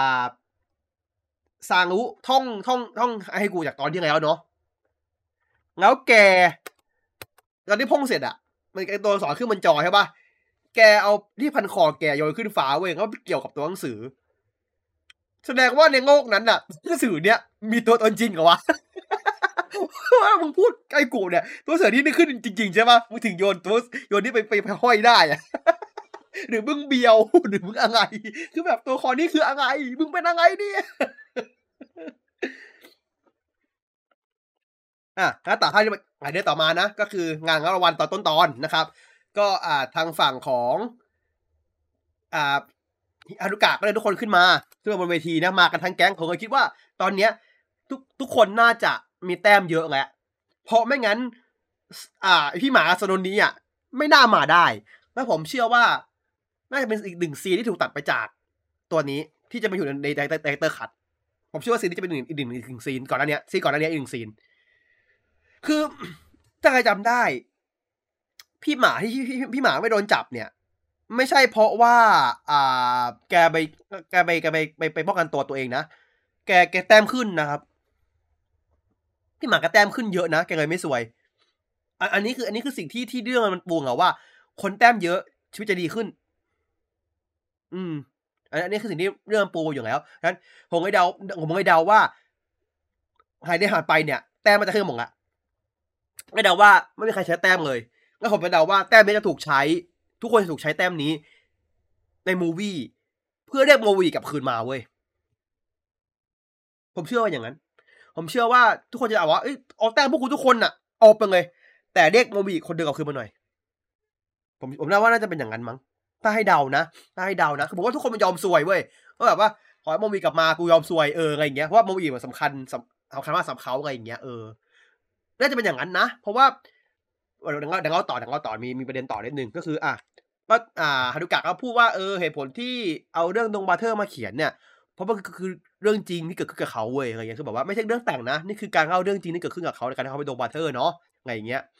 ซางรุท่องให้กูจากตอนที่แล้วเนาะแล้วแกตอนที่พ่งเสร็จอ่ะมันตัวสอนขึ้นบนจอใช่ป่ะแกเอาที่พันคอแกโยนขึ้นฟ้าเว้ยแล้วเกี่ยวกับตัวหนังสือแสดงว่าในโลกนั้นน่ะหนังสือเนี้ยมีตัวตนจริงเหรอวะว่ามึงพูดไอ้กูเนี่ยตัวเสือที่นี่ขึ้นจริงๆใช่ป่ะมึงถึงโยนที่ไปห้อยได้อะหรือมึงเบียวหรือมึงอะไรคือแบบตัวคอนี้คืออะไรมึงเป็นอะไรเนี่ยแล้วต่อให้เดือนต่อมานะก็คืองานรางวัลตอนต้นนะครับก็ทางฝั่งของฮารุกะก็เลยทุกคนขึ้นมาบนเวทีนะมากันทั้งแก๊งผมก็คิดว่าตอนเนี้ยทุกคนน่าจะมีแต้มเยอะแล้วเพราะไม่งั้นพี่หมาโซนนี้อ่ะไม่น่ามาได้แล้วผมเชื่อว่าน่าจะเป็นอีก1 ซีนที่ถูกตัดไปจากตัวนี้ที่จะมาอยู่ในไดเรคเตอร์คัทผมเชื่อว่าซีนนี้จะเป็นอีกหนึ่งซีนก่อนหน้านี้อีก1 ซีนคือถ้าใครจำได้พี่หมาที่พี่หมาไม่โดนจับเนี่ยไม่ใช่เพราะว่าแกไปป้องกันตัวเองนะแกแต้มขึ้นนะครับพี่หมาแกแต้มขึ้นเยอะนะแกเลยไม่สวยอันนี้คือสิ่งที่เรื่องมันปูว่าคนแต้มเยอะชีวิตจะดีขึ้นอันนี้คือสิ่งที่เรื่องปูอยู่แล้วงั้นผมเลยเดาว่าหายได้หายไปเนี่ยแต้มมันจะขึ้นหมดละไม่เดาว่าไม่มีใครใช้แต้มเลยแล้วผมไปเดาว่าแต้มนี้จะถูกใช้ทุกคนจะถูกใช้แต้มนี้ในมูวี่เพื่อเรียกโมวีกลับคืนมาเว้ยผมเชื่อว่าอย่างนั้นผมเชื่อว่าทุกคนจะเอาว่าเอาแต้มพวกคุณทุกคนน่ะเอาไปเลยแต่เรียกโมวีคนเดิมกลับคืนมาหน่อยผมน่าว่าน่าจะเป็นอย่างนั้นมั้งถ้าให้เดานะคือผมว่าทุกคนมันยอมซวยเว้ยก็แบบว่าขอให้โมวีกลับมากูยอมซวยอะไรอย่างเงี้ยเพราะว่าโมวีมันสำคัญมากสำหรับเขาอะไรอย่างเงี้ยน่าจะเป็นอย่างนั้นนะเพราะว่าเดี๋ยวเราต่อมีประเด็นต่อนิดนึงก็คือก็ฮารุกะก็พูดว่าเหตุผลที่เอาเรื่องดงบาเทอร์มาเขียนเนี่ยเพราะมันคือเรื่องจริงที่เกิดขึ้นกับเขาเว้ยอะไรเงี้ยคือแบบว่าไม่ใช่เรื่องแต่งนะนี่คือการเล่าเรื่องจริงที่เกิดขึ้นกับเขาในการที่เขาไปดงบาเทอร์เนาะอะไรอย่างเงี้ย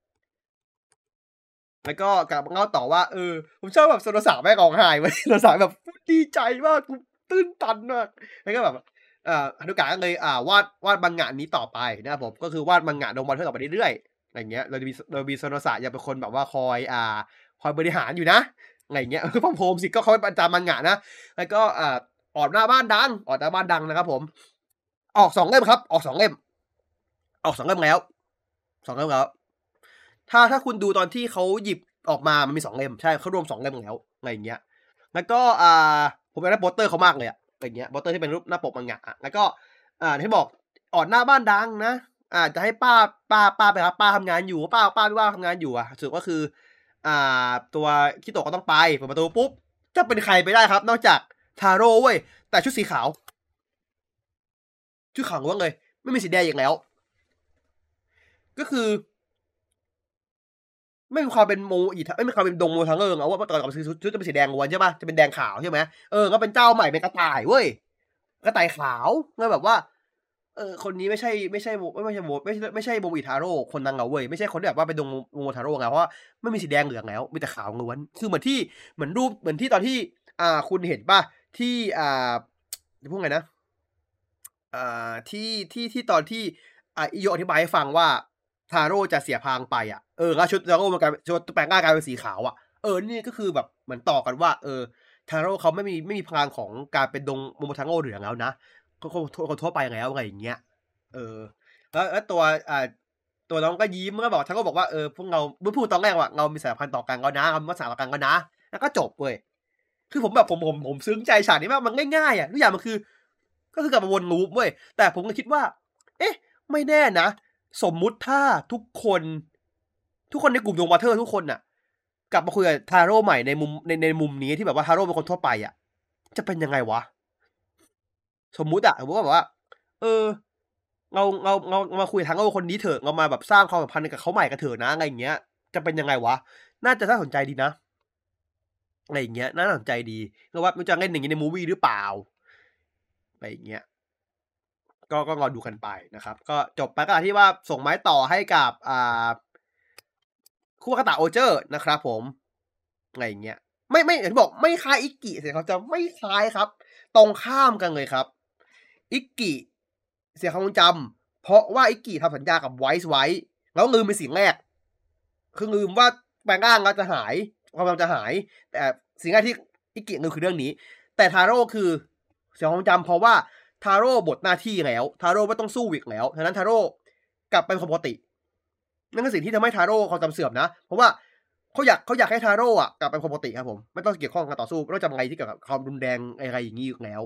แล้วก็กลับมาเล่าต่อว่าผมชอบแบบโซโนสะแม่งร้องไห้เว้ยโซโนสะแบบดีใจมากกูตื้นตันมากแล้วก็แบบฮานุกะก็เลยวาดมังงะนี้ต่อไปนะครับผมก็คือวาดมังงะโดมอนเทอร์ต่อไปเรื่อยๆอะไรเงี้ยโดยมีโซโนสะยังเป็นคนแบบว่าคอยบริหารอยู่นะอะไรเงี้ยคือพ่อโฮมสิก็เขาเป็นอาจารย์มังงะนะแล้วก็ออกหน้าบ้านดังนะครับผมออก2 เล่มครับออก2 เล่มแล้วถ้าคุณดูตอนที่เขาหยิบออกมามันมี2 เล่มใช่เขารวม2 เล่มแล้วอะไรเงี้ยแล้วก็ผมอยากได้โปสเตอร์เขามากเลยอะอะไรเงี้ยโปสเตอร์ที่เป็นรูปหน้าปกมังงะแล้วก็ที่บอกออกหน้าบ้านดังนะจะให้ป้าไปครับป้าทำงานอยู่ป้าไม่ว่าทำงานอยู่สุดก็คือตัวคิโตะก็ต้องไปเปิดประตูปุ๊บจะเป็นใครไปได้ครับนอกจากทาโร่เว้ยแต่ชุดสีขาวว่าเลยไม่มีสีแดงอีกแล้วก็คือไม่มีความเป็นโมอีไม่มีความเป็นดงโมทังเอิงเอาว่าตอนก่อนชุดจะเป็นสีแดงล้วนใช่ป่ะจะเป็นแดงขาวใช่ไหมก็เป็นเจ้าใหม่เป็นกระต่ายเว้ยกระต่ายขาวก็แบบว่าคนนี้ไม่ใช่โมอิทาโร่คนนั้นเว้ยไม่ใช่คนที่แบบว่าเป็นดงโมทาโร่ไงเพราะว่าไม่มีสีแดงเหลืองแล้วมีแต่ขาวล้วนคือเหมือนที่ตอนที่คุณเห็นป่ะที่จะพูดไงนะที่ตอนที่อิโยอธิบายให้ฟังว่าทาโร่จะเสียพลังไปแล้วชุดทาโร่มันกลายชุดแปลงร่างกลายเป็นสีขาวนี่ก็คือแบบเหมือนต่อกันว่าทาโร่เขาไม่มีพลังของการเป็นดงโมโมทังโง่เหลืองแล้วนะคนทั่วไปแล้วอะไรอย่างเงี้ยแล้วตัวน้องก็ยิ้มก็บอกทาโร่บอกว่าพวกเราเมื่อพูดตอนแรกว่าเรามีสายพันธุ์ต่อกันแล้วนะเรามีภาษาต่อกันแล้วนะแล้วก็จบเว้ยคือผมแบบผมซึ้งใจฉากนี้มากมันง่ายๆทุกอย่างมันคือก็คือกลับมาวนลูปเว้ยแต่ผมก็คิดว่าเอ๊ะไม่แน่นะสมมุติถ้าทุกคนในกลุ่มดงวอเทอร์ทุกคนน่ะกลับมาคุยกับทาโร่ใหม่ในมุมนี้ที่แบบว่าทาโร่เป็นคนทั่วไปจะเป็นยังไงวะสมมุติว่าแบบว่าเรามาคุยทางโลกคนนี้เถอะเรามาแบบสร้างความสัมพันธ์กับเขาใหม่กันเถอะนะอะไรอย่างเงี้ยจะเป็นยังไงวะน่าจะน่าสนใจดีนะอะไรอย่างเงี้ยน่าสนใจดีก็ว่ามันจะเล่นอย่างนี้ในมูวี่หรือเปล่าอะไรอย่างเงี้ยก็รอดูกันไปนะครับก็จบไปก็ที่ว่าส่งไม้ต่อให้กับคู่กระต่ายโอเจอร์นะครับผมอะไรอย่างเงี้ยไม่อย่างที่บอกไม่คล้ายอิกกิเสียเขาจะไม่คล้ายครับตรงข้ามกันเลยครับอิกกิเสียความจำเพราะว่าอิกกิทำสัญญากับไวส์ไว้แล้วลืมเป็นสิ่งแรกคือลืมว่าแปลงร่างแล้วจะหายความจำจะหายแต่สิ่งแรกที่อิกกิลืมคือเรื่องนี้แต่ทาโร่คือเสียความจำเพราะว่าทาโร่บทหน้าที่แล้วทาโร่ไม่ต้องสู้อีกแล้วฉะนั้นทาโร่กลับเป็นคนปกตินั่นคือสิ่งที่ทำให้ทาโร่ความจำเสื่อมนะเพราะว่าเขาอยากให้ทาโร่กลับเป็นคนปกติครับผมไม่ต้องเกี่ยวข้องกับการต่อสู้ไม่ต้องจำอะไรที่เกี่ยวกับความรุนแรงอะไรอย่างนี้อีกแล้ว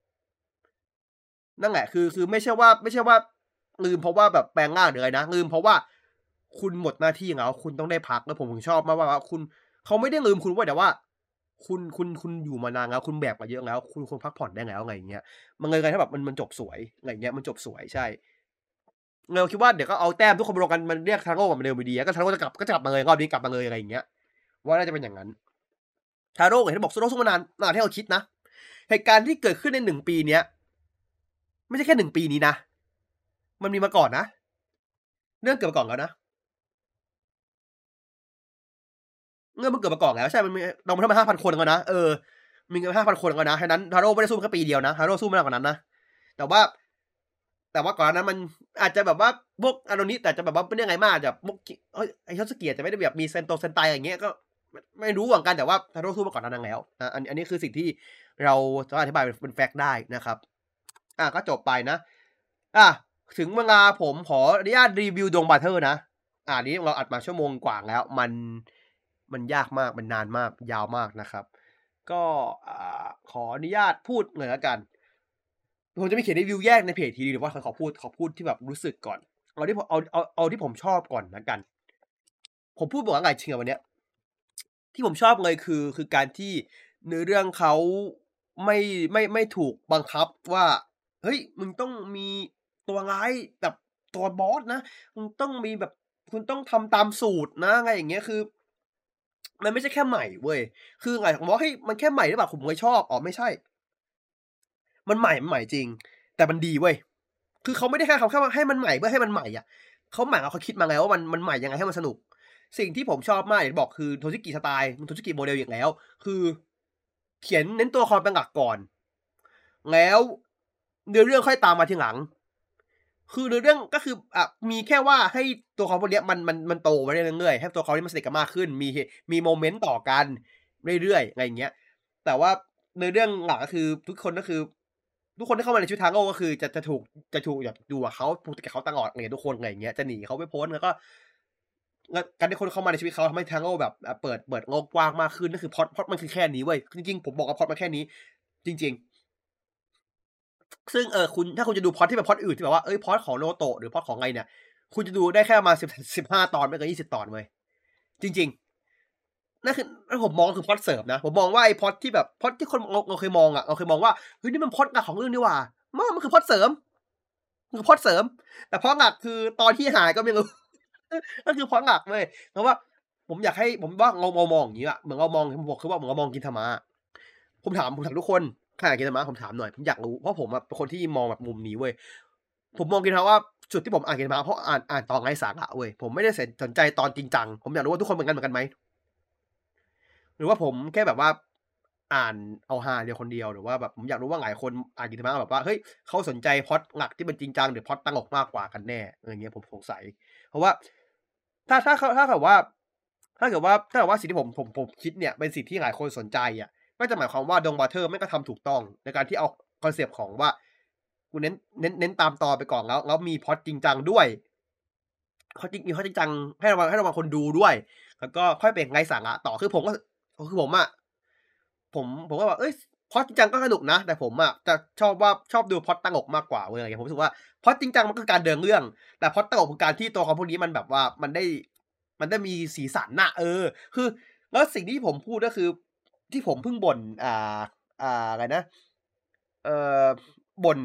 นั่นแหละคือไม่ใช่ว่าลืมเพราะว่าแบบแปลงร่างหรืออะไรนะลืมเพราะว่าคุณหมดหน้าที่แล้วคุณต้องได้พักแล้วผมถึงชอบมากว่าคุณเขาไม่ได้ลืมคุณไว้แต่ว่าคุณอยู่มานานแล้วคุณแบกมาเยอะแล้วคุณควรพักผ่อนได้แล้วอะไรอย่างเงี้ยมันเลยถ้าแบบมันจบสวยอะไรเงี้ยมันจบสวยใช่เราคิดว่าเดี๋ยวก็เอาแต้มทุกคนรวมกันมันเรียกทาโร่กลับมาเดิมดีก็ทาโร่จะกลับมาเลยรอบนี้กลับมาเลยอะไรอย่างเงี้ยว่าน่าจะเป็นอย่างนั้นทาโร่เห็นบอกสู้มานานที่เราคิดนะเหตุการณ์ที่เกิดขึ้นใน1 ปีเนี้ยไม่ใช่แค่1 ปีนี้นะมันมีมาก่อนนะเรื่องเกิดมาก่อนแล้วนะเรื่องมันเกิดมาก่อนแล้วใช่มันมีเรามาทำมา5,000 คนแล้วนะมีกัน5,000 คนแล้วนะฉะนั้นทาโร่ไม่ได้สู้แค่ปีเดียวนะทาโร่สู้มากกว่านั้นนะแต่ว่าก่อนนั้นมันอาจจะแบบว่าพวกอาโนนิแต่จะแบบว่าเป็นยังไงมากจะพวกไอ้ชัสเกียจะไม่ได้แบบมีเซนไตอย่างเงี้ยก็ไม่รู้เหมือนกันแต่ว่าทาโร่สู้มาก่อนนั้นแล้วอันนี้คือสิ่งที่เราสามารถอธิบายเป็นแฟกต์ได้นะครับก็จบไปนะถึงเวลาผมขออนุญาตรีวิวดงบัตเทอร์นะนี้เราอัดมาชั่วโมงกว่าแล้วมันยากมากมันนานมากยาวมากนะครับก็ขออนุญาตพูดหน่อยละกันผมจะไม่เขียนรีวิวแยกในเพจทีหรือว่าขอพูดที่แบบรู้สึกก่อนเอาที่ผมชอบก่อนละกันผมพูดบอกว่าไงจริงวันเนี้ยที่ผมชอบเลยคือการที่เนื้อเรื่องเขาไม่ถูกบังคับว่าเฮ้ยมึงต้องมีตัวร้ายแบบตัวบอสนะมึงต้องมีแบบคุณต้องทำตามสูตรนะอะไรอย่างเงี้ยคือมันไม่ใช่แค่ใหม่เว้ยคือไงผมว่าเฮ้ยมันแค่ใหม่หรือเปล่าผมเลยชอบไม่ใช่มันใหม่จริงแต่มันดีเว้ยคือเขาไม่ได้แค่ว่าให้มันใหม่เพื่อให้มันใหม่เขาใหม่เขาคิดมาแล้วว่ามันใหม่ยังไงให้มันสนุกสิ่งที่ผมชอบมากอย่างที่บอกคือโทชิกิสไตล์โทชิกิโมเดลอีกแล้วคือเขียนเน้นตัวละครเป็นหลักก่อนแล้วเนื้อเรื่องค่อยตามมาทีหลังคือเนื้อเรื่องก็คือมีแค่ว่าให้ตัวเขาพวกนี้มันโตไปเรื่อยๆให้ตัวเขาที่มันสนิทกันมากขึ้นมีโมเมนต์ต่อกันเรื่อยๆอะไรอย่างเงี้ยแต่ว่าเนื้อเรื่องหลักก็คือทุกคนที่เข้ามาในชีวิตทางโลกก็คือจะถูกแบบอยู่กับเขาผูกติดกับเขาตลอดเลยทุกคนอะไรอย่างเงี้ยจะหนีเขาไม่พ้นแล้วการที่คนเข้ามาในชีวิตเขาทำให้ทางโลกแบบเปิดโลกกว้างมากขึ้นนั่นคือพล็อตมันคือแค่นี้เว้ยจริงๆผมบอกว่าพล็อตมันแค่นี้จริงๆซึ่งถ้าคุณจะดูพล็อตที่เป็นพล็อตอื่นที่แบบว่าพล็อตของโนโตะหรือพล็อตของอะไรเนี่ยคุณจะดูได้แค่ประมาณ15ตอนไม่เกิน20ตอนเว้ยจริงๆนั่นผมมองคือพล็อตเสริมนะผมมองว่าไอ้พล็อตที่แบบพล็อตที่คนเราเคยมองเราเคยมองว่าเฮ้ยนี่มันพล็อตหลักของเรื่องนี่หว่ามันคือพล็อตเสริมคือพล็อตเสริมแต่พล็อตหลักคือตอนที่หายก็ไม่รู้ นั่นคือพล็อตหลักเว้ยเพราะว่าผมว่าเรามองอย่างงี้อะเหมือนเรามองผมบอกคือว่าเหมือนเรามองกินทามะผมถามทุกคนใครอยากกินทามะผมถามหน่อยผมอยากรู้เพราะผมอะเป็นคนที่มองแบบมุมนี้เว้ยผมมองกินทามะว่าจุดที่ผมอ่านกินทามะเพราะอ่านตอนไร้สาระเว้ยผมไม่ได้สนใจตอนจริงจังผมอยากรู้ว่าทุกคนเหมือนกันไหมหรือว่าผมแค่แบบว่าอ่านเอาฮาเดียวคนเดียวหรือว่าแบบผมอยากรู้ว่าหลายคนอ่านกินทามะแบบว่าเฮ้ยเขาสนใจพล็อตหลักที่มันจริงจังหรือพล็อตตลกมากกว่ากันแน่อะไรเงี้ยผมสงสัยเพราะว่าถ้าเกิดว่าสิ่งที่ผมคิดเนี่ยเป็นสิ่งที่หลายคนสนใจอ่ะก็จะหมายความว่าดงบาเทอร์แม่งก็ทำถูกต้องในการที่เอาคอนเซปต์ของว่ากูเน้นตามตอนไปก่อนแล้วมีพล็อตจริงจังด้วยมีพล็อตจริงจังให้ระวังคนดูด้วยแล้วก็ค่อยเป็นไร้สาระต่อคือผมอะผมก็แบบพล็อตจริงจังก็สนุกนะแต่ผมอะจะชอบดูพล็อตตลกมากกว่าเว้ยอะไรอย่างเงี้ยผมรู้สึกว่าพล็อตจริงจังมันคือการเดินเรื่องแต่พล็อตตลกคือการที่ตัวละครพวกนี้มันแบบว่ามันได้มีสีสันน่ะคือแล้วสิ่งที่ผมพูดก็คือที่ผมเพิ่งบ่นอะไรนะเอ่อบ่น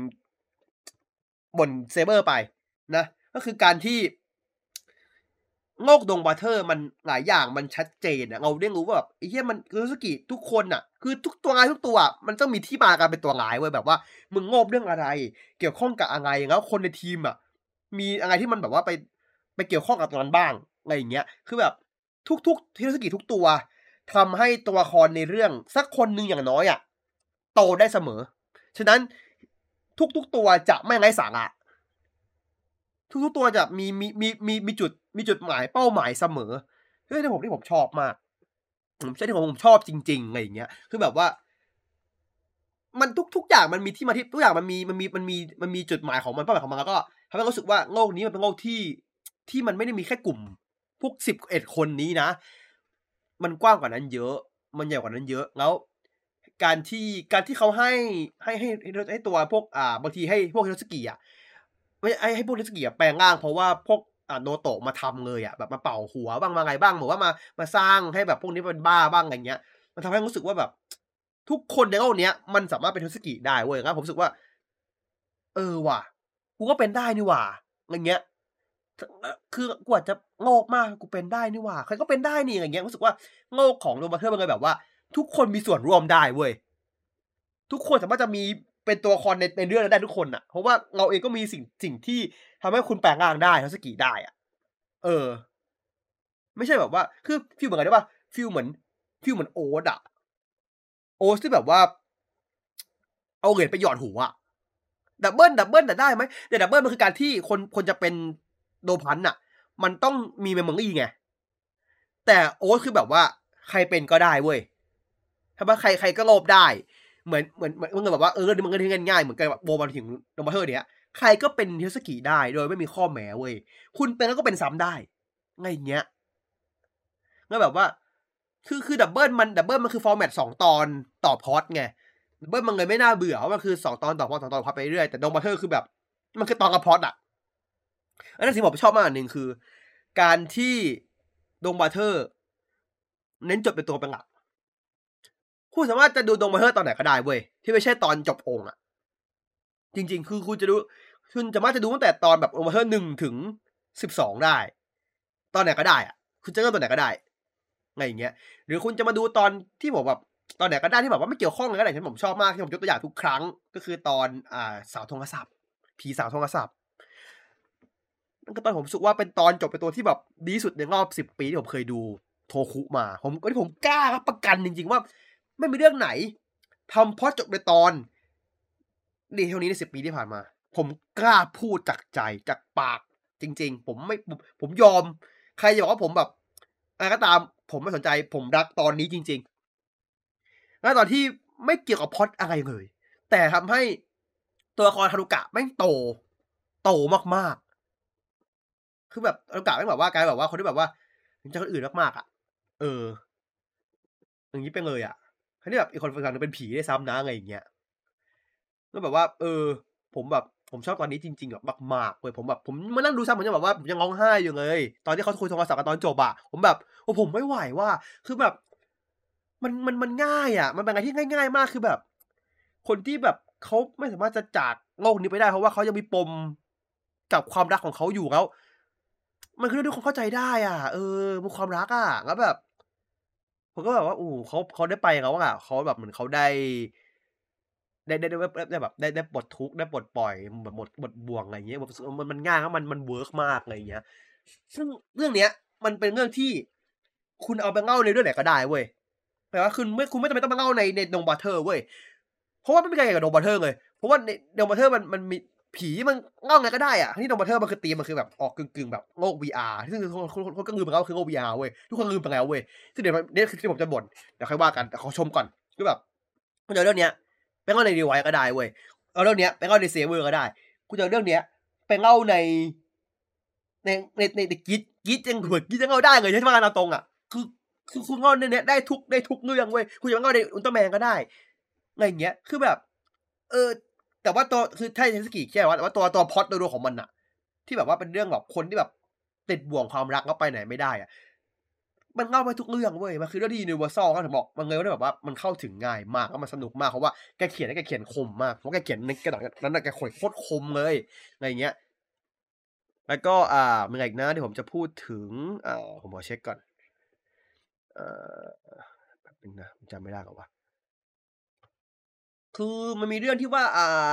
Saber ไปนะก็คือการที่โลกดงบาเทอร์มันหลายอย่างมันชัดเจนอะเราได้รู้ว่าแบบไอ้เหี้ยมันคือสกิทุกคนน่ะคือทุกตัวร้ายทุกตัวอะมันต้องมีที่มาการเป็นตัวร้ายเว้ยแบบว่ามึงโลภเรื่องอะไรเกี่ยวข้องกับอะไรแล้วคนในทีมอะมีอะไรที่มันแบบว่าไปเกี่ยวข้องกับตรงนั้นบ้างอะไรอย่างเงี้ยคือแบบทุกฮิโรสกิทุกตัวทำให้ตัวละครในเรื่องสักคนหนึ่งอย่างน้อยอะโตได้เสมอฉะนั้นทุกตัวจะไม่ไร้สาระทุกๆตัวจะมีจุดหมายเป้าหมายเสมอเฮ้ยที่ผมชอบมากใช่ที่ผมชอบจริงๆอะไรอย่างเงี้ยคือแบบว่ามันทุกอย่างมันมีที่มาที่ทุกอย่างมันมีจุดหมายของมันเป้าหมายของมันแล้วก็ทำให้รู้สึกว่าโลกนี้มันเป็นโลกที่มันไม่ได้มีแค่กลุ่มพวก11คนนี้นะมันกว้างกว่านั้นเยอะมันใหญ่กว่านั้นเยอะแล้วการที่เขาให้ตัวพวกบางทีให้พวก Hitotsuki อะไม่ให้พวก Hitotsuki อะแปลงร่างเพราะว่าพวกโนโตะมาทำเลยอะแบบมาเป่าหัวบ้างมาไงบ้างหรือว่ามาสร้างให้แบบพวกนี้เป็นบ้าบ้างอะไรเงี้ยมันทำให้รู้สึกว่าแบบทุกคนในโลกเนี้ยมันสามารถเป็น Hitotsuki ได้เว้ยแล้วผมรู้สึกว่าว่ะกูก็เป็นได้นี่หว่าอะไรเงี้ยคือกูอาจจะโง่มากกูเป็นได้นี่หว่าใครก็เป็นได้นี่อะไรเงี้ยรู้สึกว่าโลกของ Doom Patrol มันเลยแบบว่าทุกคนมีส่วนร่วมได้เว้ย ทุกคนสามารถจะมีเป็นตัวละครในเรื่องนั้นได้ทุกคนน่ะเพราะว่าเราเองก็มีสิ่งที่ทำให้คุณแปลงร่างได้ทัศกิได้อะเออไม่ใช่แบบว่าคือฟีลเหมือนกันได้เปล่าฟีลเหมือนโอ๊ตอะโอ๊ตที่แบบว่าเอาเหรียญไปหยอดหูอะดับเบิลแต่ได้ไหมแต่ดับเบิลมันคือการที่คนจะเป็นโดพันน่ะมันต้องมี memory ไงแต่โอ๊ตคือแบบว่าใครเป็นก็ได้เว้ยถ้าว่าใครก็โลภได้เหมือนแบบว่ามันก็ที่ง่ายๆเหมือนกับโบมาถึงโดมาเทอร์เนี้ยใครก็เป็นเทสกิได้โดยไม่มีข้อแม้เว้ยคุณเป็นแล้วก็เป็นซ้ำได้ไงเงี้ยแล้วแบบว่าคือดับเบิลมันคือฟอร์แมต2ตอนต่อพอดไงดับเบิลมันเลยไม่น่าเบื่อเพราะมันคือ2ตอนต่อพอด2ตอนพอดไปเรื่อยแต่โดมาเทอร์คือแบบมันคือตอนกับพอดอะอันนั้นสิ่งผมชอบมากอันนึงคือการที่ดงบาเทอร์เน้นจบเป็นตัวเป็นหลักคุณสามารถจะดูดงบาเทอร์ตอนไหนก็ได้เว้ยที่ไม่ใช่ตอนจบองค์อะ จริงๆ คือคุณสามารถจะดูตั้งแต่ตอนแบบโอมาเทอร์1 ถึง 12ได้ตอนไหนก็ได้อะคุณจะเริ่มตอนไหนก็ได้อะไรอย่างเงี้ยหรือคุณจะมาดูตอนที่ผมแบบตอนไหนก็ได้ที่แบบว่าไม่เกี่ยวข้องเลยก็ได้ที่ผมชอบมากที่ผมยกตัวอย่างทุกครั้งก็คือตอนสาวทองกษัตริย์ผีสาวทองกษัตริย์นั่นก็ตอนผมรู้สึกว่าเป็นตอนจบเป็นตัวที่แบบดีที่สุดในรอบ10 ปีที่ผมเคยดูโทคุมาผมกล้ารับประกันจริงๆว่าไม่มีเรื่องไหนทำพล็อตจบในตอนดีเท่านี้ใน10 ปีที่ผ่านมาผมกล้าพูดจากใจจากปากจริงๆผมยอมใครจะบอกว่าผมแบบอะไรก็ตามผมไม่สนใจผมรักตอนนี้จริงๆณตอนที่ไม่เกี่ยวกับพล็อตอะไรเลยแต่ทำให้ตัวละคร Haruka แม่งโตมากๆคือแบบ Haruka แม่งแบบว่ากลายเป็นแบบว่าคนที่แบบว่าเห็นใจคนอื่นมากๆอะเอออย่างงี้ไปเลยอะทั้งที่แบบอีกคนฝั่งหนึ่งเป็นผีด้วยซ้ำนะอะไรอย่างเงี้ย ก็แบบว่าผมแบบผมชอบตอนนี้จริงๆแบบมากๆเว้ยผมแบบผมมานั่งดูซ้ำผมยังแบบว่าผมยังร้องไห้อยู่เลยตอนที่เขาคุยโทรศัพท์กันตอนจบอะผมแบบโอ้ผมไม่ไหวว่ะคือแบบมันง่ายอะมันเป็นอะไรที่ง่ายๆมากคือแบบคนที่แบบเขาไม่สามารถจะจากโลกนี้ไปได้เพราะว่าเขายังมีปมกับความรักของเขาอยู่แล้วมันคือเรื่องที่คนเข้าใจได้อะมันความรักอะแล้วแบบผมก็แบบว่าโอ้โฮเขาได้ไปแล้วอะเขาแบบเหมือนเขาได้แบบได้ปลดทุกข์ได้ปลดปล่อยแบบหมดบ่วงอะไรอย่างเงี้ยผมรู้สึกว่ามันง่ายแล้วมันเวิร์กมากอะไรอย่างเงี้ยซึ่งเรื่องเนี้ยมันเป็นเรื่องที่คุณเอาไปเล่าในเรื่องไหนก็ได้เว้ยแต่ว่าคุณไม่จำเป็นต้องมาเล่าใน No Butter เว้ยเพราะว่าไม่มีใครเกี่ยวกับ No Butter เลยเพราะว่าใน No Butter มันมีผีมันเล่าไงก็ได้อะทั้งที่ No Butter มันคือธีมมันคือแบบออกกึ่งๆแบบโลก VR ซึ่งคนก็ลืมไปแล้วว่าคือโลก VR เว้ยทุกคนลืมไปแล้วเว้ยซึ่งเดี๋ยวเนี่ยคือที่ผมจะบ่นเดี๋ยวค่อยว่ากันแต่ขอชมก่อนคือแบบคุณจะเอาเรื่องเนี้ย ไปเล่าใน Rewind ก็ได้เว้ยเอาเรื่องเนี้ยไปเล่าใน Saver ก็ได้กูจะเอาเรื่องเนี้ยไปเล่าใน Git ยังเผื่อ Git ยังเล่าได้เลยใช่ไหมเอาตรงอะคือคือคุณเล่าเรื่องเนี้ยได้ทุกเรื่องเว้ยคุณจะมาเล่าใน Ultraman ก็ได้อะไรอย่างเงี้ยคือแบบเออแต่ว่าตัวคือถ้า Shinsuke แค่ว่าตัวพล็อตโดยรวมของมันน่ะที่แบบว่าเป็นเรื่องแบบคนที่แบบติดบ่วงความรักแล้วไปไหนไม่ได้อะ มันเล่าได้ทุกเรื่องเว้ยมันคือเรื่องที่ Universal เขาถึงบอกมันเลยว่าแบบว่ามันเข้าถึงง่ายมากแล้วมันสนุกมากเพราะว่าแกเขียนแล้วแกเขียนคมมากเพราะแกเขียนในกระดาษนั้นน่ะแกเขียนโคตรคมเลยอะไรอย่างเงี้ยแล้วก็มีอะไรอีกนะที่ผมจะพูดถึงผมขอเช็กก่อนเอ่อแป๊บหนึ่งนะผมจำไม่ได้แล้วว่ะคือมันมีเรื่องที่ว่า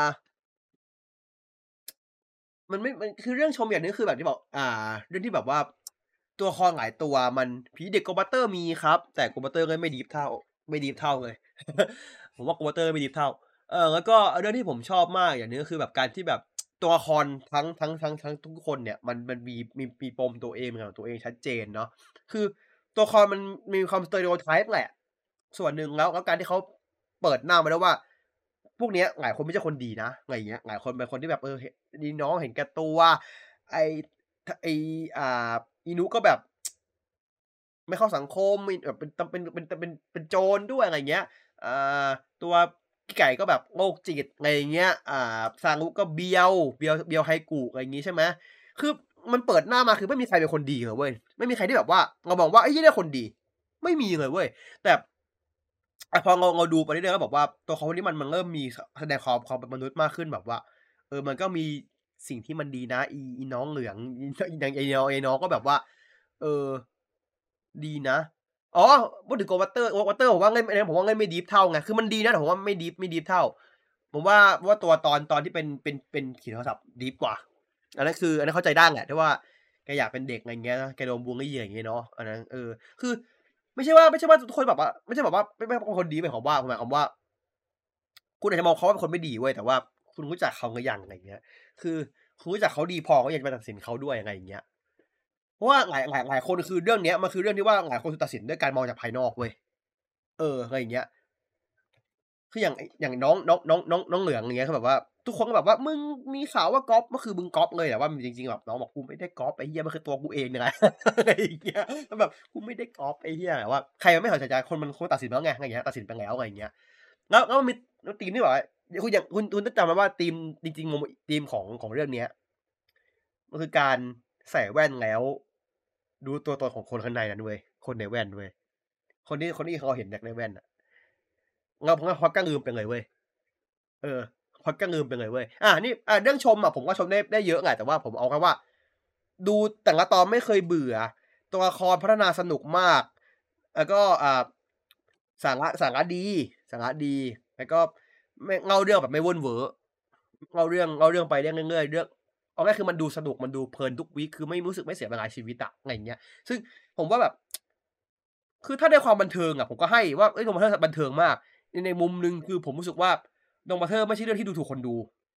มันคือเรื่องชมอย่างหนึ่งคือแบบที่บอกเรื่องที่แบบว่าตัวละครหลายตัวมันผีเด็ก Ghost Buster มีครับแต่ Ghost Buster ก็ไม่ดีฟเท่าเลยผมว่า Ghost Buster ไม่ดีฟเท่าแล้วก็เรื่องที่ผมชอบมากอย่างหนึ่งก็คือแบบการที่แบบตัวละครทั้งทุกคนเนี่ยมันมีปมตัวเองเป็นของตัวเองชัดเจนเนาะคือตัวละครมันมีความ stereotype แหละส่วนหนึ่งแล้วการที่เขาเปิดหน้ามาแล้วว่าพวกเนี้ยหลายคนไม่ใช่คนดีนะอะไรอย่างเงี้ยหลายคนเป็นคนที่แบบเหนมีน้องเห็นแก่ตัวไอ้ไอ้อ่าอีนุก็แบบไม่เข้าสังคมมีแบบเป็นโจรด้วยอะไรอย่างเงี้ยอ่าตัวพี่ไก่ก็แบบโรคจิตอะไรอย่างเงี้ยซารุก็เบียวไฮกุอะไรอย่างงี้ใช่ไหมคือมันเปิดหน้ามาคือไม่มีใครเป็นคนดีเลยเว้ยไม่มีใครที่แบบว่าเรามองว่าไอ้เหี้ยเนี่ยคนดีไม่มีเลยเว้ยแต่พอเราดูไปเรื่อยๆแล้วแบบว่าตัวเขาคนนี้มันเริ่มมีแสดงความเป็นมนุษย์มากขึ้นแบบว่ามันก็มีสิ่งที่มันดีนะอีน้องเหลืองอย่างไอ้น้องก็แบบว่าเออดีนะอ๋อพูดถึง Ghost Water ผมว่าเล่นอันนี้ผมว่าเล่นไม่ดีปเท่าไงคือมันดีนะแต่ผมว่าไม่ดีปเท่าผมว่าตัวตอนที่เป็นขี่โทรศัพท์ดีปกว่าอันนั้นเข้าใจได้แหละที่ว่าแกอยากเป็นเด็กอะไรอย่างเงี้ยนะแกโดนบุลลีอย่างงี้เนาะอันนั้นคือไม่ใช่ว่าทุกคนแบบว่าไม่ใช่แบบว่าไม่เป็นคนดีหมายความว่าผมหมายความว่าคุณอาจจะมองเขาว่าเป็นคนไม่ดีเว้ยแต่ว่าคุณรู้จักเขาหรือยังอะไรอย่างเงี้ยคือคุณรู้จักเขาดีพอก็อยากจะไปตัดสินเขาด้วยอะไรอย่างเงี้ย เพราะว่าหลายคนคือเรื่องเนี้ยมันคือเรื่องที่ว่าหลายคนถูกตัดสินด้วยการมองจากภายนอกเว้ยอะไรอย่างเงี้ยคืออย่างน้องเหลืองอย่างเงี้ยคือแบบว่าทุกคนก็แบบว่ามึงมีข่าวว่าก๊อปก็คือมึงก๊อปเลยแต่ว่าจริงๆแบบน้องบอกกูไม่ได้ก๊อปไอ้เหี้ยมันคือตัวกูเองเนี่ยแหละอะไรอย่างเงี้ยแล้วแบบกูไม่ได้ก๊อปไอ้เหี้ยแต่ว่าใครมันไม่สนใจคนตัดสินไปแล้วไงอะไรอย่างเงี้ยตัดสินไปแล้วอะไรอย่างเงี้ยแล้วมันมีธีมที่แบบว่าคุณต้องจำไว้ว่าธีมจริงๆมุมธีมของเรื่องเนี้ยมันคือการใส่แว่นแล้วรู้ตัวตนของคนข้างในนั้นเว้ยคนในแว่นเว้ย คนที่เขาเห็นจากในแว่นอะเราพล็อตก็ลืมไปเลยเว้ยเออพล็อตก็ลืมไปเลยเว้ยนี่เรื่องชมอะผมก็ชมได้เยอะแหละแต่ว่าผมเอาแค่ว่าดูแต่ละตอนไม่เคยเบื่อตัวละครพัฒนาสนุกมากแล้วก็สาระดีแล้วก็ไม่เล่าเรื่องแบบไม่เว่นเวอเล่าเรื่องไปเรื่อยๆเอาง่ายคือมันดูสนุกมันดูเพลินทุกวีกคือไม่รู้สึกไม่เสียเวลาชีวิตอะอะไรอย่างเงี้ยซึ่งผมว่าแบบ คือถ้าในความบันเทิงอะผมก็ให้ว่าเฮ้ยโรงบันเทิงบันเทิงมากในมุมหนึ่งคือผมรู้สึกว่าดงบัตเทอร์ไม่ใช่เรื่องที่ดูถูกคนดู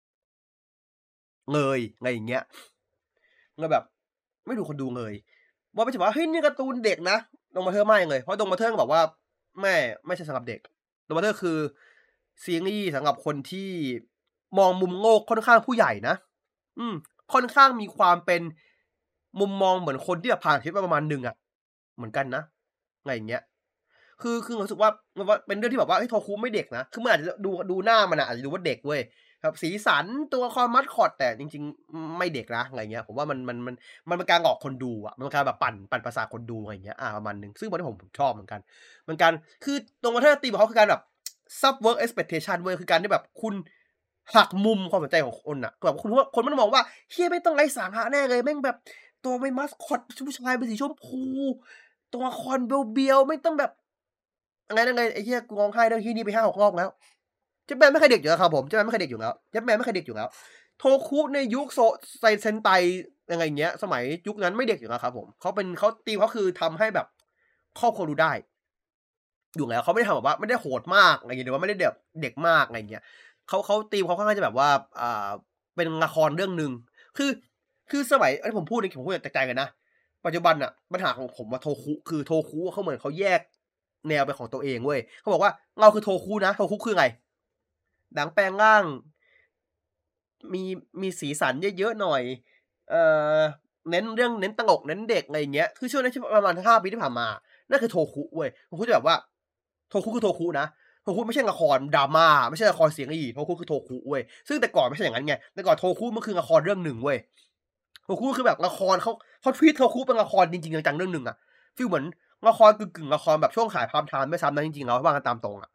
เลยอะไรอย่างเงี้ยเราแบบไม่ดูคนดูเลยว่าไม่ใช่ว่าเฮ้ยนี่การ์ตูนเด็กนะดงบัตเทอร์ไม่เลยเพราะดงบัตเทอร์บอกว่าไม่ใช่สำหรับเด็กดงบัตเทอร์คือซีรีส์สำหรับคนที่มองมุมโลกค่อนข้างผู้ใหญ่นะค่อนข้างมีความเป็นมุมมองเหมือนคนที่แบบผ่านชีวิตมาประมาณหนึ่งอะเหมือนกันนะอะไรอย่างเงี้ยคือรู้สึกว่ามันว่าเป็นเรื่องที่แบบว่าเฮ้ยโทคุไม่เด็กนะคือมันอาจจะดูหน้ามันอะอาจจะดูว่าเด็กเว้ยครับสีสันตัวละครมัสคอตแต่จริงๆไม่เด็กนะอะไรเงี้ยผมว่ามันเป็นการหลอกคนดูอะมันเป็นการแบบปั่นประสาทคนดูอะไรอย่างเงี้ยประมาณหนึ่งซึ่งบางทีผมชอบเหมือนกันคือตรงวัฒนธรรมของเขาคือการแบบ subvert expectation เว้ยคือการที่แบบคุณหักมุมความสนใจของคนอะแบบคนมันมองว่าเฮียไม่ต้องไร้สาระแน่เลยแม่งแบบตัวไม่มัสคอตผู้ชายเป็นสีชมพูตัวละครเบียวๆไม่ต้องแบบอะไรนั่นเลยไอ้เหี้ยกูร้องไห้เรื่องที่นี่ไป5-6 รอบแล้วเจ็ตแมนไม่เคยเด็กอยู่แล้วครับผมเจ็ตแมนไม่เคยเด็กอยู่แล้วเจ็ตแมนไม่เคยเด็กอยู่แล้วโทคุในยุคเซนไตอะไรอย่างเงี้ยสมัยยุคนั้นไม่เด็กอยู่แล้วครับผมเขาธีมเขาคือทำให้แบบครอบครัวดูได้อยู่แล้วเขาไม่ได้ทำแบบว่าไม่ได้โหดมากอะไรอย่างเงี้ยหรือว่าไม่ได้แบบเด็กมากอะไรอย่างเงี้ยเขาธีมเขาค่อนข้างจะแบบว่าเป็นละครเรื่องหนึ่งคือคือสมัยอันนี้ผมพูดจากใจเลยนะปัจจุบันน่ะปัญหาของผมว่าโทคุคือโทคุเขาเหมือนเขาแยกแนวเป็นของตัวเองเว้ยเขาบอกว่าเราคือโทคุนะโทคุคือไงหนังแปลงร่างมีมีสีสันเยอะๆหน่อยเอ่อเน้นตลกเน้นเด็กอะไรอย่างเงี้ยคือช่วงนั้นที่ประมาณ5 ปีที่ผ่านมานั่นคือโทคุเว้ยโทคุจะแบบว่าโทคุคือโทคุนะโทคุไม่ใช่ละครดราม่าไม่ใช่ละครเสียงอีโทคุคือโทคุเว้ยซึ่งแต่ก่อนไม่ใช่อย่างนั้นไงแต่ก่อนโทคุมันคือละครเรื่องหนึ่งเว้ยโทคุคือแบบละครเขา treat โทคุเป็นละครจริงๆจังๆเรื่องหนึ่งอะฟีลเหมือนละครกึ่งๆละครแบบช่วงฉายพามไทม์ด้วยซ้ำนะจริงๆแล้วว่ากันตามตรงอะ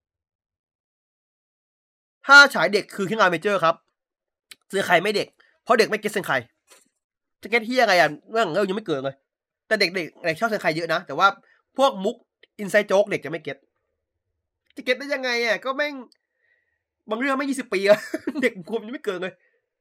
ถ้าฉายเด็กคือ King Armature ครับเซอร์ไคไม่เด็กเพราะเด็กไม่เก็ตเซนไคจะเก็ตเฮียอะไรอ่ะเรื่องยังไม่เกิดเลยแต่เด็กชอบเซนไคเยอะนะแต่ว่าพวกมุกอินไซด์โจ๊กเด็กจะไม่เก็ตจะเก็ตได้ยังไงอ่ะก็แม่งบางเรื่องไม่20 ปีอะเด็กผมยังไม่เกิดเลย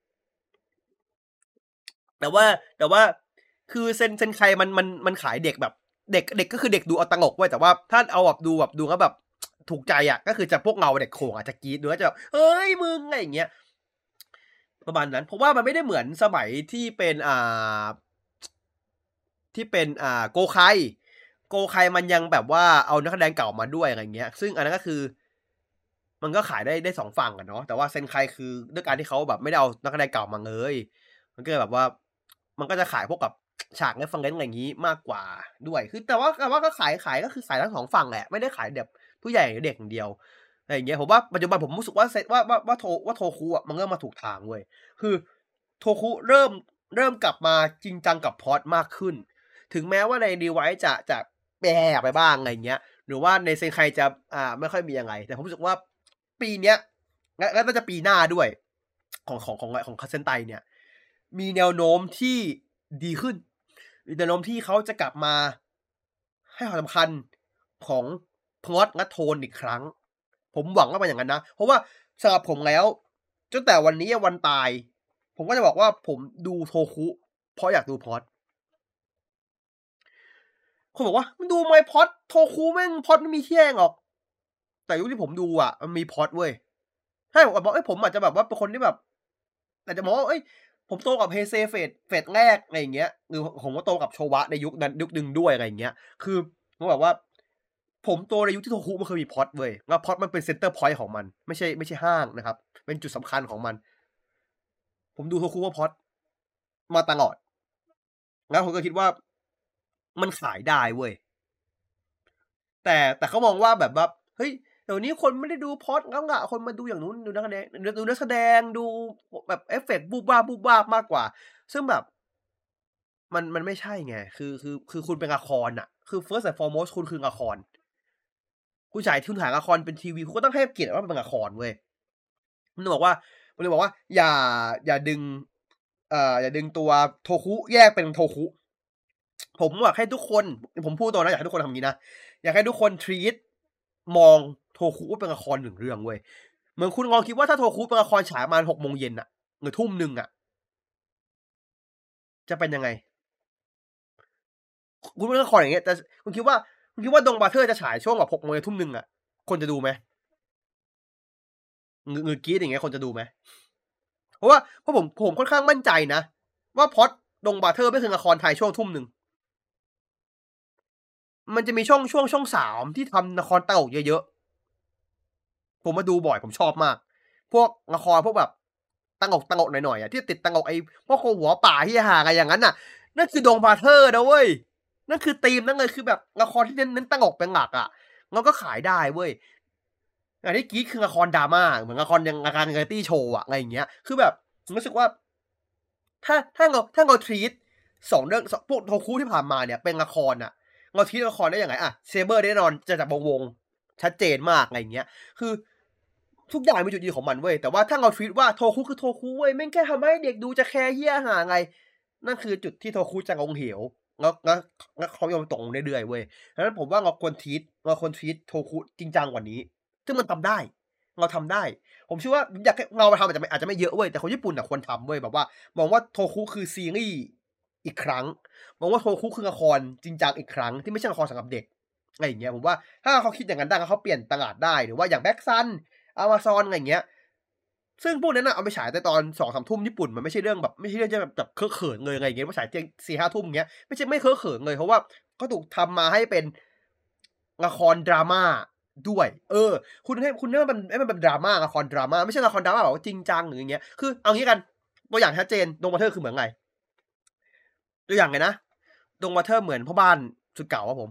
แต่ว่าคือเซนไคมันขายเด็กแบบเด็กก็คือเด็กดูเอาตลกไว้แต่ว่าถ้าเอาแบบดูแล้วแบบถูกใจอ่ะก็คือจะพวกเงาเด็กโขงอาจจะกรี๊ดหรือว่าจะเฮ้ยมึงอะไรอย่างเงี้ยประมาณนั้นเพราะว่ามันไม่ได้เหมือนสมัยที่เป็นโกไคมันยังแบบว่าเอานักแสดงเก่ามาด้วยอะไรเงี้ยซึ่งอันนั้นก็คือมันก็ขายได้2 ฝั่งกันเนาะแต่ว่าเซนไคคือด้วยการที่เขาแบบไม่ได้เอานักแสดงเก่ามาเลยมันก็เลยแบบว่ามันก็จะขายพวกกับฉากเรฟเฟอเรนซ์อะไรอย่างงี้มากกว่าด้วยคือแต่ว่าก็ขายก็คือขายทั้ง2 ฝั่งแหละไม่ได้ขายแบบผู้ใหญ่หรือเด็กอย่างเดียวอะไรอย่างเงี้ยผมว่าปัจจุบันผมรู้สึกว่าโทคุอะมันเริ่มมาถูกทางเว้ยคือโทคุเริ่มกลับมาจริงจังกับพล็อตมากขึ้น ถึงแม้ว่าใน Device จะแปรไปบ้างอะไรเงี้ยหรือว่าในเซนไคจะไม่ค่อยมีอะไรแต่ผมรู้สึกว่าปีเนี้ยและน่าจะปีหน้าด้วยของคาเซนไตเนี่ยมีแนวโน้มที่ดีขึ้นมีแนวโน้มที่เขาจะกลับมาให้ความสำคัญของพล็อตและโทนอีกครั้งผมหวังว่าเป็นอย่างนั้นนะเพราะว่าสำหรับผมแล้วตั้งแต่วันนี้วันตายผมก็จะบอกว่าผมดูโทคุเพราะอยากดูพล็อต คนบอกว่ามันดูไหมพล็อตโทคุแม่งพล็อตไม่มีเที่ยงหรอกแต่ยุคที่ผมดูอ่ะมันมีพล็อตเว้ยใช่ผมบอกผมอาจจะแบบว่าเป็นคนที่แบบอาจจะมองว่าผมโตกับเฮเซเฟสแรกอะไรอย่างเงี้ยหรือผมก็โตกับโชวะในยุคนั้นยุคหนึ่งด้วยอะไรอย่างเงี้ยคือผมแบบว่าผมโตในยุคที่โทคุมันเคยมีพล็อตเว้ยแล้วพล็อตมันเป็นเซนเตอร์พอยต์ของมันไม่ใช่ห้างนะครับเป็นจุดสำคัญของมันผมดูโทคุว่าพล็อตมาตลอดแล้วผมก็คิดว่ามันขายได้เว้ย แต่เขามองว่าแบบว่าเฮ้ยเดี๋ยวนี้คนไม่ได้ดูพล็อตแล้วล่ะคนมาดูอย่างนู้นดูนักแสดงดูนักแสดงดูแบบเอฟเฟกต์บูบวาบมากกว่าซึ่งแบบมันไม่ใช่ไงคือคุณเป็นละครน่ะคือ first and foremost คุณคือละครคุณถ่ายละครเป็นทีวีคุณก็ต้องให้เกียรติว่ามันเป็นละครเว้ยมันเลยบอกว่าอย่าดึงตัวโทคุแยกเป็นโทคุผมอยากให้ทุกคนผมพูดตรงนะอยากให้ทุกคนทำอย่างนี้นะอยากให้ทุกคน treat มองโทคุเป็นละคร1 เรื่องเว้ยเหมือนคุณลองคิดว่าถ้าโทคุเป็นละครฉายประมาณ6 โมงเย็นอะหรือ19:00อะจะเป็นยังไงคุณเป็นละครอย่างเงี้ยแต่คุณคิดว่าดงบาเทอร์จะฉายช่วงแบบ6 โมงเย็น19:00อะคนจะดูไหมเงือกรี๊ดอย่างเงี้ยคนจะดูไหมเพราะผมค่อนข้างมั่นใจนะว่าพล็อตดงบาเทอร์ไม่คือละครไทยช่วงทุ่มหนึ่งมันจะมีช่อง3ที่ทำละครตลกเยอะๆผมมาดูบ่อยผมชอบมากพวกละครพวกแบบตลกหน่อยๆอ่ะที่ติดตลกไอ้พวกโคหัวป่าที่หาอะไรอย่างนั้นน่ะนั่นคือดงบาเทอร์นะเว้ยนั่นคือธีมนั่นเลยคือแบบละครที่เน้นตลกเป็นหลักอ่ะแล้วก็ขายได้เว้ยอันที่กรี๊ดคือละครดราม่าเหมือนละครยังรายการเรียลิตี้โชว์อะอะไรอย่างเงี้ยคือแบบผมรู้สึกว่าถ้าเราทรีต2เรื่องพวกโทคุที่ผ่านมาเนี่ยเป็นละครอะเราทรีตละครได้ยังไงอะเซเบอร์แน่นอนจะจับวงชัดเจนมากอะไรอย่างเงี้ยคือทุกอย่างมีจุดดีของมันเว้ยแต่ว่าถ้าเราทรีตว่าโทคุคือโทคุเว้ยแม่งแค่ทำให้เด็กดูจะแคร์เหี้ยหาไงนั่นคือจุดที่โทคุจะลงเหวแล้วเขายอมตกลงเรื่อยๆเว้ยดังนั้นผมว่าเราควรทรีตโทคุจริงจังกว่านี้ซึ่งมันทำได้เราทำได้ผมเชื่อว่าอยากให้เราไปทำอาจจะไม่เยอะเว้ยแต่คนญี่ปุ่นอะควรทำเว้ยแบบว่ามองว่าโทคุคือซีรีส์อีกครั้งมองว่าโทคุคือละครจริงจังอีกครั้งที่ไม่ใช่ละครสำหรับเด็กอะไรอย่างเงี้ยผมว่าถ้าเขาคิดอย่างนั้นได้เขาเปลี่ยนตลาดได้หรือว่าอย่างแบ็กซันAmazon อะไรอย่างเงี้ยซึ่งพวกนั้นน่ะเอาไปฉายแต่ตอน 2-3 ทุ่มญี่ปุ่นมันไม่ใช่เรื่องแบบไม่ใช่เรื่องที่แบบเคอะเขินเลยอะไรอย่างเงี้ยมาฉายเที่ยง 4-5 ทุ่มอย่างเงี้ยไม่เคอะเขินเลยเพราะว่าเขาถูกทำมาให้เป็นละครดราม่าด้วยคุณให้มันเป็นดราม่าละครดราม่าไม่ใช่ละครดราม่าแบบว่าจริงจังหรืออย่างเงี้ยคือเอางี้กันตัวอย่างชัดเจนดงบัตเทอร์คือเหมือนไงตัวอย่างไงนะดงบัตเทอร์เหมือนพ่อบ้านสุดเก่าครับผม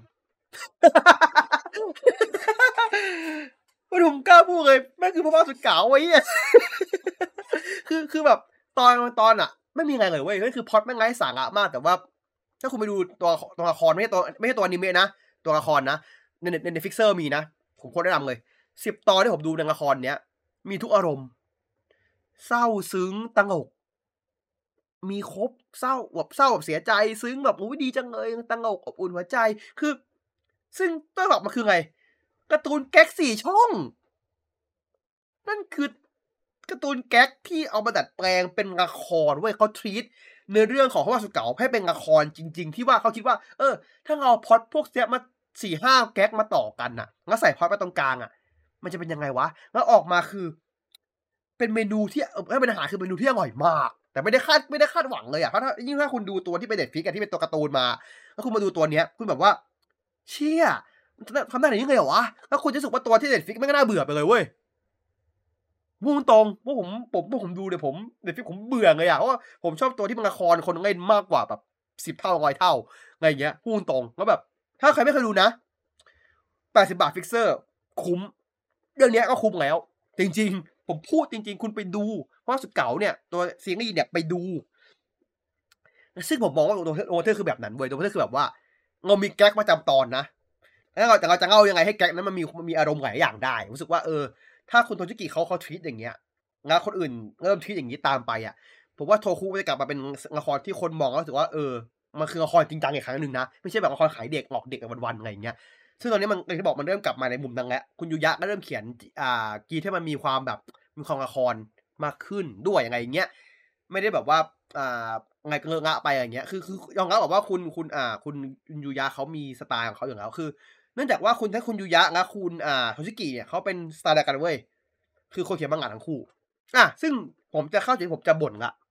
ผมกล้าพูดเลยแม่งคือพ่อบ้านสุดเก๋าไว้เหี้ยคือแบบตอนอะไม่มีอะไรเลยเว้ยนั่นคือพล็อตแม่งไร้สาระมากแต่ว่าถ้าคุณไปดูตัวละครไม่ใช่ตัวอนิเมะนะตัวละครนะในฟิกเซอร์มีนะผมโคตรแนะนำเลย10 ตอนที่ผมดูในละครเนี้ยมีทุกอารมณ์เศร้าซึ้งตลกมีครบเศร้าแบบเสียใจซึ้งแบบอุ๊ยดีจังเลยตลกอบอุ่นหัวใจคือซึ่งต้นฉบับมันคือไงการ์ตูนแก๊ก4 ช่อง นั่นคือการ์ตูนแก๊กที่เอามาดัดแปลงเป็นละครเว้ยเขาทรีตเนื้อเรื่องของพระวาสุเก๋าให้เป็นละครจริงๆที่ว่าเขาคิดว่าถ้าเราพล็อตพวกเนี้ยมา4-5 แก๊กมาต่อกันน่ะแล้วใส่พล็อตไว้ตรงกลางอะมันจะเป็นยังไงวะแล้วออกมาคือเป็นเมนูที่ถ้าเป็นอาหารคือเมนูที่อร่อยมากแต่ไม่ได้คาดหวังเลยอะเพราะถ้าคุณดูตัวที่เป็น Netflix อะที่เป็นตัวการ์ตูนมาแล้วคุณมาดูตัวเนี้ยคุณแบบว่าเชี่ยมันทำได้ยังไงเหรอวะแล้วคุณจะรู้สึกว่าตัวที่ Netflix แม่งน่าเบื่อไปเลยเว้ย พูดตรงว่าผมดูเนี่ยผม Netflix ผมเบื่อเลยอะเพราะว่าผมชอบตัวที่มันละครคนเล่นมากกว่าแบบ10 เท่า100 เท่าอะไรอย่างเงี้ยพูดตรงแล้วแบบถ้าใครไม่เคยดูนะ80 บาทฟิกเซอร์คุ้มเรื่องนี้ก็คุ้มแล้วจริงๆผมพูดจริงๆคุณไปดูเพราะสุดเก๋าเนี่ยตัวซีรีส์เนี่ยไปดูซึ่งผมมองว่าโอเทอร์คือแบบนั้นเว้ยโอเทอร์คือแบบว่าเรามีแก๊กประจำตอนนะแล้วเราจะเล่ายังไงให้แก๊กนั้นมันมีอารมณ์หลายอย่างได้รู้สึกว่าถ้าคุณโทจิกิเขาทรีตอย่างเงี้ยแล้วคนอื่นเริ่มทรีตอย่างนี้ตามไปอ่ะผมว่าโทคุจะกลับมาเป็นละครที่คนมองแล้วรู้สึกว่ามันคือละครจริงจังอีกครั้งหนึ่งนะไม่ใช่แบบละครขายเด็กหลอกเด็กวันๆอะไรอย่างเงี้ยซึ่งตอนนี้มันอย่างที่บอกมันเริ่มกลับมาในมุมนั้นแล้วคุณยูยะก็เริ่มเขียนกีที่มันมีความแบบมีความละครมากขึ้นด้วยอะไรอย่างเงี้ยไม่ได้แบบว่าอ่าไงเงอะงะไปอย่างเงี้ยคือยอมรับแบบว่าคุณยูยะเขามีสไตล์ของเขาอยู่แล้วคือ เนื่องจากว่าถ้าคุณยูยะและคุณโทชิกิเนี่ยเขาเป็นสไตล์เดียวกันเว้ยคือคนเขียนมังงะทั้งคู่ซึ่งผมจะเข้าใจผมจะบ่นละ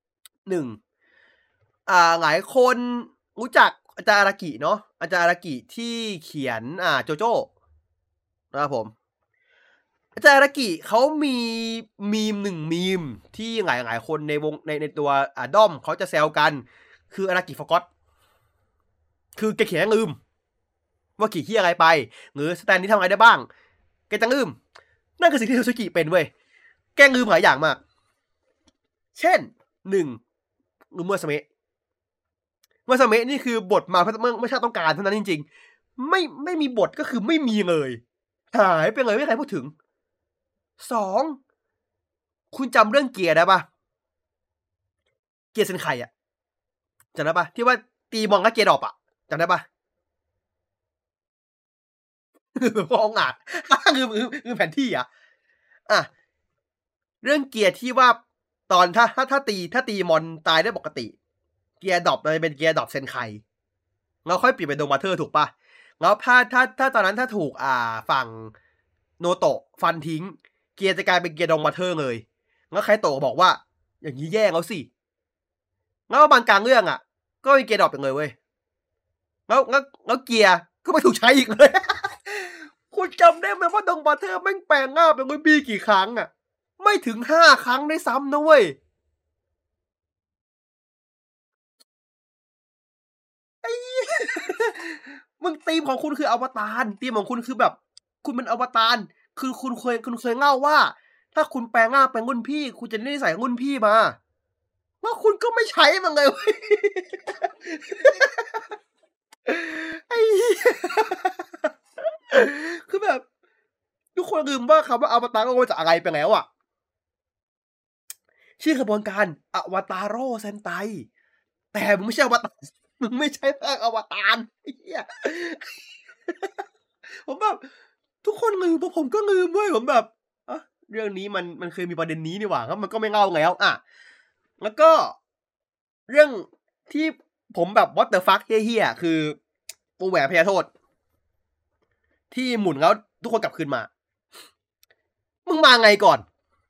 1หลายคนรู้จักอาจารย์อารากิเนาะอาจารย์อารากิที่เขียนโจโจ้นะครับผมอาจารย์อารากิเขามีมีม1มีมที่หลายคนในวงในตัวด้อมเขาจะแซวกันคืออารากิฟอร์ก็อตคือแกเขียนลืมว่ากี่ที่อะไรไปหรือสแตนนี้ทำอะไรได้บ้างแกจะลืมนั่นคือสิ่งที่โทชิกิเป็นเว้ยแกลืมหลายอย่างมากเช่น1ลืมเมื่อสเมะนี่คือบทมาเมื่อชาติต้องการเท่านั้นจริงๆไม่มีบทก็คือไม่มีเลยหายไปเลยไม่มีใครพูดถึง2คุณจำเรื่องเกียร์ได้ปะเกียร์เซนไคอะจำได้ปะที่ว่าตีมองกับเกียร์ดรอปอะจำได้ปะมองอ่ะคือแผนที่อ่ะเรื่องเกียร์ที่ว่าตอนถ้าตีมอนตายได้ปกติเกียร์ดรอปมันจะเป็นเกียร์ดรอปเซนไคแล้วค่อยเปลี่ยนเป็นโดมาเธอร์ถูกปะแล้วถ้าตอนนั้นถ้าถูกฝั่งโนโตะฟันทิ้งเกียร์จะกลายเป็นเกียร์ดงมาเธอเลยแล้วใครโตบอกว่าอย่างนี้แย่แล้วสิแล้วบางกลางเรื่องอ่ะก็มีเกียร์ดรอปไปเลยเว้ยแล้วเกียร์ก็ไม่ถูกใช้อีกเลย คุณจำได้ไหมว่าดงมาเธอแม่งแปลงหน้าเป็นคนบีกี่ครั้งอ่ะไม่ถึง5 ครั้งได้ซ้ำนะเว้ยมึงธีมของคุณคืออวตารธีมของคุณคือแบบคุณเป็นอวตารคือคุณเคยเล่าว่าถ้าคุณแปลงหน้าเป็นรุ่นพี่คุณจะได้นิสัยรุ่นพี่มาแล้วคุณก็ไม่ใช้มันเลยเว้ยไอ้คือแบบทุกคนลืมว่าคำว่าอวตารก็มาจากอะไรไปแล้วอ่ะชื่อกระบวนการอวตารโรเซนไตแต่มึงไม่ใช่อวตารมึงไม่ใช่ภาคอวตารไอ้เหี้ยผมแบบทุกคนลืมผมก็ลืมเว้ยผมแบบเรื่องนี้มันเคยมีประเด็นนี้นี่หว่าครับมันก็ไม่เล่าแล้วอ่ะแล้วก็เรื่องที่ผมแบบ what the fuck เฮี้ยๆคือวงแหวนพญาโทษที่หมุนแล้วทุกคนกลับคืนมามึงมาไงก่อน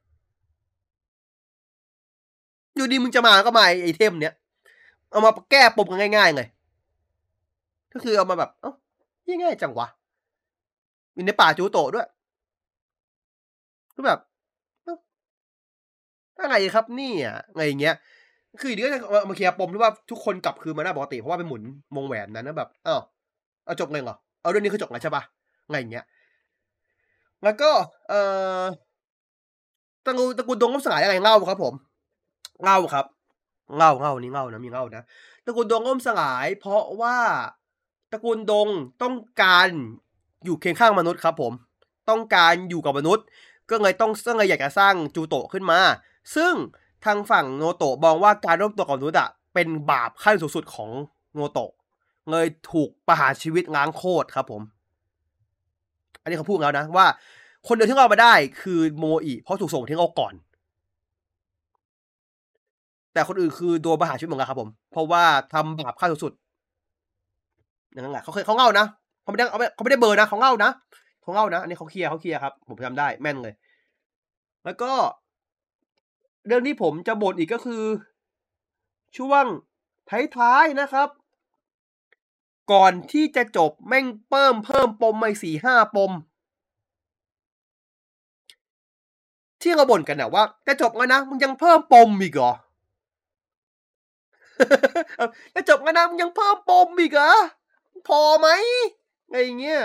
อยู่ดีมึงจะมาก็มาไอเทมเนี้ยเอามาแก้ปมกันง่ายๆเลยก็คือเอามาแบบง่ายๆจังวะอยู่ในป่าจูโตะด้วยก็แบบอะไรครับนี่อะไรอย่างเงี้ยคือเดี๋ยวจะมาเคลียร์ปมที่ว่าทุกคนกลับคืนมาได้ปกติเพราะว่าเป็นหมุนวงแหวนนั้นนะแบบเอาจบเลยเหรอเอาเรื่องนี้คือจบแล้วใช่ปะอะไรอย่างเงี้ยแล้วก็ตระกูลดงล้มสลายยังไงเล่าครับผมเล่าครับเล่านี่เล่านะมีเล่านะตระกูลดงล่มสลายเพราะว่าตระกูลดงต้องการอยู่เคียงข้างมนุษย์ครับผมต้องการอยู่กับมนุษย์ก็เลยอยากจะสร้างจูโตะขึ้นมาซึ่งทางฝั่งโนโตะมองว่าการร่วมตัวกับมนุษย์เป็นบาปขั้นสูงสุดของโนโตะเลยถูกประหารชีวิตล้างโคตรครับผมอันนี้เขาพูดแล้วนะว่าคนเดียวที่รอดมาได้คือโมอิเพราะถูกส่งที่โลกก่อนแต่คนอื่นคือโดนประหารชีวิตเหมือนกันครับผมเพราะว่าทำบาปขั้นสุดอย่างนั้นแหละเขาเล่านะเขาไม่ได้เบอร์นะเขาเล่านะอันนี้เขาเคลียร์ครับผมจำได้แม่นเลยแล้วก็เรื่องที่ผมจะบ่นอีกก็คือช่วงท้ายๆนะครับก่อนที่จะจบแม่งเพิ่มปมมา4-5 ปมที่เราบ่นกันนะว่าจะจบแล้วนะมึงยังเพิ่มปมอีกเหรอจะจบแล้วนะมึงยังเพิ่มปมอีกเหรอพอไหมอะไรอย่างเงี้ย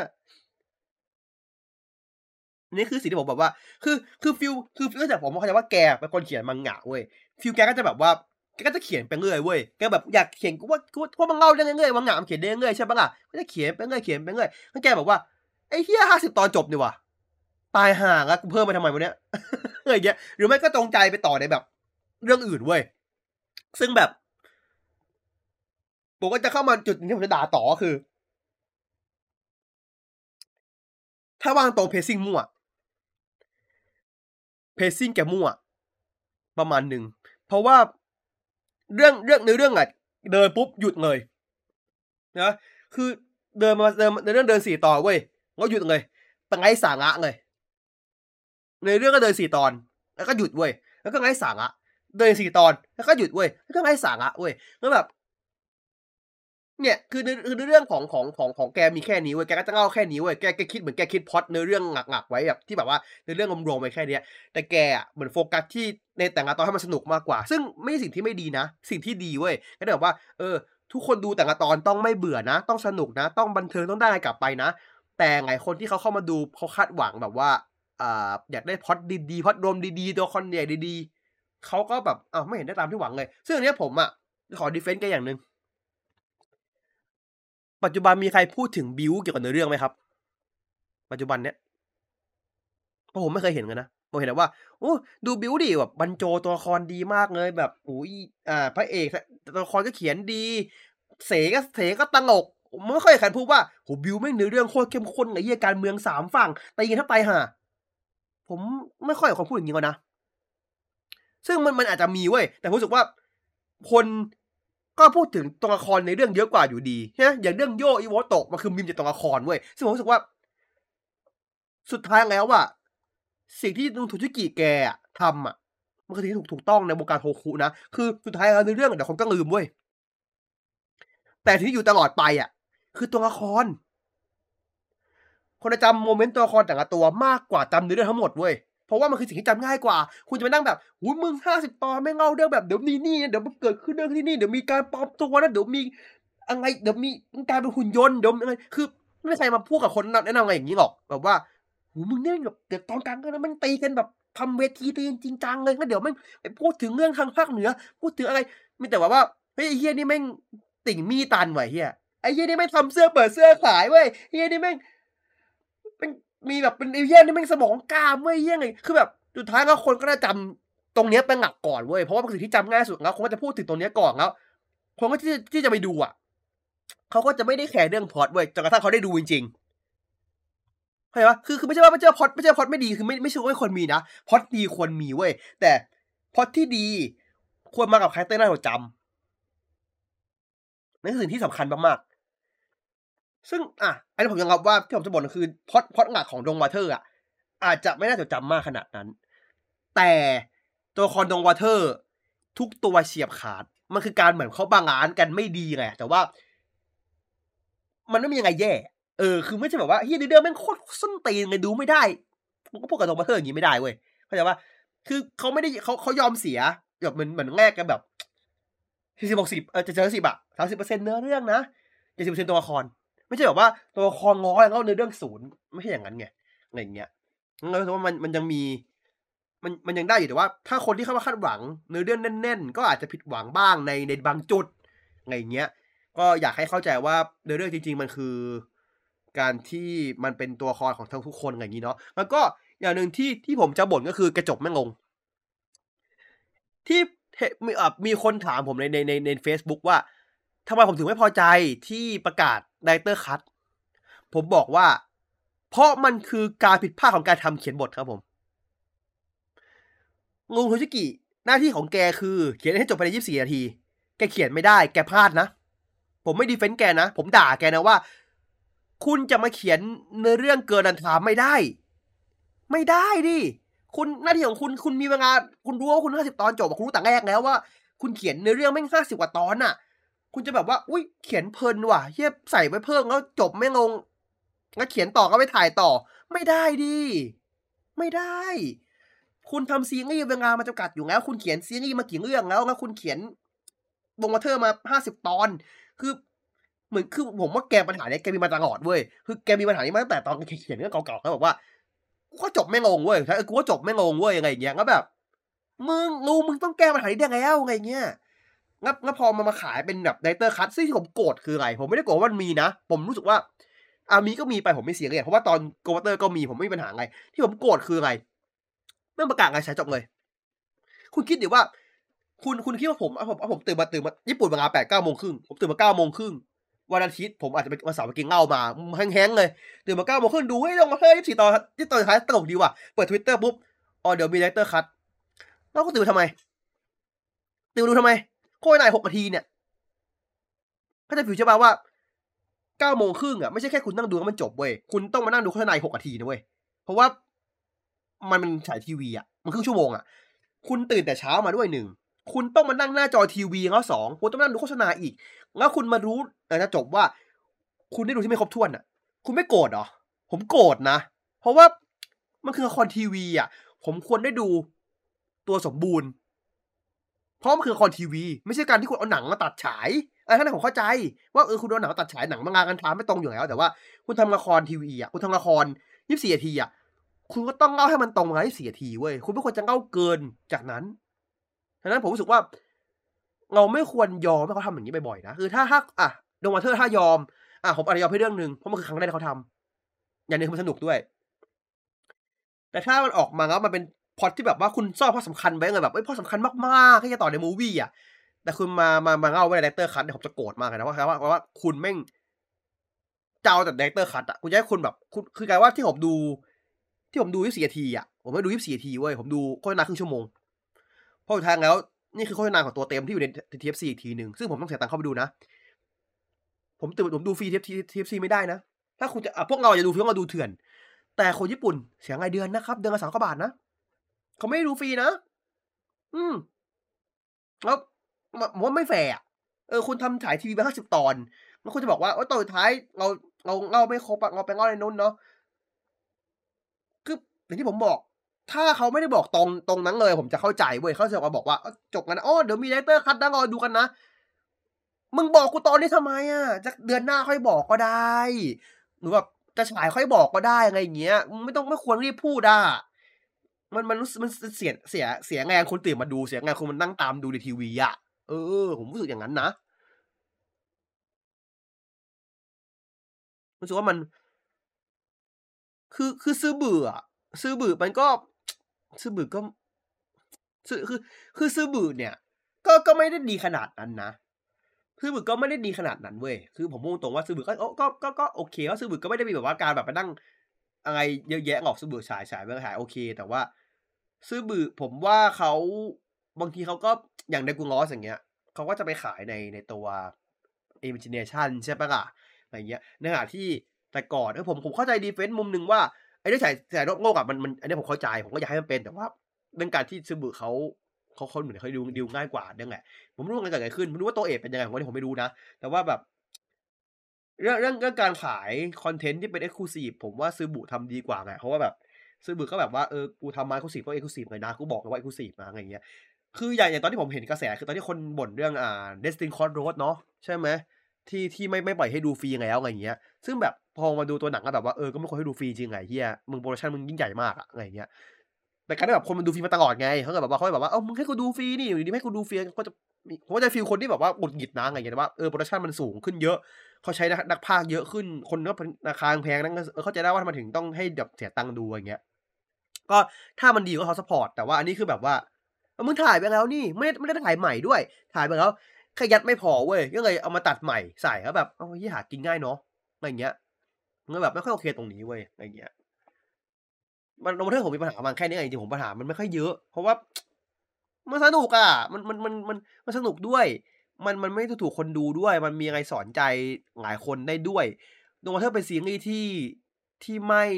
นี่คือสิ่งที่ผมแบบว่าคือฟิลก็จากผมเข้าใจว่าแกเป็นคนเขียนมังงะเว้ยฟิลแกก็จะแบบว่าแกก็จะเขียนไปเรื่อยเว้ยแกแบบอยากเขียนกูว่ามันเล่าได้เรื่อยๆมังงะมันเขียนได้เรื่อยใช่ปะล่ะก็จะเขียนไปเรื่อยแล้วแกแบบว่าไอ้เหี้ย50 ตอนจบนี่ว่ะตายห่าแล้วกูเพิ่มไปทำไมวะเนี้ยอะไรเงี้ยหรือไม่ก็จงใจไปต่อในแบบเรื่องอื่นเว้ยซึ่งแบบผมก็จะเข้ามาจุดที่ผมจะด่าต่อคือถ้าวางตรงเพซซิ่งมั่วเพซซิ่งแกมั่วประมาณหนึ่งเพราะว่าเรื่องเรื่องอ่ะเดินปุ๊บหยุดเลยนะคือเดิน4 ตอนเว้ยแล้วหยุดเลยแต่ไร้สาระเลยในเรื่องก็เดิน4 ตอนแล้วก็หยุดเว้ยแล้วก็ไร้สาระเดิน4 ตอนแล้วก็หยุดเว้ยแล้วก็ไร้สาระเว้ยแล้วแบบเนี่ยคือในเรื่องของแกมีแค่นี้เว้ยแกก็จะเล่าแค่นี้เว้ยแกคิดเหมือนแกคิดพล็อตในเรื่องหลักๆไว้แบบที่แบบว่าในเรื่องรวมๆไว้แค่นี้แต่แกเหมือนโฟกัสที่ในแต่ละตอนให้มันสนุกมากกว่าซึ่งไม่ใช่สิ่งที่ไม่ดีนะสิ่งที่ดีเว้ยก็แบบว่าทุกคนดูแต่ละตอนต้องไม่เบื่อนะต้องสนุกนะต้องบันเทิงต้องได้อะไรกลับไปนะแต่หลายคนที่เขาเข้ามาดูเขาคาดหวังแบบว่าอยากได้พล็อตดีๆพล็อตรวมดีๆตัวคอนใหญ่ดีๆเขาก็แบบไม่เห็นได้ตามที่หวังเลยซึ่งอันนี้ผมขอดีเฟนต์แกอย่างนึงปัจจุบันมีใครพูดถึงบิวเกี่ยวกับเนื้อเรื่องไหมครับปัจจุบันเนี้ยเพราะผมไม่เคยเห็นกันนะผมเห็นแต่ว่าโอ้ดูบิวดิแบบบรรโจตัวละครดีมากเลยแบบอุ้ยพระเอกตัวละครก็เขียนดีเสก็ตลกผมไม่ค่อยใครพูดว่าโหบิวไม่เนื้อเรื่องโคตรเข้มข้นไอ้เหี้ยการเมือง3 ฝั่งตีกันทับตายห่าผมไม่ค่อยคนพูดอย่างนี้กันนะซึ่งมันอาจจะมีเว้ยแต่ผมรู้สึกว่าคนก็พูดถึงตัวละครในเรื่องเยอะกว่าอยู่ดีใช่ไหมอย่างเรื่องโยอิโวโตะมันคือมิมจากตัวละครเว้ยซึ่งผมรู้สึกว่าสุดท้ายแล้วสิ่งที่ลุงโทชิกิแกอะทำอะมันคือสิ่งที่ถูกต้องในวงการโทคุนะคือสุดท้ายแล้วในเรื่องเดี๋ยวคนก็ลืมเว้ยแต่ที่อยู่ตลอดไปอะคือตัวละครคนจะจำโมเมนต์ตัวละครแต่ละตัวมากกว่าจำเนื้อเรื่องทั้งหมดเว้ยเพราะว่ามันคือสิ่งที่จำง่ายกว่าคุณจะไปนั่งแบบอุ๊ยมึง50 ตอนแม่งเล่าเรื่องแบบเดี๋ยวนี่เดี๋ยวมันเกิดขึ้นเรื่องที่นี่เดี๋ยวมีการปลอมตัวนะเดี๋ยวมีอะไรเดี๋ยวมีกลายเป็นหุ่นยนต์เดี๋ยวอะไรคือไม่มีใครมาพูดกับคนแนะนำอะไรอย่างนี้หรอกแบบว่าโอ้โฮมึงเนี่ยแบบเดี๋ยวตอนกลางเรื่องนะแม่งตีกันแบบทำเวทีตีกันจริงจังเลยแล้วเดี๋ยวแม่งไปพูดถึงเรื่องทางภาคเหนือพูดถึงอะไรมีแต่แบบว่าเฮ้ยไอ้เหี้ยนี่แม่งติ่งมี่ตันว่ะไอ้เหี้ยไอ้เหี้ยนี่แม่งทำเสื้อเปิดเสื้อขายเว้ยไอ้เหี้ยนี่แม่ง เป็นมีแบบเป็นไอ้เหี้ยนี่แม่งสมองกล้ามเว้ยเหี้ยไงคือแบบสุดท้ายแล้วคนก็จะจำตรงเนี้ยเป็นหลักก่อนเว้ยเพราะว่าเป็นสิ่งที่จำง่ายสุดแล้วคนก็จะพูดถึงตรงเนี้ยก่อนแล้วคนก็ที่จะไปดูอะเขาก็จะไม่ได้แคร์เรื่องพล็อตเว้ยจนกระทั่งเขาได้ดูจริงๆเข้าใจเปล่าคือไม่ใช่ว่าไม่ใช่พล็อตไม่ดีคือไม่ใช่ว่าไม่ควรมีนะพล็อตดีควรมีเว้ยแต่พล็อตที่ดีควรมากับคาแรกเตอร์น่าจดจำนั่นคือสิ่งที่สำคัญมากๆซึ่งอันนี้ผมยอมรับว่าที่ผมจะบ่นคือพล็อตหลักของ Dong Water อะอาจจะไม่น่าจดจำมากขนาดนั้น แต่ตัวละครดงวอเตอร์ทุกตัวเฉียบขาดมันคือการเหมือนเขาบาลานซ์กันไม่ดีไงแต่ว่ามันไม่มียังไงแย่คือไม่ใช่แบบว่าเฮียเดือดแม่งโคตรส้นตีนเลยดูไม่ได้มันก็พูดกับดงวอเตอร์อย่างนี้ไม่ได้เว้ยเข้าใจว่าคือเขาไม่ได้เขายอมเสียแบบเหมือนแลกกันแบบ40-60จะเจอ10อะ30%เนื้อเรื่องนะ70%ตัวละครไม่ใช่แบบว่าตัวละครง้อแล้วเนื้อเรื่องศูนย์ไม่ใช่อย่างนั้นไงอะไรอย่างเงี้ยงั้นรู้สึกว่ามันยังมีมันยังได้อยู่แต่ว่าถ้าคนที่เข้ามาคาดหวังเนื้อเรื่องแน่นๆก็อาจจะผิดหวังบ้างในบางจุดอะไรอย่างเงี้ยก็อยากให้เข้าใจว่าเนื้อเรื่องจริงๆมันคือการที่มันเป็นตัวละครของทั้งทุกคนอะไรอย่างงี้เนาะแล้วก็อย่างหนึ่งที่ผมจะบ่นก็คือกระจกแม่งงงที่มีคนถามผมในเฟซบุ๊กว่าทำไมผมถึงไม่พอใจที่ประกาศ Director Cut ผมบอกว่าเพราะมันคือการผิดพลาดของการทำเขียนบทครับผม ลุงโทชิกิหน้าที่ของแกคือเขียนให้จบภายใน24 นาทีแกเขียนไม่ได้แกพลาดนะผมไม่ดีเฟนต์แกนะผมด่าแกนะว่าคุณจะมาเขียนในเรื่องเกินอันทามไม่ได้ไม่ได้ดิคุณหน้าที่ของคุณมีเวลาคุณรู้ว่าคุณ50 ตอนจบคุณรู้แต่แรกแล้วว่าคุณเขียนในเรื่องแม่ง50 กว่าตอนน่ะคุณจะแบบว่าอุ้ยเขียนเพลินว่ะเฮียใส่ไว้เพิ่มแล้วจบไม่ลงแล้วเขียนต่อก็ไปถ่ายต่อไม่ได้ดิไม่ได้คุณทำซีรีส์เวลามันจำกัดอยู่แล้วคุณเขียนซีรีส์มากี่เรื่องแล้วคุณเขียนวงวอเทอร์มา50 ตอนคือเหมือนคือผมว่าแกปัญหาเนี้ยแกมีมาตลอดเว้ยคือแกมีปัญหานี้มาตั้งแต่ตอนแกเขียนเรื่องเก่าๆแล้วบอกว่ากูก็จบไม่ลงเว้ยกูก็จบไม่ลงเว้ยอะไรอย่างเงี้ยแล้วแบบมึงต้องแก้ปัญหานี้ได้แล้วอะไรเงี้ยแล้วพอมันมาขายเป็นแบบ Director Cut ซึ่งที่ผมโกรธคืออะไรผมไม่ได้โกรธว่ามันมีนะผมรู้สึกว่ามีก็มีไปผมไม่เสียเลยเพราะว่าตอน Go Water ก็มีผมไม่มีปัญหาอะไรที่ผมโกรธคืออะไรแม่งประกาศงานฉายจบเลยคุณคิดดิว่าคุณคิดว่าผมตื่นมาญี่ปุ่นเวลา8-9 โมงครึ่งผมตื่นมา9 โมงครึ่งวันอาทิตย์ผมอาจจะไปวันเสาร์ไปกินเหล้ามาแห้งๆเลยตื่นมา9 โมงครึ่งดูเฮ้ยลงมาเฮ้ย24 ตอนที่ตอนสุดท้ายตลกดีว่ะเปิด Twitter ปุ๊บเดี๋ยวมี Director Cut แล้วก็ตื่นทำไมตื่นดูทำไมโฆษณา6 นาทีเนี่ยก็จะผิวใช่ป่ะว่า9 โมงครึ่งอ่ะไม่ใช่แค่คุณนั่งดูแล้วมันจบเว้ยคุณต้องมานั่งดูโฆษณา6 นาทีนะเว้ยเพราะว่ามันฉายทีวีอ่ะมันครึ่งชั่วโมงอ่ะคุณตื่นแต่เช้ามาด้วย1คุณต้องมานั่งหน้าจอทีวีแล้ว2คุณต้องนั่งดูโฆษณาอีกแล้วคุณมารู้หลังจากจบว่าคุณได้ดูที่ไม่ครบถ้วนอ่ะคุณไม่โกรธเหรอผมโกรธนะเพราะว่ามันคือละครทีวีอ่ะผมควรได้ดูตัวสมบูรณ์เพราะมันคือละครทีวีไม่ใช่การที่คุณเอาหนังมาตัดฉายท่านผมเข้าใจว่าคุณเอาหนังมาตัดฉายหนังมางานกันทามไม่ตรงอยู่แล้วแต่ว่าคุณทำละครทีวีอ่ะคุณทำละคร24 นาทีอ่ะคุณก็ต้องเล่าให้มันตรงเวลา24 นาทีเว้ยคุณไม่ควรจะเล่าเกินจากนั้นฉะนั้นผมรู้สึกว่าเราไม่ควรยอมให้เขาทำอย่างนี้บ่อยๆนะคือถ้าดงวอเทอร์ถ้ายอมผมอาจจะยอมให้เรื่องนึงเพราะมันคือครั้งแรกที่เขาทำอย่างนึงคือมันสนุกด้วยแต่ถ้ามันออกมาแล้วมันเป็นพล็อตที่แบบว่าคุณซ่อนพล็อตสำคัญไว้เลยแบบพล็อตสำคัญมากๆที่จะต่อในมูฟวี่อ่ะแต่คุณมาเล่าไว้ใน Director Cut เนี่ยผมจะโกรธมากเลยนะว่าคุณแม่งจะเอาแต่ Director Cut อ่ะคุณจะให้คุณแบบคุณคือกลายว่าที่ผมดู24 นาทีอ่ะผมไม่ดู24 นาทีเว้ยผมดูโฆษณาครึ่งชั่วโมงเพราะสุดท้ายแล้วนี่คือโฆษณาของตัวเต็มที่อยู่ใน TFC อีกทีนึงซึ่งผมต้องเสียตังค์เข้าไปดูนะผมดูฟรี TFC ไม่ได้นะถ้าคุณจะพวกเราจะดูฟิล์มเราดูเถื่อนแแต่คนญี่ปุ่นเสียรายเดือนนะครับเดือนละ3,000 กว่าบาทนะเขาไม่ได้ดูฟรีนะแล้วผมว่าไม่แฟร์อะคุณทำฉายทีวีมา50 ตอนแล้วคุณจะบอกว่าตอนสุดท้ายเราเล่าไม่ครบอะเราไปเล่าในนู้นเนาะคืออย่างที่ผมบอกถ้าเขาไม่ได้บอกตรงนั้นเลยผมจะเข้าใจเว้ยเขาจะมาบอกว่าจบกันนะเดี๋ยวมี Director Cut นะรอดูกันนะมึงบอกกูตอนนี้ทำไมอะจะเดือนหน้าค่อยบอกก็ได้หรือแบบจะฉายค่อยบอกก็ได้อะไรอย่างเงี้ยมึงไม่ควรรีบพูดอะมันรู้สึกมันเสียแรงคนตื่นมาดูเสียแรงคนมันนั่งตามดูในทีวีอะผมรู้สึกอย่างนั้นนะรู้สึกว่ามันคือซื่อบื้ออะซื่อบื้อมันก็ซื่อบื้อก็ซื่อคือซื่อบื้อเนี่ยก็ไม่ได้ดีขนาดนั้นนะซื่อบื้อก็ไม่ได้ดีขนาดนั้นเว้ยคือผมพูดตรงๆว่าซื่อบื้อก็โอเคว่าซื่อบื้อก็ไม่ได้มีแบบว่าการแบบไปนั่งอะไรเยอะแยะหรอกซื่อบื้อฉายไม่ฉายโอเคแต่ว่าซื่อบื้อผมว่าเขาบางทีเขาก็อย่าง Dragon Lost อย่างเงี้ยเขาก็จะไปขายในตัว Imagination ใช่เปล่าล่ะอะไรอย่างเงี้ยในขณะที่แต่ก่อนผมเข้าใจ Defense มุมหนึ่งว่าไอ้เรื่องฉายโลกอะมันอันนี้ผมเข้าใจผมก็อยากให้มันเป็นแต่ว่าเรื่องการที่ซื่อบื้อเขาเหมือนเขาดีลง่ายกว่านั่นแหละผมไม่รู้ว่ามันเกิดอะไรขึ้นไม่รู้ว่าตัวเอกเป็นยังไงผมไม่รู้นะแต่ว่าแบบเรื่องการขายคอนเทนต์ที่เป็น Exclusive ผมว่าซื่อบื้อทำดีกว่าไงเพราะว่าแบบซื่อบื้อก็แบบว่ากูทำมา Exclusive ก็ Exclusive เลยนะกูบอกเลยว่า Exclusive นะอะไรอย่างเงี้ยคืออย่างตอนที่ผมเห็นกระแสคือตอนที่คนบ่นเรื่องDestiny Crossroads เนาะใช่ไหมที่ไม่ปล่อยให้ดูฟรีแล้วอะไรอย่างเงี้ยซึ่งแบบพอมาดูตัวหนังก็แบบว่าก็ไม่ควรให้ดูฟรีจริงไงเหี้ยมึงโพรดักชันมึงยิ่งใหญ่มากอะอะไรอย่างเงี้ยแต่การที่แบบคนมันดูฟรีมาตลอดไงเขาก็แบบว่ามึงให้กูดูฟรีนี่อยู่ดีๆไม่ให้กูดูฟรีก็จะผมเข้าใจฟีลคนที่แบบว่าหงุดหงิดนะอะไรอย่างเงี้ยว่าโพรดักชันมันสูงขึ้นเยอะเขาใช้นักพากย์เยอะขึ้นคนก็ราคาแพงนั่นก็เข้าใจได้ว่าทำไมถึงต้องให้แบบเสียตังค์ดูอย่างเงี้ยก็ถ้ามันดีก็เขาซัปพอร์ตแต่ว่าอันนี้คือแบบว่ามึงถ่ายไปแล้วนี่ไม่ได้ถ่ายใหม่ด้วยถ่ายไปแล้วแค่ยัดไม่พอเว้ยก็เลยเอามาตัดใหม่ใส่แล้วแบบเหี้ยหากินง่ายเนาะอะไรอย่างเงี้ยมันก็แบบไม่ค่อยโอเคตรงนี้เว้ยอะไรอย่างเงี้ยมันโรบันเทิงผมมีปัญหากับมันแค่นี้เองจริงๆผมปัญหามันไม่ค่อยเยอะเพราะว่ามันสนุกอะมันสนุกด้วยมันไม่ถูกคนดูด้วยมันมีอะไรสอนใจหลายคนได้ด้วยโรบันเทิงเป็นซีรีส์ที่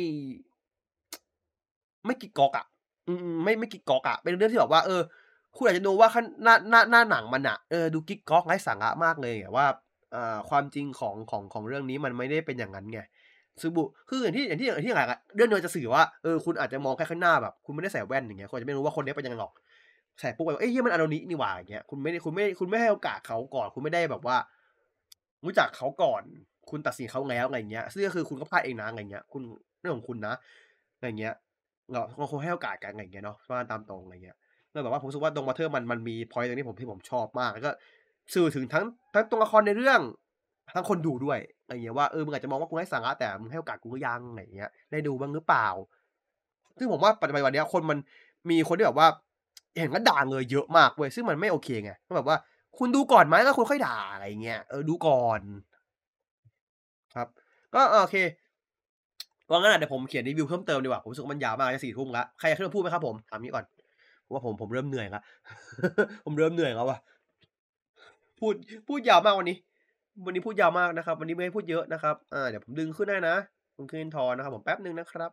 ไม่กิ๊กก๊อกอะไม่กิ๊กก๊อกอะเป็นเรื่องที่แบบว่าคุณอาจจะดูว่าหน้าหนังมันน่ะดูกิ๊กก๊อกไร้สาระมากเลยแต่ว่าความจริงของเรื่องนี้มันไม่ได้เป็นอย่างนั้นไงซึบุคืออย่างที่หลายเรื่องมันจะสื่อว่าคุณอาจจะมองแค่ข้างหน้าแบบคุณไม่ได้ใส่แว่นอย่างเงี้ยคุณอาจจะไม่รู้ว่าคนนี้เป็นยังไงหรอกใส่ปุ๊บแบบเหี้ยมันอาโนนินี่หว่าอย่างเงี้ยคุณไม่ให้โอกาสเขาก่อนคุณไม่ได้แบบว่ารู้จักเขาก่อนคุณตัดสินเขาแล้วอะไรอย่างเงี้ยซึ่งก็คือคุณก็พลาดเองนะอะไรอย่างเงี้ยคุณเรื่องของคุณนะอะไรอย่างเงี้ย เราคงให้โอกาสกันอะไรอย่างเงี้ยเนาะว่าตามตรงอะไรเงี้ยก็แบบว่าผมรู้สึกว่า Dong Water มันมีพ็อยนต์ตรงนี้ที่ผมชอบมากแล้วก็สื่อถึงทั้งตัวละครในเรื่องทั้งคนดูด้วยอะไรเงี้ยว่ามึงอาจจะมองว่ากูไร้สาระแต่มึงให้โอกาสกูหรือยังอะไรอย่างเงี้ยได้ดูบ้างหรือเปล่าซึ่งผมว่าปัจจุบันวันเนี้ยคนมันมีคนที่แบบว่าเห็นแล้วด่าเลยเยอะมากเว้ยซึ่งมันไม่โอเคไงก็แบบว่าคุณดูก่อนไหมแล้วคุณค่อยด่าอะไรอย่างเงี้ยดูก่อนครับก็โอเคว่างั้นเดี๋ยวผมเขียนรีวิวเพิ่มเติมดีกว่าผมรู้สึกว่ามันยาวมากจะ4 ทุ่มแล้วใครอยากขึ้นมาพูดไหมครับผมถามงี้ก่อน เพราะว่าผมเริ่มเหนื่อยแล้ว ผมเริ่มเหนื่อยแล้วว่ะพูดพูดยาวมากวันนี้พูดยาวมากนะครับวันนี้ไม่ให้พูดเยอะนะครับเดี๋ยวผมดึงขึ้นให้นะผมขึ้นทอนนะครับผมแป๊บหนึ่งนะครับ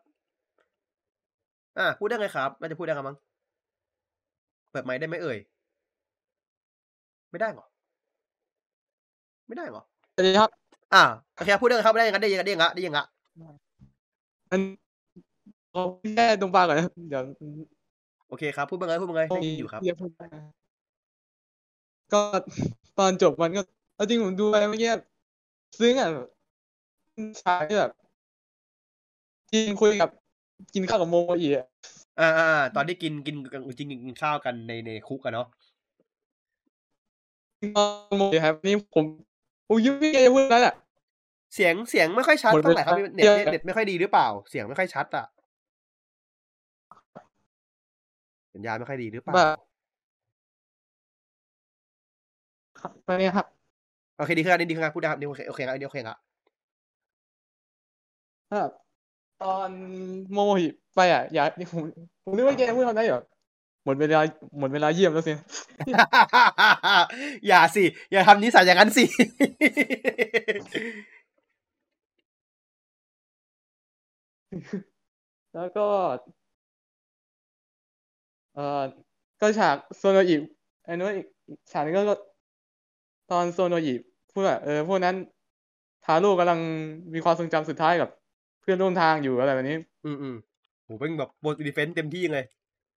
พูดได้ไงครับน่าจะพูดได้ครับมั้งเปิดไมค์ได้ไหมเอ่ยไม่ได้เหรอไม่ได้เหรอ
สวัสดีครับ
โอเคพูดได้ครับได้ยังไง
มันเขาแค่ตรงปากก่อนนะเดี๋ยว
โอเคครับพูดมาเลยได้ยินอยู่ครับ
เรียกพูดก็ตอนจบมันก็เอาจริงผมดูไปเมื่อกี้ซึ้งอ่ะฉากที่แบบคุยกับกินข้าวกับโมโมอีอ่ะ
ตอนที่กินกินข้าวกันในคุกอะเนาะ
โมโมอีครับนี่ผมยิ้มไม่ได้พูดแล้วแหละ
เสียงไม่ค่อยชัดเท่าไหร่ครับเน็ตไม่ค่อยดีหรือเปล่าเสียงไม่ค่อยชัดอะสัญญาณไม่ค่อยดีหรือเปล่า
ไปเนี่ยครับ
โอเคดีขึ้นครับพูดได้ครับโอเคครับโอเคครับ
ครับตอนโมโมอีไปอ่ะอยากผมนึกว่าแกพูดคำนั้นอยู่หมดเวลาเยี่ยมแล้วสิ
อย่าสิอย่าทำนิสัยอย่างนั้นสิ
แล้วก็เอ่อก็ฉากโซโนอิไอ้นู้นอีกฉากนึงก็ตอนโซโนอิพูดว่าพวกนั้นทาโร่กำลังมีความทรงจำสุดท้ายกับเพื่อนร่วมทางอยู่อะไรแบบนี้
โหเป็นแบบบทดีเฟนส์เต็มที่เลย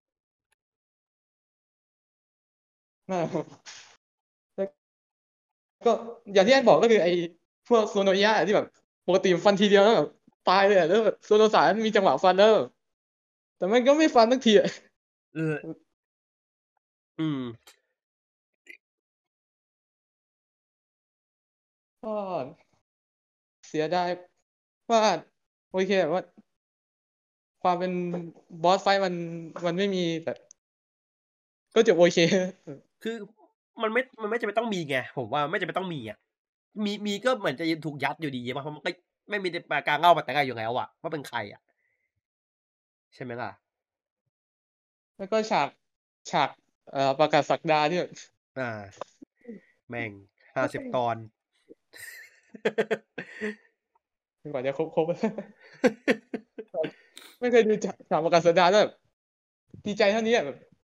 นั่นแหละแล้วก็อย่างที่แอนบอกก็คือไอ้พวกโซโนยะที่แบบปกติฟันทีเดียวแล้วแบบตายเลยอะแล้วแบบโซโนสารมีจังหวะฟันแล้วแต่มันก็ไม่ฟันสักทีอะ
เอออืม
ก็เสียดายว่าโอเคว่าความเป็นบอสไฟท์มันไม่มีแต่ก็จบโอเค
คือมันไม่จำเป็นต้องมีไงผมว่าไม่จำเป็นต้องมีอ่ะมีก็เหมือนจะถูกยัดอยู่ดีเพราะมันก็ไม่มีการเล่ามาแต่ไงอยู่แล้วอ่ะว่าเป็นใครอ่ะใช่ไหมล่ะ
แล้วก็ฉากประกาศศักดาที่แบบ
อ่าแม่ง50 ตอน
กว่าจะครบไม่เคยดูฉากประกาศศักดาแล้วแบบดีใจเท่านี้อะ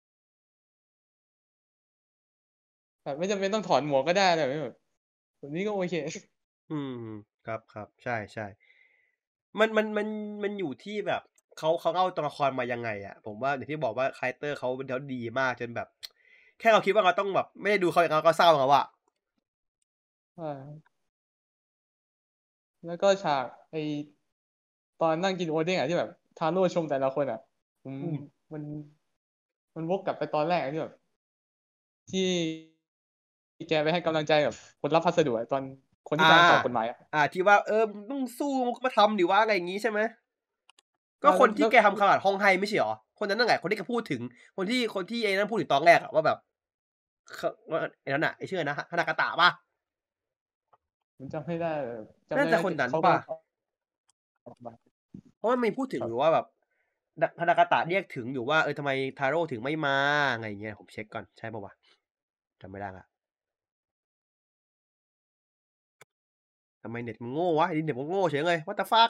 แบบไม่จำเป็นต้องถอนหมวกก็ได้อะไรแบบนี้ก็โอเค
อืมครับใช่มันอยู่ที่แบบเขาเล่าตัวละครมายังไงอ่ะผมว่าอย่างที่บอกว่าคาแรคเตอร์เขาดีมากจนแบบ แค่เราคิดว่าเราต้องแบบไม่ได้ดูเขาอย่างนั้นก็เศร้าแล้วอ่ะ
อ่าแล้วก็ฉากไอตอนนั่งกินโอเด้งอ่ะที่แบบทาโร่ชมแต่ละคนอ่ะผม
อืม
มันมันวกกลับไปตอนแรกอะที่แบบที่แกไปให้กำลังใจกับคนรับพัสดุอะตอนคน
อ่า
ที่กำลังสอบกฎหมายอ่ะ
ที่ว่าต้องสู้มาทำดิว่าอะไรอย่างงี้ใช่ไหมก็คนที่
แล้ว
แกทำขนาดห้องให้ไม่ใช่หรอคนนั้นนั่นไงคนที่แกพูดถึงคนที่ไอ้นั่นพูดถึงตอนแรกอะว่าแบบว่าไอ้นั่นอะไอ้ชื่อนะฮานากาตะป่ะ
ผมจำไม่ได้จำ
น่าจะ
ได้ว่า
คนนั้นป่ะ
เขากำลังสอบมา
เพราะมันมีพูดถึง
ครับ
อยู่ว่าแบบฮานากาตะเรียกถึงอยู่ว่าทำไมทาโร่ถึงไม่มาอะไรอย่างเงี้ยผมเช็คก่อนใช่ป่ะวะจำไม่ได้ละทำไมเน็ตมันโง่วะไอ้เน็ตมันโง่เฉยเลย what the fuck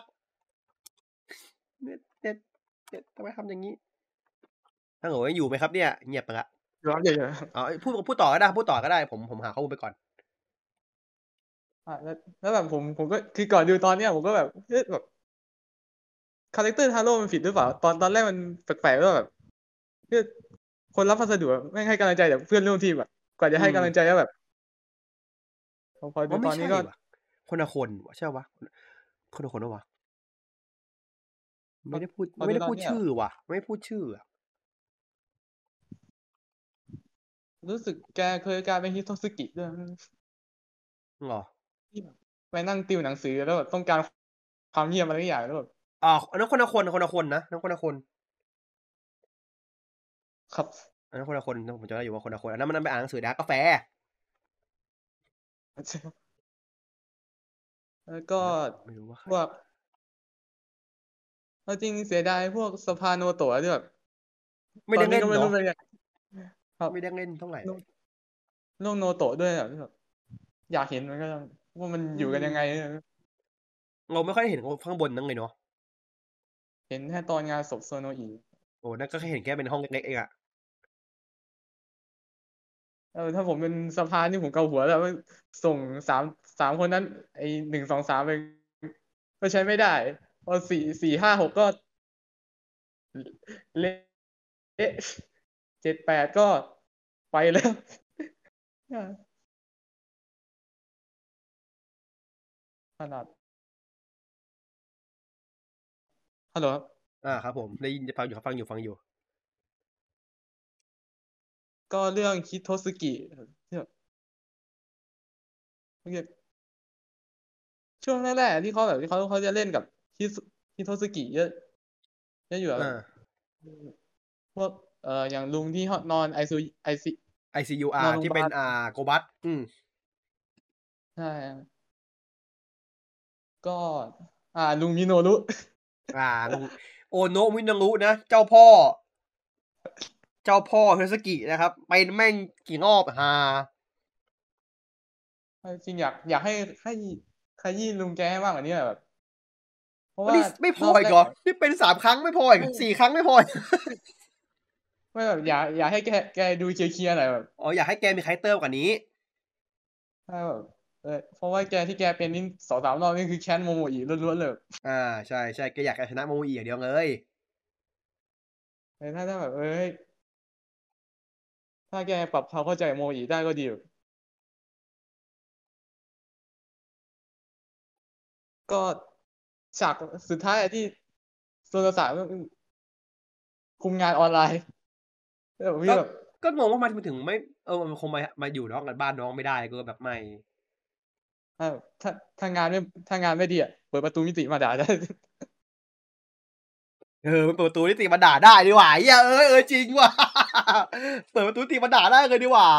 เน็ตทำไมทำอย่างนี้ฮัลโหลยังอยู่ไหมครับเนี่ยเงียบไปละ
ร้อนใหญ่
อ๋อพูดต่อก็ได้พูดต่อก็ได้ผมหาข้อมูลไปก่อน
ๆแล้วแบบผมก็คือก่อนดูตอนเนี้ยผมก็แบบแบบคาแรคเตอร์ทาโร่มันผิดหรือเปล่าตอนแรกมันแปลกๆว่าแบบคือคนรับพัสดุอะไม่งให้กำลังใจแต่เพื่อนร่วมทีมอะกว่าจะให้
อืม
กำลังใจก็แบบพอดู
อ๋อไม่ใช่
ตอนนี้ก็
ว่ะคนละคนวะใช่วะคนละคนวะ
พอ
ไม่ได้พูด
ดูตอนเนี้ย
ชื่อว่ะไม่พูดชื่ออะ
รู้สึกแกเคยกลายเป็นฮิโตสึกิด้วย
เหรอ
ที่แบบไปนั่งติวหนังสือแล้วแบบต้องการความเงียบอะไรทุกอย่างแล้วแบบ
อันนั้นคนละคนนะนั่นคนละคน
ครับ
อันนั้นคนละคนผมจำได้อยู่ว่าคนละคนอันนั้นมันไปอ่านหนังสือดาร์กกาแฟ
แล้วก็
อันนั้นไม่รู้ว่าใคร
พวกเอาจริงเสียดายพวกสภาโนโตะที่แบบ
ไม่
ตอนนี้ก็ไม่
ได้เล่นเนาะ
รู้เป็นยังไงครับ
ไม่ได้เล่นเท่าไหร่เลย
เรื่องโนโตะด้วยแบบอยากเห็นมันก็ว่ามัน
อื
อยู่กันยังไง
มเราไม่ค่อยได้เห็นข้างบนนั่งเลยเนาะ
เห็นแค่ตอนงานศพโซโนอิ
โอ้นั่นก็แค่เห็นแค่เป็นห้องเล็กๆเองอะ
ถ้าผมเป็นสภานี่ผมเกาหัวแล้วว่าส่งสามคนนั้นไอ้1 2 3ไปก็ใช้ไม่ได้พอ4 4 5 6ก็เละ7 8ก็ไปแล้วขนาดฮัลโหลครับ
ครับผมได้ยินฟังอยู่
ก็เรื่องคิโทสึกิที่แบบช่วงแรกๆที่เขาแบบที่เขาจะเล่นกับฮิสฮิโทสึกิเยอะเยอะอยู่แบบ
อ่า
พวกอย่างลุงที่นอนไอซีนอน
ICUR ที่เป็น
โรงพยาบาล
โกบัส
ใช่ก็ลุงมิโนรุ
ลุงโอโนะมินารุนะเจ้าพ่อเฮสกินะครับไปแม่งกี่รอบ
จริงอยากให้ขยี้ลุงแกให้มากกว่านี้แบบเพราะ
อัน
ว่า
นี้ไม่พ
ร
อ
อบ
อี
แร
กเหรอ
ก
นี่เป็น3 ครั้งไม่พออีก
ไม่
4 ครั้งไม่พอ อีก
ไม่แบบอยากให้แกดูเคลียร์ๆหน่อยแบบ
อ๋อ อยากให้แกมีคาแรกเตอร์กว่านี้
ใช่แบบเพราะว่าแกที่แกเป็นนี่ 2-3 รอบนี่คือแค้นโมโมอิล้วนๆเลย
อา ใช่ ๆ แกอยากจะชนะโมโมอิอย่างเดียวเลย
แต่ถ้าแบบ ถ้าแกปรับความเข้าใจกับโมโมอิได้ก็ดีอยู่ ก็ฉากสุดท้ายอะที่โซโนสะคุมงานออนไลน์ แล้ว
ก็
พี่แบบ
ก็งงว่าทำไมถึงไม่ มันคงมาอยู่น้องกันบ้านน้องไม่ได้ ก็แบบไม่
ถ้างานไม่ดีอะเปิดประตูมิติมาด่าได้
มันเปิดประตูนิติมาด่าได้นี่หว่า เหี้ย จริงว่ะ เปิดประตูนิติมาด่าได้เลยนี่หว่า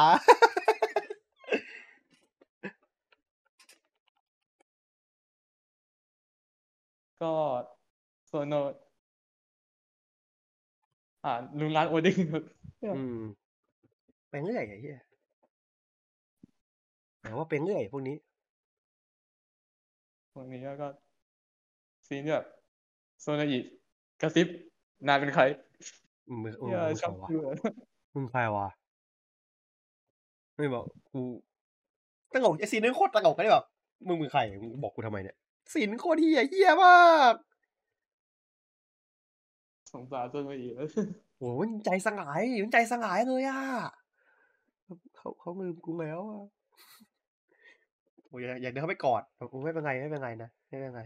ก็โซโน ลุงร้านโอเด้ง
อืม ไปเรื่อยไอ้เหี้ย หาว่าไปเรื่อยพวกนี้
พวกนี้ก็ซีนที่แบบโซโนอิกระซิบนายเป็นใคร
มึง
เหี้ย
มึง
ช
ใค
อ
ร
บ
วะ
ดู
มึงใครวะ ไม่บอกกู ตลก ไอ้ซีนนั้นโคตรตลกเลยแบบ มึงใคร มึงบอกกูทำไมเนี่ย ซีนโคตรเหี้ยมาก
สงสารโซโนอิ
โอ้โฮ มันใจสลาย มันใจสลายเลยอะ เขาลืมกูแล้วอะ โอ้โฮ อยากเดินเข้าไปกอด แบบ ไม่เป็นไรนะ ไม่เป็นไร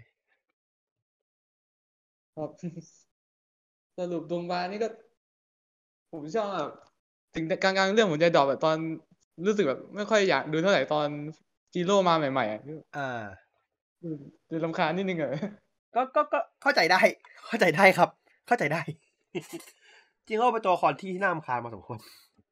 ครับ สรุปดวงบานี่ก็ ผมชอบแบบถึงกลางๆเรื่องผมจะดร็อปอะตอนรู้สึกแบบไม่ค่อยอยากดูเท่าไรตอนฮีโร่มาใหม่ๆอะ
อา
จะรำคาญนิดหนึ่งอะ
ก็เข้าใจได้ เข้าใจได้ครับ เข้าใจได้ จริงๆก็เป็นตัวละครที่น่ารำคาญพอสมควร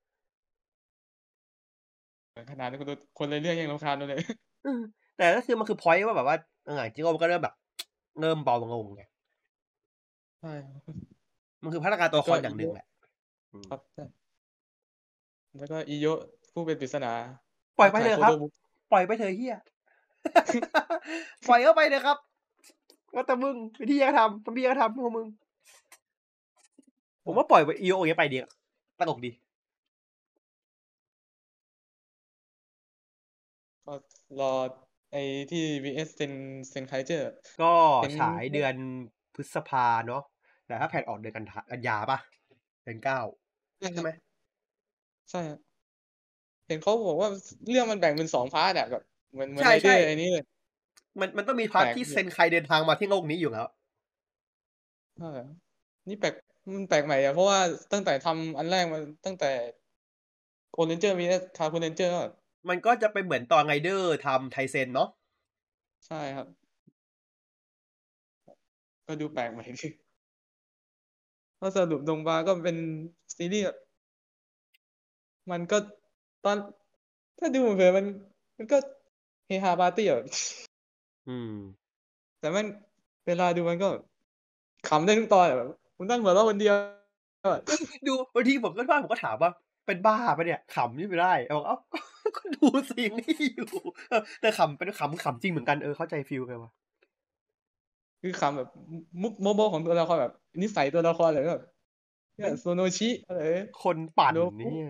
ขนาดนั้นคนในเรื่องยังรำคาญเราเลย
แต่ก็คือมันคือ พ็อยนต์ ว่าแบบว่าหลังๆจิโร่มันก็เริ่มแบบ เริ่มเบาลงไง
ใช่ครับ
มันคือพัฒนาการตัวละค
ก็
รอย่างหนึ่งแหละ
ครับ ใช่ แล้วก็อิโยะผู้เป็นปริศนา
ปล่อยไปเถอะครับ
Photo Book
ปล่อยไปเถอะไอ้เหี้ย ปล่อยเขาไปเถอะครับ แล้วแต่มึง เป็นที่อยากทำ เรื่องของมึง ผมว่าปล่อยอิโยะอย่างเงี้ยไปดี ตลกดี
ก็รอไอ้ที่ VS Zenkaiger
ก็
เห็น
ฉายเดือนพฤษภาเนาะ แต่ถ้าแพลนออกเดือนกันยาเปล่า? เดือน 9
ใช่
ใช่ไหม?
ใช่ครับ เห็นเขาบอกว่าเรื่องมันแบ่งเป็น 2 พาร์ตอะแบบเหมือน
ใช่
Rider ไอ้นี่เลย
มันต้องมีพาร์ตที่
แปลก
Zenkai เดินทางมาที่โลกนี้อยู่แล้ว
ใช่ นี่มันแปลกใหม่อะ เพราะว่าตั้งแต่ทำอันแรกมาตั้งแต่ Ghost Ranger vs Capcom Ranger ก็
มันก็จะเป็นเหมือนตอน Rider ทำ Taizen เนาะ
ใช่ครับ ก็ดูแปลกใหม่ ดี ก็สรุปดงบาก็เป็นซีรีส์แบบ มันก็ตอน ถ้าดูเผินๆมันก็เฮฮาปาร์ตีอะ
อืม
แต่แม่งเวลาดูมันก็ขำได้ทุกตอนอะแบบคุณนั่งหัวเราะคนเดียวอะ
ดูบางทีผมก็ถามว่า เป็นบ้าเปล่าเนี่ย ขำนี่ไม่ได้ บอก อ้าว ก็ดูซีรีส์อยู่ แต่ขำเป็นขำจริงเหมือนกัน เข้าใจฟีลแกว่ะ
คือขำแบบมุกโบ๊ะๆของตัวละครแบบนิสัยตัวละครอะไรแบบเนี่ยโซโนชิอะไร
คนปั่น
โด
ไอ้
คุ
เหี้ย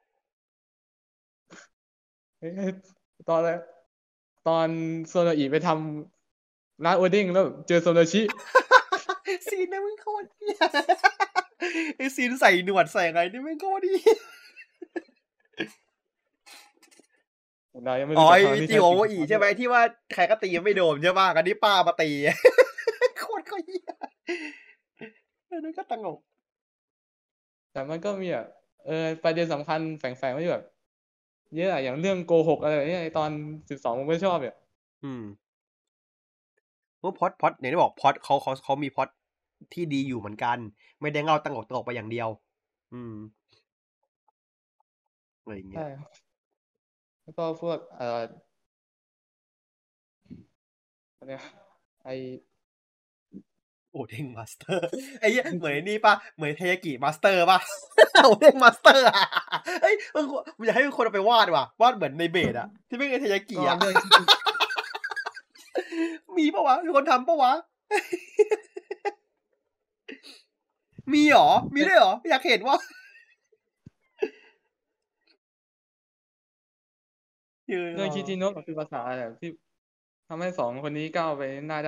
ตอนอะไร ตอนโซโนอิไปทำร้านโอเด้งแล้วแบบเจอโซโนชิ
ซีนนั้นแม่งโคตรเหี้ย ไอ้ซีนใส่หนวดใส่อะไรนี่แม่งโคตรเหี้ย
เรายังไม่
อ๋
รู้
อ
จัก
ไอ้
ทางที่
จิ
แท้
โอ
จริง
โออิใช่ไหม ที่ว่าใครก็ตีไม่โดนใช่เปล่า อันนี้ป้ามาตี โคตรเหี้ย อันนั้นก็ตลก
แต่มันก็มีแบบประเด็นสำคัญแฝงไว้แบบ เยอะอะอย่างเรื่องโกหกอะไรแบบนี้ไอ้ตอน 12 ผมก็ชอบเนี่ย
เพราะพล็อตอย่างที่บอกพล็อตเขามีพล็อตที่ดีอยู่เหมือนกัน ไม่ได้เล่าตลกไปอย่างเดียว อะไรอย่างเงี้
ใช่
ย
ครับ แล้วก็พวกอะไรนะ ไอ้
โอเด้งมาสเตอร์ ไอ้เหี้ย เหมือนไอ้นี่เปล่า เหมือนเทยากิมาสเตอร์เปล่า โอเด้งมาสเตอร์ อะ เฮ้ย อยากให้คนเอาไปวาดว่ะ วาดเหมือนในเบสอะ ที่แม่งไอ้เทยากิ
ก็
อะ
เรื่อง
มีเปล่าวะ มีคนทำเปล่าวะมีเหรอมีด้วยเหรออยากเห็นว่า
เรื่องคิจิโนะกับคือภาษาแบบที่ทำให้สองคนนี้ก้าวไปหน้าได้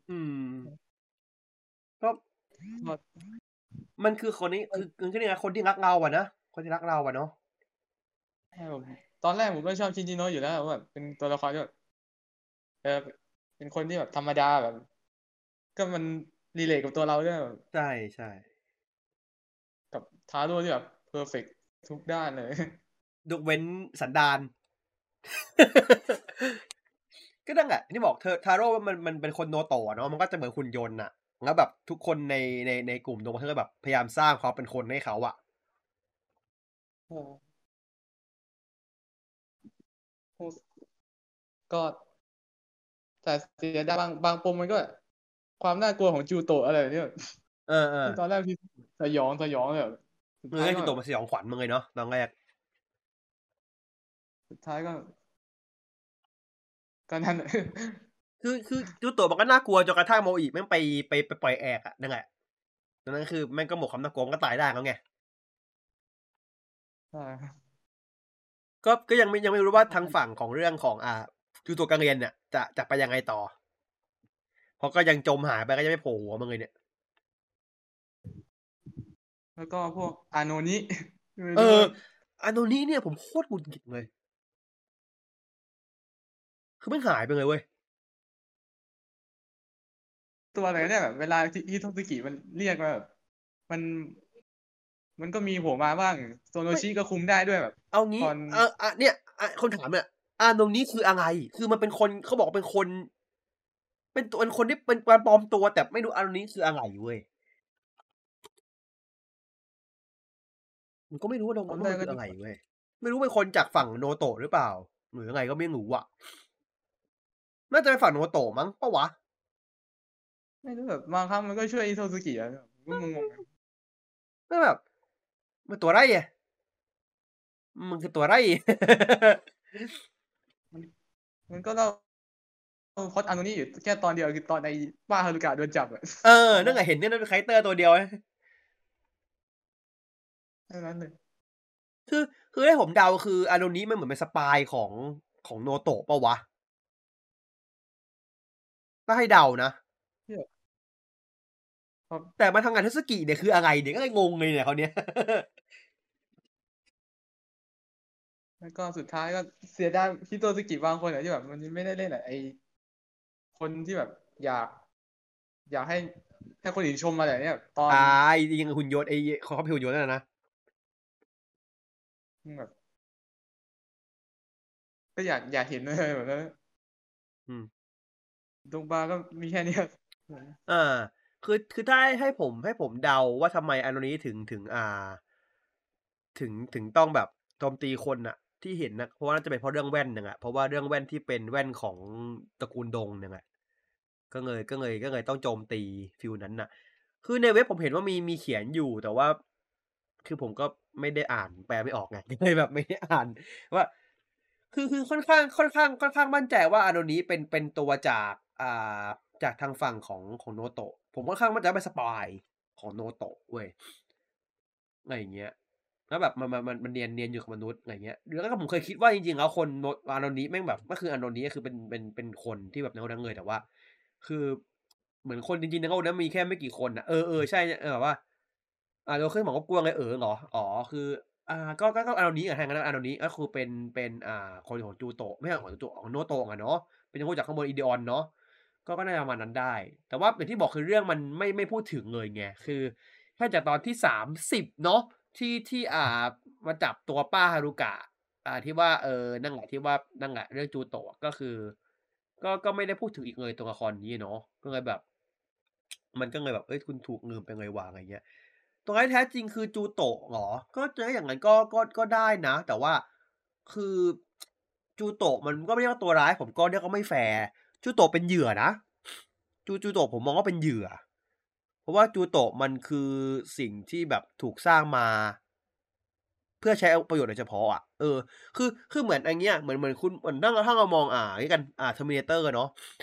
ก็
ก็
มันคือคนนี้คือนี่ไงคนที่รักเราอะนะคนที่รักเราอะเนาะ
ตอนแรกผมก็ชอบคิจิโนะอยู่แล้วว่าแบบเป็นตัวละครที่แบบเป็นคนที่แบบธรรมดาแบบ ก็มันรีเลทกับตัวเราด้วยแบบ
ใช่ใช่
กับทาโร่ที่แบบเพอร์เฟกทุกด้านเลย
ยกเว้นสันดาน ก็นั่นแหละที่บอกเธอทาโร่มันเป็นคนโนโตะเนาะมันก็จะเหมือนหุ่นยนต์อะแล้วแบบทุกคนในกลุ่มโนเธอแบบพยายามสร้างความเป็นคนให้เขาอะ
ก็แต่เสียดายบางปมมันก็ความน่ากลัวของจูโตะอะไรแบบนี้แบบ ที่ตอนแรกที่สยองแบบสุด
มึง
ท้าย
ให้
ก็
จูโตะมาสยองขวัญมึงเลยเนาะตอนแรก
สุดท้ายก็นั่น
คือจูโตะมันก็น่ากลัวจนกระทั่งโมอิแม่งไปปล่อยแอกอะนั่นแหละดังนั้นคือแม่งก็หมดความน่ากลัวมันก็ตายได้แล้วไง
ใช่ครับ
ก็ยังไม่รู้ว่าทางฝั่งของเรื่องของจูโตะกังเรียนเนี่ยจะไปยังไงต่อเพราะก็ยังจมหายไปก็ยังไม่โผล่หัวมึงเลยเนี่ย
แล้วก็พวกอาโนนิ
อาโนนี้เนี่ยผมโคตรหงุดหงิดเลยคือไม่หายไปเลยเว้ย
ตัวอะไรเนี่ยแบบเวลาที่ฮิโทสึกิมันเรียกมาแบบมันมันก็มีโผล่มาบ้างโซโนชิก็คุมได้ด้วยแบบ
เอางี้
ตอน
เนี่ยคนถามเนี่ยอาโนนี้คืออะไรคือมันเป็นคนเขาบอกเป็นคน เป็นคนที่เป็นปลอมตัวแต่ไม่รู้อาโนนี้คืออะไรเว้ยมันก็ไม่รู้ว่า
ตอนแร
มัน
กก็
คืออะไรเว้ยไม่รู้เป็นคนจากฝั่งโนโตะหรือเปล่าหรือยังไงก็ไม่รู้อ่ะน่าจะเป็นฝั่งโนโตะมั้งปะวะ
ไม่รู้แบบบางครั้งมันก็ช่วยฮิโทสึกิอะผมก็งงๆ
ก็แบบมันตัวไรอ่ะมันคือตัวไร
มันก็เล่าพล็อตอาโนนิอยู่แค่ตอนเดียวคือตอนในป้าฮารุกะโดนจับอะ
นั่นไงเห็นเนี่ยนั่นเป็นคาแรคเตอร์ตัวเดียว
แค่นั้นเลย
คือให้ผมเดาคืออาโนนี้มันเหมือนเป็นสปายของโนโตะปะวะถ้าให้เดานะ
ครับ
แต่มาทำงานทัศกิเนี่ยคืออะไรเนี่ยก็เลยงงเลยเนี่ยเขาเนี้ย
แล้วก็สุดท้ายก็เสียดายฮิโตสึกิบางคนอะที่แบบมันไม่ได้เล่นอะไอคนที่แบบอยากให้คนอื่นชมอะไรเนี่ยตอน
จริงๆหุ่นยนต์เขาเป็นหุ่นยนต์นั่นนะ
แบบก็อยากเห็นเลยแบบนั้นตรงบาร์ก็มีแค่นี้ครับ
อ่าคือถ้าให้ผมเดาว่าทำไมอาโนนี้ถึงต้องแบบโจมตีคนน่ะ ที่เห็นนะเพราะว่าน่าจะเป็นเพราะเรื่องแว่นนึงอะเพราะว่าเรื่องแว่นที่เป็นแว่นของตระกูลดงนึงอะก็เลยต้องโจมตีฟิลนั้นน่ะ คือในเว็บผมเห็นว่ามีเขียนอยู่แต่ว่า คือผมก็ไม่ได้อ่านแปลไม่ออกไงเลยแบบไม่ได้อ่านว่าคือค่อนข้างมั่นใจว่าอาโนนี้เป็นตัวาจากทางฝั่งของโนโตะผมค่อนข้างมั่นใจว่าเป็นสปายของโนโตะเว้ยอะไรอย่างเงี้ยแล้วแบบมันเนียนอยู่กับมนุษย์อะไรเงี้ยแล้วก็ผมเคยคิดว่าจริงๆแล้วคนอาโนนี้แม่งแบบก็คืออาโนนี้คือเป็นคนที่แบบในโลกนั้นเลยแต่ว่า คือเหมือนคนจริงๆในโลกนั้นมีแค่ไม่กี่คนอ่ะใช่แบบว่าเราเคยบอกว่ากลัวไงเหรออ๋อคือก็อาโนนี้อะถ้างั้นอาโนนี้ก็คือเป็นคนของจูโตะไม่ใช่ของจูโตะของโนโตะอะเนาะเป็นคนจากข้างบนอิเดออนเนาะก็น่าจะประมาณนั้นได้แต่ว่าอย่างที่บอกคือเรื่องมันไม่พูดถึงเลยไงคือแค่จากตอนที่30เนาะที่มาจับตัวป้าฮารุกะที่ว่านั่นแหละที่ว่านั่นแหละเรื่องจูโตะก็คือ ก็ไม่ได้พูดถึงอีกเลยตัวละครนี้เนาะก็เลยแบบมันก็เลยแบบเอ้ยคุณถูกลืมไปเลยว่ะอะไรเงี้ยตัวร้ายแท้จริงคือจูโตะเหรอก็จะอย่างนั้นก็ได้นะแต่ว่าคือจูโตะมันก็ไม่เรียกว่าตัวร้ายผมก็เรียกว่าไม่แฟร์จูโตะเป็นเหยื่อนะจูโตะผมมองว่าเป็นเหยื่อเพราะว่าจูโตะมันคือสิ่งที่แบบถูกสร้างมาเพื่อใช้ประโยชน์โดยเฉพาะอะคือเหมือนอันเนี้ยเหมือนคุณเหมือนถ้าเรามองอย่างงี้กันTerminator เนาะ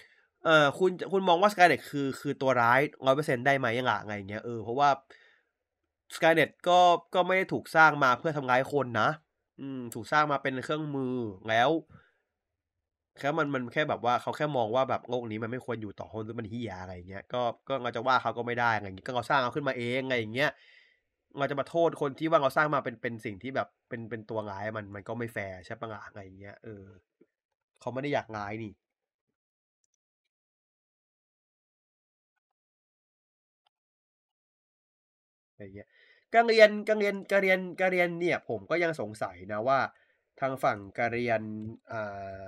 คุณมองว่า Scarlet คือตัวร้าย 100% ได้ไหมยังไงอย่างเงี้ยเพราะว่า Scarlet ก็ไม่ได้ถูกสร้างมาเพื่อทำร้ายคนนะถูกสร้างมาเป็นเครื่องมือแล้วแค่มันแค่แบบว่าเขาแค่มองว่าแบบโลกนี้มันไม่ควรอยู่ต่อคนหรือมันเหี้ยอะไรอย่างเงี้ยก็เราจะว่าเขาก็ไม่ได้อะไรอย่างงี้ก็เราสร้างเขาขึ้นมาเองอะไรอย่างเงี้ยเราจะมาโทษคนที่ว่าเราสร้างมาเป็นสิ่งที่แบบเป็นตัวร้ายมันก็ไม่แฟร์ใช่เปล่าล่ะอะไรอย่างเงี้ยเขาไม่ได้อยากร้ายนี่อะไรอย่างเงี้ยกะเรียนเนี่ยผมก็ยังสงสัยนะว่าทางฝั่งกะเรียนอ่า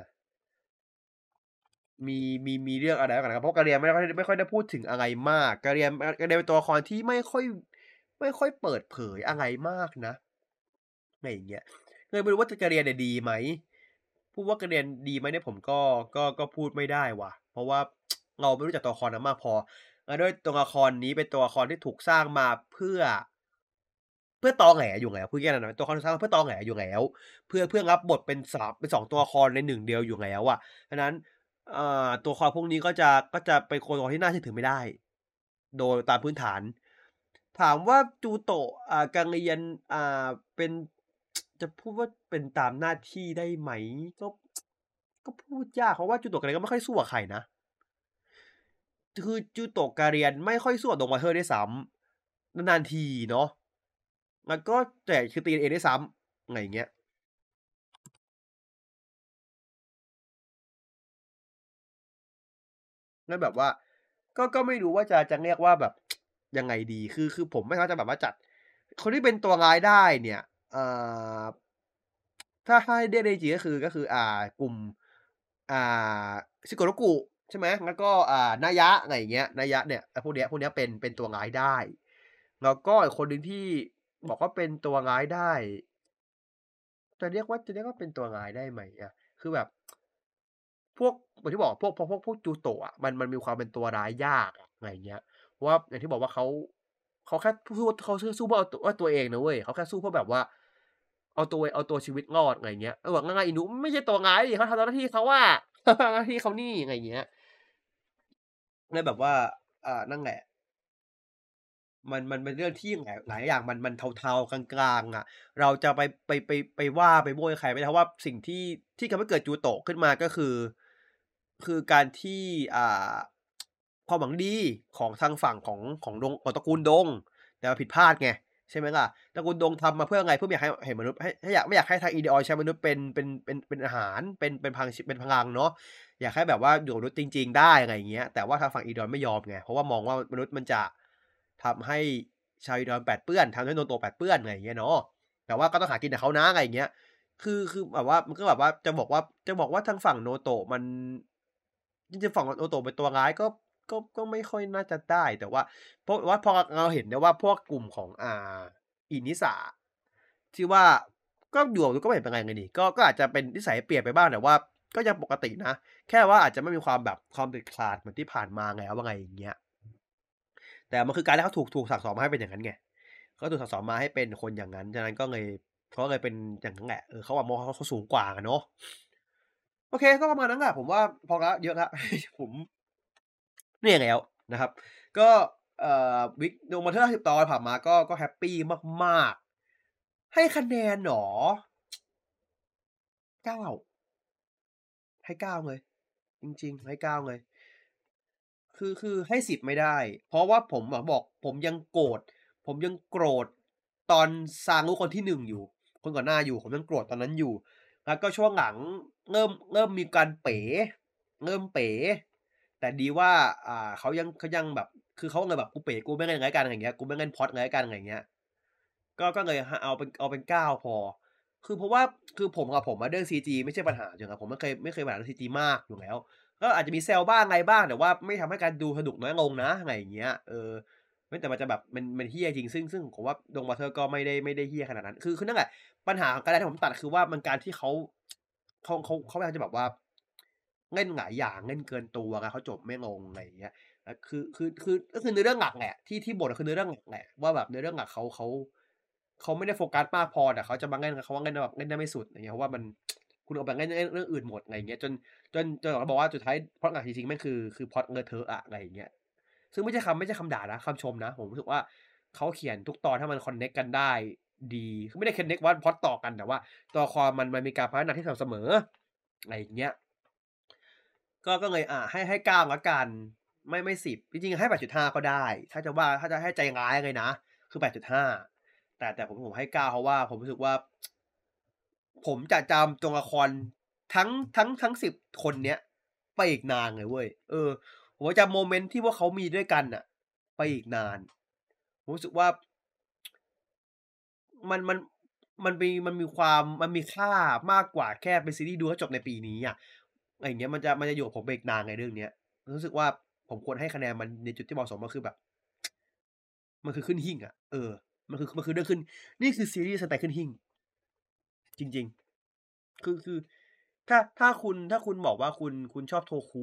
มีเรื่องอะไรบ้างนะครับเพราะกาเรียนไม่ค่อยได้พูดถึงอะไรมากกาเรียนเป็นตัวละครที่ไม่ค่อยเปิดเผยอะไรมากนะอะไรอย่างเงี้ยเลยไม่รู้ว่าจะกาเรียนเนี่ยดีไหมพูดว่ากาเรียนดีไหมเนี่ยผมก็พูดไม่ได้ว่ะเพราะว่าเราไม่รู้จักตัวละครนั้นมากพอแล้วด้วยตัวละครนี้เป็นตัวละครที่ถูกสร้างมาเพื่อตอแหลอยู่แล้วพูดง่ายๆนะตัวละครถูกสร้างมาเพื่อตอแหลอยู่แล้วเพื่อรับบทเป็น2ตัวละครใน1เดียวอยู่แล้วอะฉะนั้นตัวละครพวกนี้ก็จะเป็นตัวละครที่น่าเชื่อถือไม่ได้โดยตามพื้นฐานถามว่าจูโตะกังเรียนเป็นจะพูดว่าเป็นตามหน้าที่ได้ไหมก็ก็พูดยากเพราะว่าจูโตะกังเรียนก็ไม่ค่อยสู้กับใครนะคือจูโตะกาเรียนไม่ค่อยสู้กับดงมาเทอร์ด้วยซ้ำนานๆทีเนาะแล้วก็แต่คือตีกันเองด้วยซ้ำอะไรอย่างเงี้ยแล้วแบบว่าก็ไม่รู้ว่าจะเรียกว่าแบบยังไงดีคือผมไม่สามารถจะแบบว่าจัดคนที่เป็นตัวร้ายได้เนี่ยอ่าถ้าให้เรียกได้จริงๆก็คือกลุ่มอ่า Shigoroku ใช่ไหมแล้วก็นายะอะไรอย่างเงี้ยนายะเนี่ยไอ้พวกเนี้ยเป็นตัวร้ายได้แล้วก็อีกคนหนึ่งที่บอกว่าเป็นตัวร้ายได้จะเรียกว่าเป็นตัวร้ายได้ไหมอะคือแบบ พวกอย่างที่บอกพวกจูโตะอะมันมีความเป็นตัวร้ายยากอะอะไรอย่างเงี้ยเพราะว่าอย่างที่บอกว่าเขาแค่สู้เพื่อเอาตัวเองนะเว้ยเขาแค่สู้เพื่อแบบว่าเอาตัวชีวิตรอดอะไรอย่างเงี้ยบอกง่ายๆอินุไม่ใช่ตัวร้ายดิเขาทำหน้าที่เขาอะทำหน้าที่เขานี่อะไรอย่างเงี้ยเลยแบบว่านั่นแหละมันเป็นเรื่องที่หลายอย่างมันเทาๆกลางๆอะเราจะไปว่าไปโบ้ยใครไม่ได้เพราะว่าสิ่งที่ทำให้เกิดจูโตะขึ้นมาก็คือการที่อ่าความหวังดีของทางฝั่งของตระกูลดงแต่มันผิดพลาดไงใช่ไหมล่ะตระกูลดงทำมาเพื่ออะไรเพื่อไม่อยากให้มนุษย์ให้อยากไม่อยากให้ทาง Ideol ใช้มนุษย์เป็นอาหารเป็นพลังเนาะอยากให้แบบว่าอยู่กับมนุษย์จริงๆได้อะไรอย่างเงี้ยแต่ว่าทางฝั่ง Ideol ไม่ยอมไงเพราะว่ามองว่ามนุษย์มันจะทำให้ชาว Ideol แปดเปื้อนทำให้โดนโตแปดเปื้อนอะไรอย่างเงี้ยเนาะแต่ว่าก็ต้องหากินกับเขานะอะไรอย่างเงี้ย คือแบบว่ามันก็แบบว่าจะบอกว่าทางฝั่งโนโตะมันจริงๆฝั่งโนโตะเป็นตัวร้ายก็ไม่ค่อยน่าจะได้แต่ว่าเพราะว่าพอเราเห็นได้ว่าพวกกลุ่มของอินิสาที่ว่าก็อยู่กับก็ไม่เห็นเป็นไรเลยนี่ก็อาจจะเป็นนิสัยเปลี่ยนไปบ้างแต่ว่าก็ยังปกตินะแค่ว่าอาจจะไม่มีความแบบความเด็ดขาดเหมือนที่ผ่านมาแล้วอะไรอย่างเงี้ยแต่มันคือการที่เขาถูกสั่งสอนมาให้เป็นอย่างนั้นไงเขาถูกสั่งสอนมาให้เป็นคนอย่างนั้นฉะนั้นก็เลยเขาเลยเป็นอย่างนั้นแหละเขาอะมองเขาสูงกว่าอะเนาะ โอเคก็ประมาณนั้นแหละผมว่าพอแล้วเยอะแล้วผมเหนื่อยแล้วนะครับก็วิกดูมาเทอร์50ตอนผ่านมาก็แฮปปีมากๆให้คะแนนเหรอ9ให้9เลยจริงๆให้9เลยคือให้10ไม่ได้เพราะว่าผมอะบอกผมยังโกรธตอนซางรู้คนที่1อยู่คนก่อนหน้าอยู่ผมยังโกรธตอนนั้นอยู่แล้วก็ช่วงหลังเริ่มมีการเป๋เริ่มเป๋แต่ดีว่าเขายังแบบคือเขาเลยแบบกูเป๋กูไม่เล่นอย่างงี้แล้วกันอะไรอย่างเงี้ยกูไม่เล่นพล็อตอย่างงี้แล้วกันอะไรอย่างเงี้ยก็เลยเอาเป็น9พอคือเพราะว่าคือผมอะเรื่อง CG ไม่ใช่ปัญหาอยู่แล้วผมไม่เคยปัญหาเรื่อง CG มากอยู่แล้ว ก็อาจจะมีแซวบ้างอะไรบ้างแต่ว่าไม่ทำให้การดูสนุกน้อยลงนะอะไรอย่างเงี้ยเว้นแต่มันจะแบบมันเหี้ยจริงซึ่งผมว่า Dong Water ก็ไม่ได้เหี้ยขนาดนั้นคือนั่นแหละปัญหาของการที่ผมตัดคือว่ามันการที่เขาพยายามจะแบบว่าเล่นหลายอย่างเล่นเกินตัวแล้วเขาจบไม่ลงอะไรอย่างเงี้ยคือก็คือเนื้อเรื่องหลักแหละที่บทคือเนื้อเรื่องหลักแหละว่าแบบเนื้อเรื่องหลักเขาไม่ได้โฟกัสมากพอแต่เขาจะมาเล่นเขาเล่นแบบเล่นได้ไม่สุดอย่างเงี้ยเพราะว่ามันคุณเอาไปเล่นเรื่องอื่นหมดอะไรเงี้ยจนเราบอกว่าสุดท้ายพล็อตหลักจริงๆแม่งคือพล็อตเลอะเทอะอะอะไรอย่างเงี้ยซึ่งไม่ใช่คำด่านะคำชมนะผมรู้สึกว่าเขาเขียนทุกตอนให้มันคอนเน็กกันได้ดีคือไม่ได้คอนเน็กว่าพล็อตต่อกันแต่ว่าตัวละครมันมีการพัฒนาที่สม่ำเสมออะไรอย่างเงี้ยก็เลยให้9แล้วกันไม่10จริงๆให้8.5ก็ได้ถ้าจะให้ใจร้ายเลยนะคือ8.5แต่ผมให้9เพราะว่าผมรู้สึกว่าผมจะจำตัวละครทั้ง10คนเนี้ยไปอีกนานเลยเว้ยผมจะจำโมเมนต์ที่พวกเขามีด้วยกันน่ะไปอีกนานผมรู้สึกว่ามันมันมันมีค่ามากกว่าแค่เป็นซีรีส์ดูแล้วจบในปีนี้อะอะไรอย่างเงี้ยมันจะอยู่กับผมไปอีกนานไงเรื่องเนี้ยรู้สึกว่าผมควรให้คะแนนมันในจุดที่เหมาะสมก็คือแบบมันคือขึ้นหิ้งอะมันคือเรื่องขึ้นนี่คือซีรีส์สไตล์ขึ้นหิ้งจริงๆคือถ้าคุณบอกว่าคุณชอบโทคุ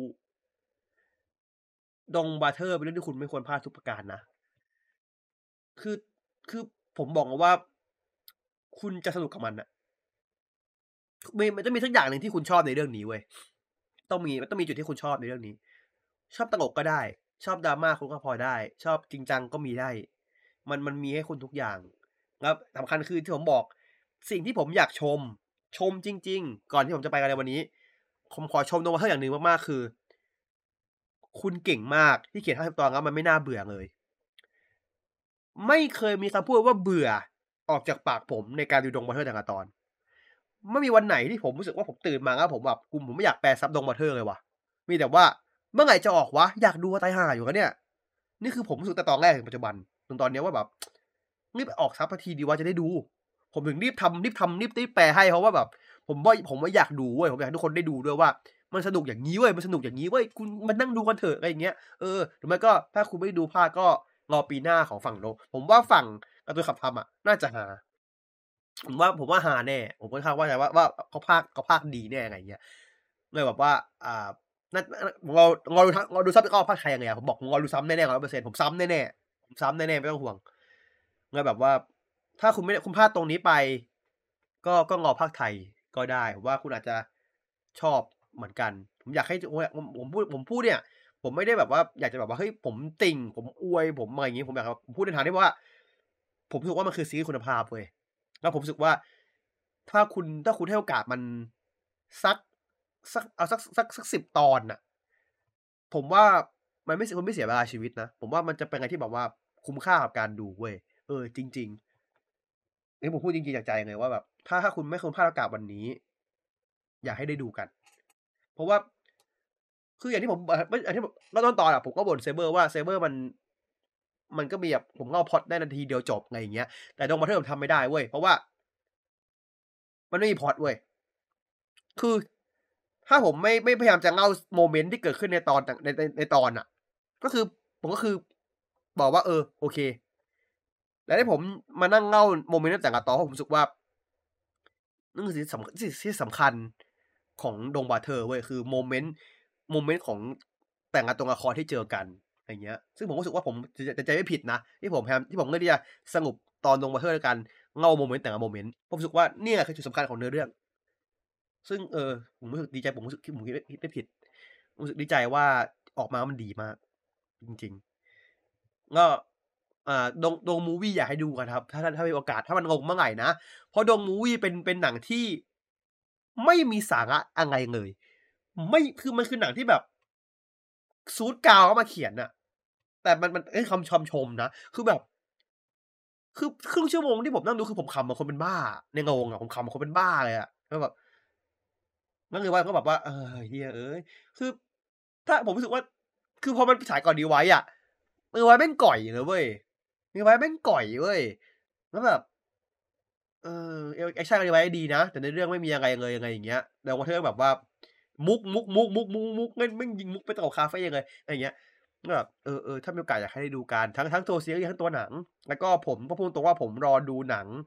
ดงบาเทอร์เป็นเรื่องที่คุณไม่ควรพลาดทุกประการนะคือคือผมบอกเลยว่าคุณจะสนุกกับมันน่ะมันต้องมีสักอย่างหนึ่งที่คุณชอบในเรื่องนี้เว้ยมันต้องมีจุดที่คุณชอบในเรื่องนี้ชอบตลกก็ได้ชอบ drama คุณก็พอได้ชอบจริงจังก็มีได้มันมีให้คุณทุกอย่างแล้วสำคัญคือที่ผมบอกสิ่งที่ผมอยากชมจริงๆก่อนที่ผมจะไปกันในวันนี้ผมขอชม Dong Butler อย่างหนึ่งมากๆคือคุณเก่งมากที่เขียน50ตอนแล้วมันไม่น่าเบื่อเลย ไม่เคยมีคำพูดว่าเบื่อออกจากปากผมในการดูดงบัตเทอร์แต่ละตอนไม่มีวันไหนที่ผมรู้สึกว่าผมตื่นมาแล้วผมแบบผมไม่อยากแปลซับดงบัตเทอร์เลยว่ะมีแต่ว่าเมื่อไหร่จะออกวะอยากดูตายห่าอยู่แล้วเนี่ยนี่คือผมรู้สึกแต่ตอนแรกถึงปัจจุบันจนตอนนี้ว่าแบบรีบออกซับทีดีว่าจะได้ดูผมถึงรีบแปลให้เพราะว่าแบบผมว่าอยากดูเว้ยผมอยากให้ทุกคนได้ดูด้วยว่ามันสนุกอย่างนี้เว้ยมันสนุกอย่างนี้เว้ยคุณมันนั่งดูกันเถอะอะไรอย่างเงี้ยหรือไม่ก็ถ้าคุณไม่ดูพลาดก็รอปีหน้าของฝั่งโลกผมว่าฝั่งการ์ตูนขับทำน่าจะหาผมว่าหาแน่ผมค่อนข้างว่าใจว่าเขาพากดีแน่อะไรอย่างเงี้ยเลยแบบว่าอ่าน่รอดูซ้ำอีกรอบภาคไทยยังไงผมบอกผมรอดูซ้ำแน่ๆ100%ผมซ้ำแน่ๆผมซ้ำแน่ๆไม่ต้องห่วงเลยแบบว่าถ้าคุณพลาดตรงนี้ไปก็รอภาคไทยก็ได้ผมว่าคุณอาจจะชอบเหมือนกันผมอยากให้ผมพูดเนี่ยผมไม่ได้แบบว่าอยากจะแบบว่าเฮ้ยผมติ่งผมอวยผมอะไรอย่างงี้ผมอยากผมพูดในทางที่ว่าผมรู้สึกว่ามันคือซีรีส์คุณภาพเว้ย แล้วผมรู้สึกว่าถ้าคุณให้โอกาสมันสักเอาสัก10ตอนน่ะผมว่ามันไม่เสียเวลาชีวิตนะผมว่ามันจะเป็นอะไรที่แบบว่าคุ้มค่ากับการดูเว้ยจริงๆอันนี้ผมพูดจริงๆจากใจเลยว่าแบบถ้าคุณไม่ควรพลาดโอกาสวันนี้อยากให้ได้ดูกันเพราะว่าคืออย่างที่ผมอย่างที่ผมเริ่มต้นตอนผมก็บ่น Saber ว่า Saber มันก็มีแบบผมก็เอาพล็อตได้นาทีเดียวจบอะไรอย่างเงี้ยแต่ Dog Butcher ผมทำไม่ได้เว้ยเพราะว่ามันไม่มีพล็อตเว้ย คือถ้าผมไม่พยายามจะเล่าโมเมนต์ที่เกิดขึ้นในตอนต่างในตอนก็คือผมก็คือบอกว่าโอเคแต่ที่ผมมานั่งเล่าโมเมนต์ในแต่ละตอนเพราะผมรู้สึกว่านั่นคือสิ่งที่สำคัญของดงบาเทอร์เว้ยคือโมเมนต์ของแต่ละตัวละครที่เจอกันอะไรเงี้ยซึ่งผมรู้สึกว่าผมจะใจไม่ผิดนะที่ผมเลือกที่จะสรุปตอนดงบาเทอร์ด้วยการเล่าโมเมนต์แต่ละโมเมนต์ผมรู้สึกว่าเนี่ยคือจุดสำคัญของเนื้อเรื่อง ซึ่งผมรู้สึกดีใจผมรู้สึกผมคิดไม่ผิดรู้สึกดีใจว่าออกมามันดีมากจริงๆก็ดงมูวี่อยากให้ดูกันครับถ้ามีโอกาสถ้ามันลงเมื่อไหร่นะเพราะดงมูวี่เป็นหนังที่ไม่มีสาระอะไรเลยไม่คือมันคือหนังที่แบบซูดกาวเอามาเขียนน่ะแต่มันคำชมนะคือแบบคือครึ่งชั่วโมงที่ผมนั่งดูคือผมขำเหมือนคนเป็นบ้าในโรงผมขำเหมือนคนเป็นบ้าเลยแล้วแบบ นั่นคือว่าก็แบบว่าเหี้ยเอ้ยคือถ้าผมรู้สึกว่าคือพอมันฉายก่อน Rewind Rewind แม่งก่อยเลยเว้ย Rewind แม่งก่อยเว้ยแล้วแบบเอแอกชัน Rewind ดีนะแต่ในเรื่องไม่มีอะไรเลยอะไรอย่างเงี้ยแต่ว่าเธอแบบว่ามุกแม่งยิงมุกไปตลกคาเฟเลยอะไรอย่างเงี้ยก็แบบถ้ามีโอกาสอยากให้ได้ดูกันทั้งตัวซีรีส์ทั้งตัวหนังแล้วก็ผมก็พูดตรงว่าผมรอดูหนัง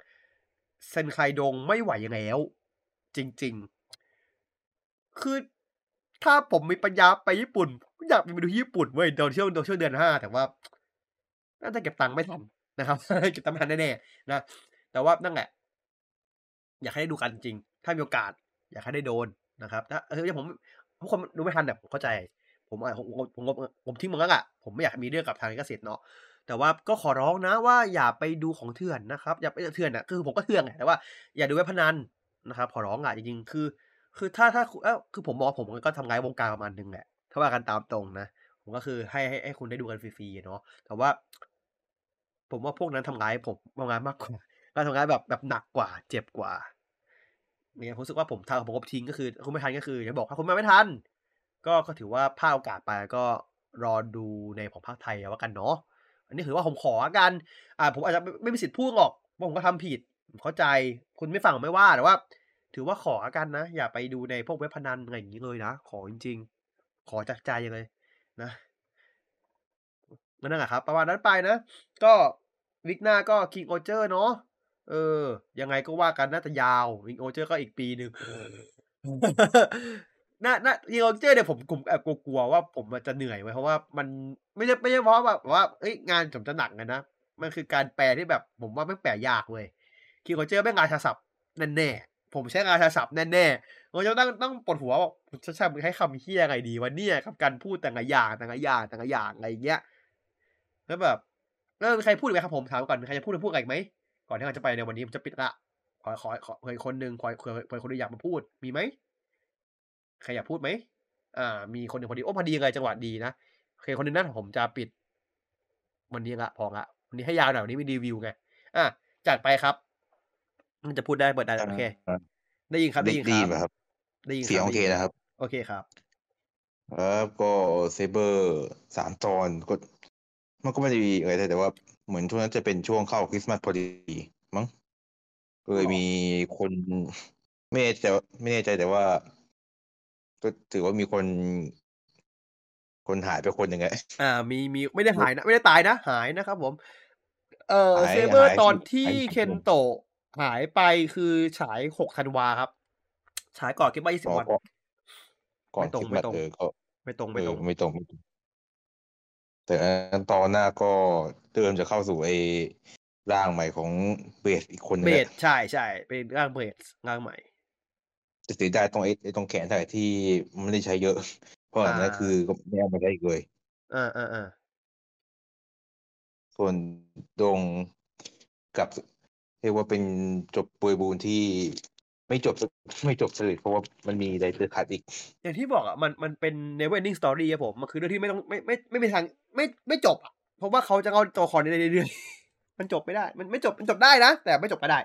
Senkai Dong ไม่ไหวแล้วจริงๆ คือถ้าผมมีปัญญาไปญี่ปุ่นก็อยากไปดูที่ญี่ปุ่นเว้ยช่วงเดือน5แต่ว่าน่าจะเก็บตังค์ไม่ทันนะครับเก็บตังค์ไม่ทันแน่ๆนะแต่ว่านั่นแหละอยากให้ได้ดูกันจริงๆถ้ามีโอกาสอยากให้ได้โดนนะครับถ้าอย่างผมทุกคนดูไม่ทันเนี่ยผมเข้าใจผมทิ้งมันแล้วอ่ะผมไม่อยากมีเรื่องกับทางลิขสิทธิ์เนาะแต่ว่าก็ขอร้องนะว่าอย่าไปดูของเถื่อนนะครับอย่าไปเถื่อนอ่ะคือผมก็เถื่อนไงแต่ว่าอย่าดูเว็บพนันนะครับขอร้องอ่ะจริงๆคือถ้าคือผมมองผมก็ทำงานวงการประมาณนึงแหละถ้าว่ากันตามตรงนะผมก็คือให้คุณได้ดูกันฟรีๆเนาะแต่ว่าผมว่าพวกนั้นทำร้ายผมทำร้ายมากกว่าการทำร้ายแบบหนักกว่าเจ็บกว่าเนี่ยผมรู้สึกว่าผมก็ทิ้งก็คือคุณไม่ทันก็คืออย่าบอกถ้าคุณมาไม่ทันก็ถือว่าพลาดโอกาสไปก็รอดูในของภาคไทยเอาแล้วกันเนาะอันนี้ถือว่าผมขอแล้วกันผมอาจจะไม่มีสิทธิ์พูดหรอกว่าผมก็ทำผิดผมเข้าใจคุณไม่ฟังผมไม่ว่าแต่ว่า ถือว่าขอแล้วกันนะอย่าไปดูในพวกเว็บพนันอะไรอย่างงี้เลยนะขอจริงๆขอจากใจเลยนะก็นั่นแหละครับประมาณนั้นไปนะก็วีกหน้าก็ King Oger เนาะเออยังไงก็ว่ากันน่าจะยาว King Oger ก็อีกปีหนึ่ง King Oger เนี่ยผมแอบกลัวๆว่าผมอะจะเหนื่อยไว้เพราะว่ามันไม่ใช่เพราะแบบว่าเฮ้ยงานผมจะหนักอะนะมันคือการแปลที่แบบผมว่าแม่งแปลยากเว้ย King Oger แม่งราชาศัพท์แน่ๆผมใช้ราชาศัพท์แน่ๆผมจะต้องปวดหัวว่าจะใช้คำเหี้ยไงดีวะเนี่ยกับการพูดแต่ละอย่างอะไรอย่างเงี้ยแล้วแบบมีใครพูดอีกไหมครับผมถามก่อนมีใครจะพูดอะไรอีกไหมก่อนที่เราจะไปในวันนี้ผมจะปิดละขอเผื่ออีกคนหนึ่งเผื่อคนอื่นอยากมาพูดมีไหมใครอยากพูดไหมมีคนหนึ่งพอดีโอ้พอดีเลยจังหวะดีนะโอเคคนหนึงนั่นผมจะปิดวันนี้ละพอละวันนี้ให้ยาวหน่อยวันนี้มีรีวิวไงจัดไปครับมันจะพูดได้เปิดได้โอเค
อ่า
ได้ยินครับ
ได้ยินไหมครับ
ได้ยินค
เสีย
รั
ง
บ
โอ
ได้
เค
ยิน
นะครับ
โอเคครับ
ก็เซเบอร์3 ตอนก็มันก็ไม่ได้มีอะไรแต่ว่าเหมือนช่วงนั้นจะเป็นช่วงเข้าคริสต์มาสพอดีมั้งก็เลยมีคนไม่แน่ใจแต่ว่า ก็ถือว่ามีคนหายไปคนหนึ่งไง
มีไม่ได้หายนะ ไม่ได้ตายนะ หายนะครับผม
หาย
เซเบอร์
หาย
ตอนที่
หาย
เคนโตะหายไปคือฉาย6 ธันวาครับ ฉายก่อนคริสต์มาส20 วัน
ก่อน
ไม่ต
ค
รง
ริสต์
ไม่
มาส
ตรง
ก็
ไม่ตรง
ไม่
ไม่ตรง
ตรง แต่อันตอนหน้าก็เริ่มจะเข้าสู่ไอ้ร่างใหม่ของเบสอีกคนนึ
เบ
งแห
ส
ละ
ใช่ใช่เป็นร่างเบสร่างใหม่
จะเสียดายตรงไอ้ตรงแขนเท่าไหร่ที่มันไม่ได้ใช้เยอะ เพราะหลังจากนั้นคือก็ไม่เอามาได้อีกเลย
อ่า
ส่วนดงกับเรียกว่าเป็นจบบริบูรณ์ที่ไม่จบสนิทเพราะว่ามันมีไดเรคคัทอีก
อย่างที่บอกมันเป็น never ending story ครับผมมันคือเรื่องที่ไม่ต้องไม่มีทางไม่จบอ่ะเพราะว่าเขาจะเอาตัวละครนี้ได้เรื่อยๆ มันจบไม่ได้ มันไม่จบมันจบได้นะ แต่ไม่จบก็ได้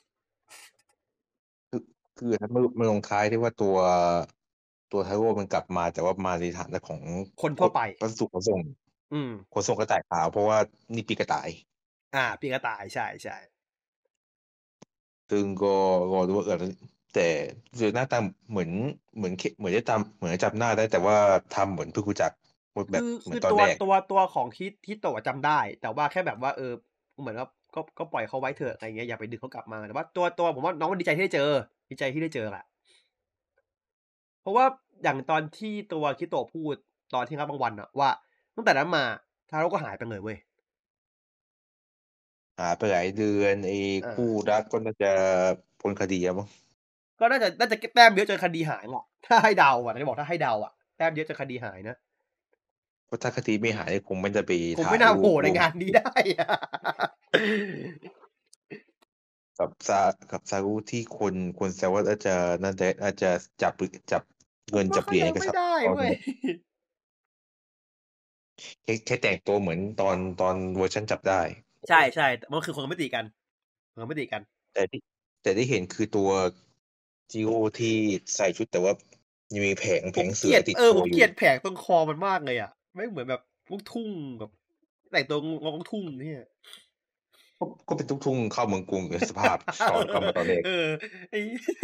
คือถ้ามันลงท้ายที่ว่าตัวไทโร่มันกลับมาแต่ว่ามาในฐานะของ
คนทั่วไป
วัสดุขนส่ง
อืม
ขนส่งกระต่ายขาวเพราะว่านี่ปีกระต่าย
ปีกระต่ายใช่ใช่
ซึ่งก็รอดูว่าแต่หน้าตาเหมือนจะจำหน้าได้แต่ว่าทำเหมือนเพิ่งรู้จักแบบเหมือนตอนแรก
ตัวของฮิโตะจำได้ แต่ว่าแค่แบบว่าเหมือนว่าก็ปล่อยเขาไว้เถอะอะไรเงี้ยอย่าไปดึงเขากลับมาแต่ว่าตัวผมว่าน้องมันดีใจที่ได้เจอแหละเพราะว่าอย่างตอนที่ตัวฮิโตะพูดตอนที่รับบางวันอะว่าตั้งแต่นั้นมาทาโร่ก็หายไปเลยเว้ย
หาไปหลายเดือนไอ้คู่รักก็น่าจะพ้นคดีแล้วมั้ง
ก็น่าจะแต้มเยอะจนคดีหายหรอกถ้าให้เดาอ่ะจะบอกถ้าให้เดาอ่ะแต้มเยอะจนคดีหายนะ
เพราะถ้าคดีไม่หายคงไม่จะไป
ผม
ถ่าย
ไม่น่า
รู
โผล่
ป
ในงานนี้ได้อะ
กับซารุที่คนแซวว่าน่าจะจับเงินจับเหรียญ
ผมว่าเขายังไม่ได้เว้ย
แค่แต่งตัวเหมือนตอนเวอร์ชันจับได้
ใช่ใช่มันคือคนไม่ตีกัน
แต่ที่เห็นคือตัวจิโร่ที่ใส่ชุดแต่ว่ายังมีแผงเสือติด
ผ
ตัว
ม
อยู่
เกลียดแผงตรงคอมันมากเลยอ่ะไม่เหมือนแบบลูกทุ่งแบบแต่งตัวงอกทุ่งเนี่ย
ก็เป็นทุ่งเข้าเมืองกรุงสภาพตอนเข้ามาตอนแรก
ไอ้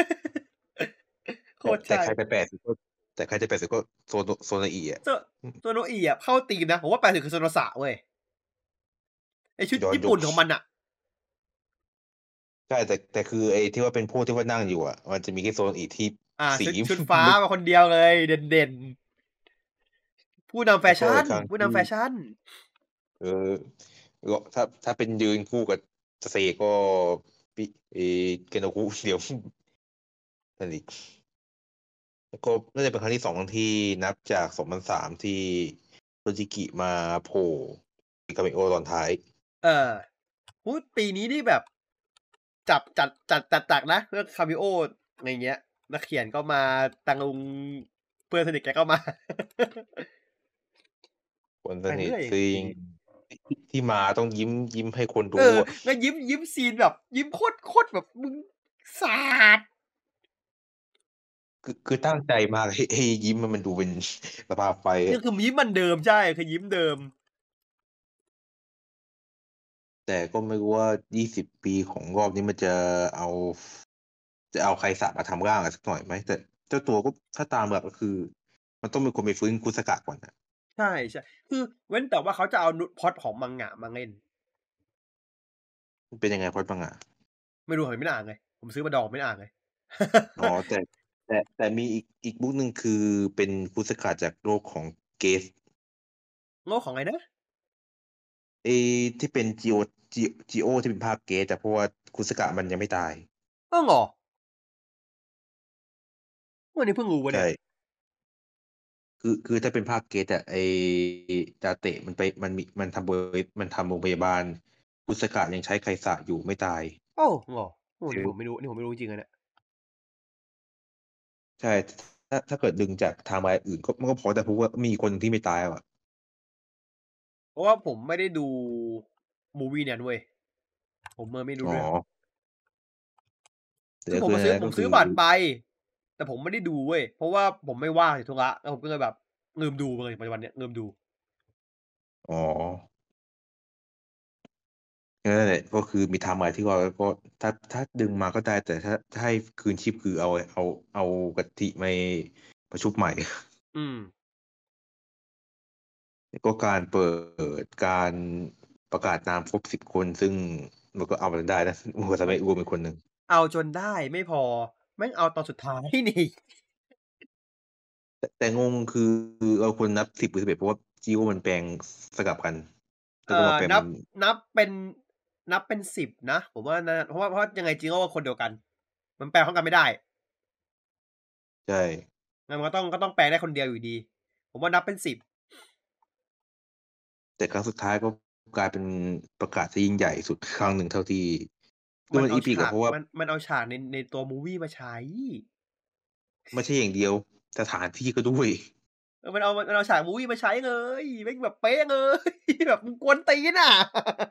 โคตร
แต่
ใช่
ใครจะแปลกสุดก็โซนอีอ่ะ
โซโนอีอ่ะเข้าตีมนะผมว่าแปลถึงคือโซโนสะเว้ยไอชุด
ย้อนยุค
ญี่ปุ่นของมันอ่ะ
ใช่แต่คือไอ้ที่ว่าเป็นพวกที่ว่านั่งอยู่อ่ะมันจะมีแค่โซนอีที่สี
ชุดฟ้ามาคนเดียวเลย เด่นผู้นำแฟชั่น
เออถ้าเป็นยืนคู่กับเซก็ปิเกโนคุเดี๋ยวนั่นอีกแล้วก็น่าจะเป็นครั้งที่2ที่นับจาก2003ที่โทจิกิมาโผล่คาเมโอตอนท้าย
พูดปีนี้นี่แบบจัดนะเรื่องคามิโออะไรเงี้ยนักเขียนก็มาตังลุงเพื่อนสนิทแกก็มา
คนส
ไป
นิท
เรื่อย
ซิงที่มาต้องยิ้มให้คนดู
งั้นยิ้มซีนแบบยิ้มโคตรแบบมึงสาด
คือตั้งใจมากให้ยิ้มมันดูเป็นสภาพไฟ
นี่คือยิ้มมันเดิมใช่คือยิ้มเดิม
แต่ก็ไม่รู้ว่า20 ปีของรอบนี้มันเอาใครสะมาทำร่างสักหน่อยไหมแต่เจ้าตัวก็ถ้าตามแบบก็คือ มันต้องมีคนไปฟื้นคุสกะก่อนนะ
ใช่คือเว้นแต่ว่าเขาจะเอาพล็อตของมังงะมาเล่น
มันเป็นยังไงพอดบ้างอ่ะ
ไม่รู้ผมไม่ได้อ่านเลยผมซื้อมาดองไม่ได้อ่านเลย
อ๋อแต่มีอีกบุ๊กหนึ่งคือเป็นคุสกะจากโลกของเกส
โง่ของไงนะ
ที่เป็นจีโอที่เป็นภาพเกสแต่เพราะว่าคุสกะมันยังไม่ตาย
เหรอวันนี้เพิ่งรู้วะเนี่
ใช่
ย
คือถ้าเป็นภาคเกตอะดาเตะมันทำโรงพยาบาลคุสกะยังใช้ไคสะอยู่ไม่ตาย
เหรอนี่ผมไม่รู้นี่ผมไม่รู้จริงๆนะเนี่ย
ใช่ถ้าเกิดดึงจากไทม์ไลน์อื่นก็มันก็พอแต่เพราะว่ามีคนที่ไม่ตายอ่ะ
เพราะว่าผมไม่ได้ดูมูวี่เนี่ยเว้ยผมไม่รู้
อ๋อ
เรื่อง
แต่
คือผม
คือ
มาซื้อ
นั่น
ผ
ก็
ม
คื
ซื้
อ
อบัตรไป แต่ผมไม่ได้ดูเว้ยเพราะว่าผมไม่ว่างเสียธุระแล้วผมก็เลยแบบลืมดูไปเลยปัจจุบันเนี้ยลืมดู
อ๋อนั่นแหละก็คือมีไทม์ไลน์ที่ว่าก็ถ้าดึงมาก็ได้ แต่ถ้าให้คืนชีพคือเอากะทิมาประชุบใหม่
อืม
แล้วก็การเปิดการประกาศนามครบ10 คนซึ่งมันก็เอามาได้นะมูสเมะรวมเป็นคนหนึ่ง
เอาจนได้ไม่พอแม่งเอาตอนสุดท้ายนี่
แต่งงคือเราควรนับ10 หรือ 11เพราะว่าจิโอมันแปลงสลับกันแล้วก็มาแปลง
นับเป็น10นะผมว่านะเพราะว่ายังไงจริงก็ว่าคนเดียวกัน มันแปลพร้อมกันไม่ได้
ใช่
งั้นมันก็ต้องแปลได้คนเดียวอยู่ดี ผมว่านับเป็น10
แต่ครั้งสุดท้ายก็กลายเป็นประกาศที่ยิ่งใหญ่สุดครั้งหนึ่งเท่าที่คือ
มัน
มัน
เอา
อีพิก
ฉา
อะ
ก
เพราะว่า
มันเอาฉากในตัวมูวี่มาใช้
ไม่ใช่อย่างเดียวสถานที่ก็ด้วย
มันเอาฉากมูวี่มาใช้เลยแม่งแบบเป๊ะเลย แบบมึงกวนตีนอ่ะ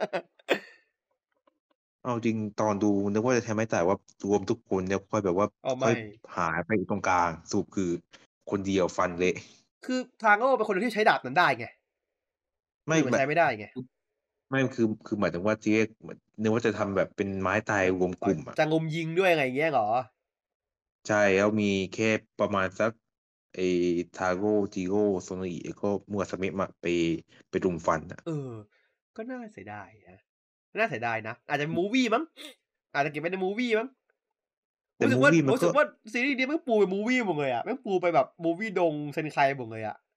เอาจริงตอนดูนึกว่าจะแทำไม่แต่ว่ารวมทุกคนเนี่ยค่อยแบบว่า
เอาไม่
ค่อยหายไปตรงกลางสรุปคือคนเดียวฟันเละ
คือทางโอ้เป็นคนเดียวที่ใช้ดาบนั้นได้ไงคนอื่นมันใช้ไม่ได้ไง
ไม่คือหมายถึงว่าทีแรกนึกว่าจะทำแบบเป็นไม้ตายรวมกลุ่มอ่ะ
จะงมยิงด้วยไงอย่างเงี้ยเหรอ
ใช่แล้วมีแค่ประมาณสักไอ้ทาโร่จิโร่โซโนอิแล้วก็มัวสเมะมาไปรุมฟันอ่ะ
ก็น่าเสียดายนะน่าเสียดายนะอาจจะเป็นมูวี่มั้งอาจจะเก็บไว้ในมูวี่มั้ง
แต่
รู้สึก
มู
ว่า
วี่มัน
รู้สึกว่าซีรีส์นี้แม่งปูเป็นมูวี่หมดเลยอ่ะแม่งปูไปแบบมูวี่ดงเซนไคหมดเลยอ่ะ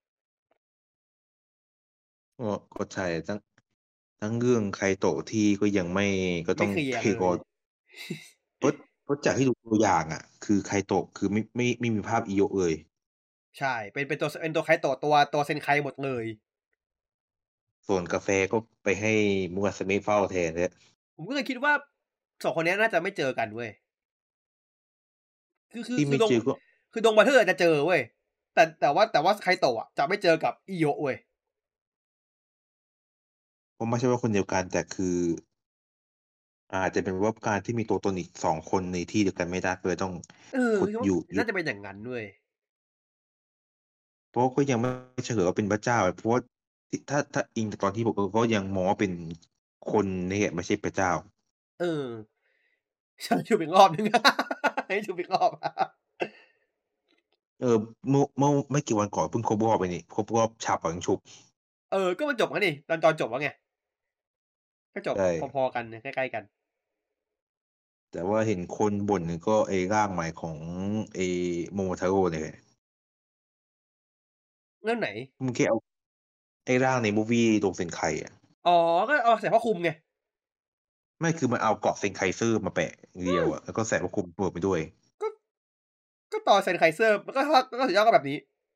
ก็ใช่ทั้งเรื่องไคโตะที่ก็ยังไม่ก็ต้
ไม่
อง
เคลียร์
เท
เล
ก่อน
ย
เพราะจากที่ดูตัวอย่างอ่ะ คือไคโตะคือไม่มีภาพอิโยะเลย
ใช่เป็นตัวไคโตะตัวเซนไคหมดเลย
ส่วนกาแฟก็ไปให้มัวสเมะเฝ้าแทนเนี่ย
ผมก็เลยคิดว่าสองคนนี้น่าจะไม่เจอกันเว้ยคือ
ที่ไม่
ดง
เจอก็
คือดงบัตเทอร์จะเจอเว้ยแต่ว่าไคโตะอ่ะจะไม่เจอกับอิโยะเว้ย
เพราะไม่ใช่ว่าคนเดียวกันแต่คือ อาจจะเป็นว่าการที่มีตัวตนอีก2 คนในที่เดียวกันไม่ได้ก็เลยต้องขุด
คิดว่า
อยู่
น่าจะเป็นอย่างนั้นเว้ย
เพราะก็ยังไม่เฉลยว่าเป็นพระเจ้าเพราะว่าถ้าอิงตอนที่ผมก็ยังมองว่าเป็นคนนี่ไม่ใช่พระเจ้า
ฉันชูอีกรอบนึง ให้ชูอีกรอบ
เมื่อไม่กี่วันก่อนเพิ่งครบรอบไปนี่ครบรอบฉาบฝังฉุบ
ก็มันจบแล้วนี่ตอนจบแล้วไงก็จบ
ใช่
พอๆกันใกล้ๆกัน
แต่ว่าเห็นคนบ่นก็ไอ้ร่างใหม่ของไอ้โมโมทาโร่เนี่ย
เรื่องไหน
มันแค่เอาไอ้ร่างในมูฟวี่โดงเซนไคอ่ะ
อ๋อ ก็เอาใส่ผ้าคลุมไง
ไม่คือมันเอาเกาะเซนไคเซอร์มาแปะอย่างเดียวอ่ะแล้วก็ใส่ผ้าคลุมเปิดไปด้วย
ก็ตอนเซนไคเซอร์มันก็สุดยอดก็แบบนี้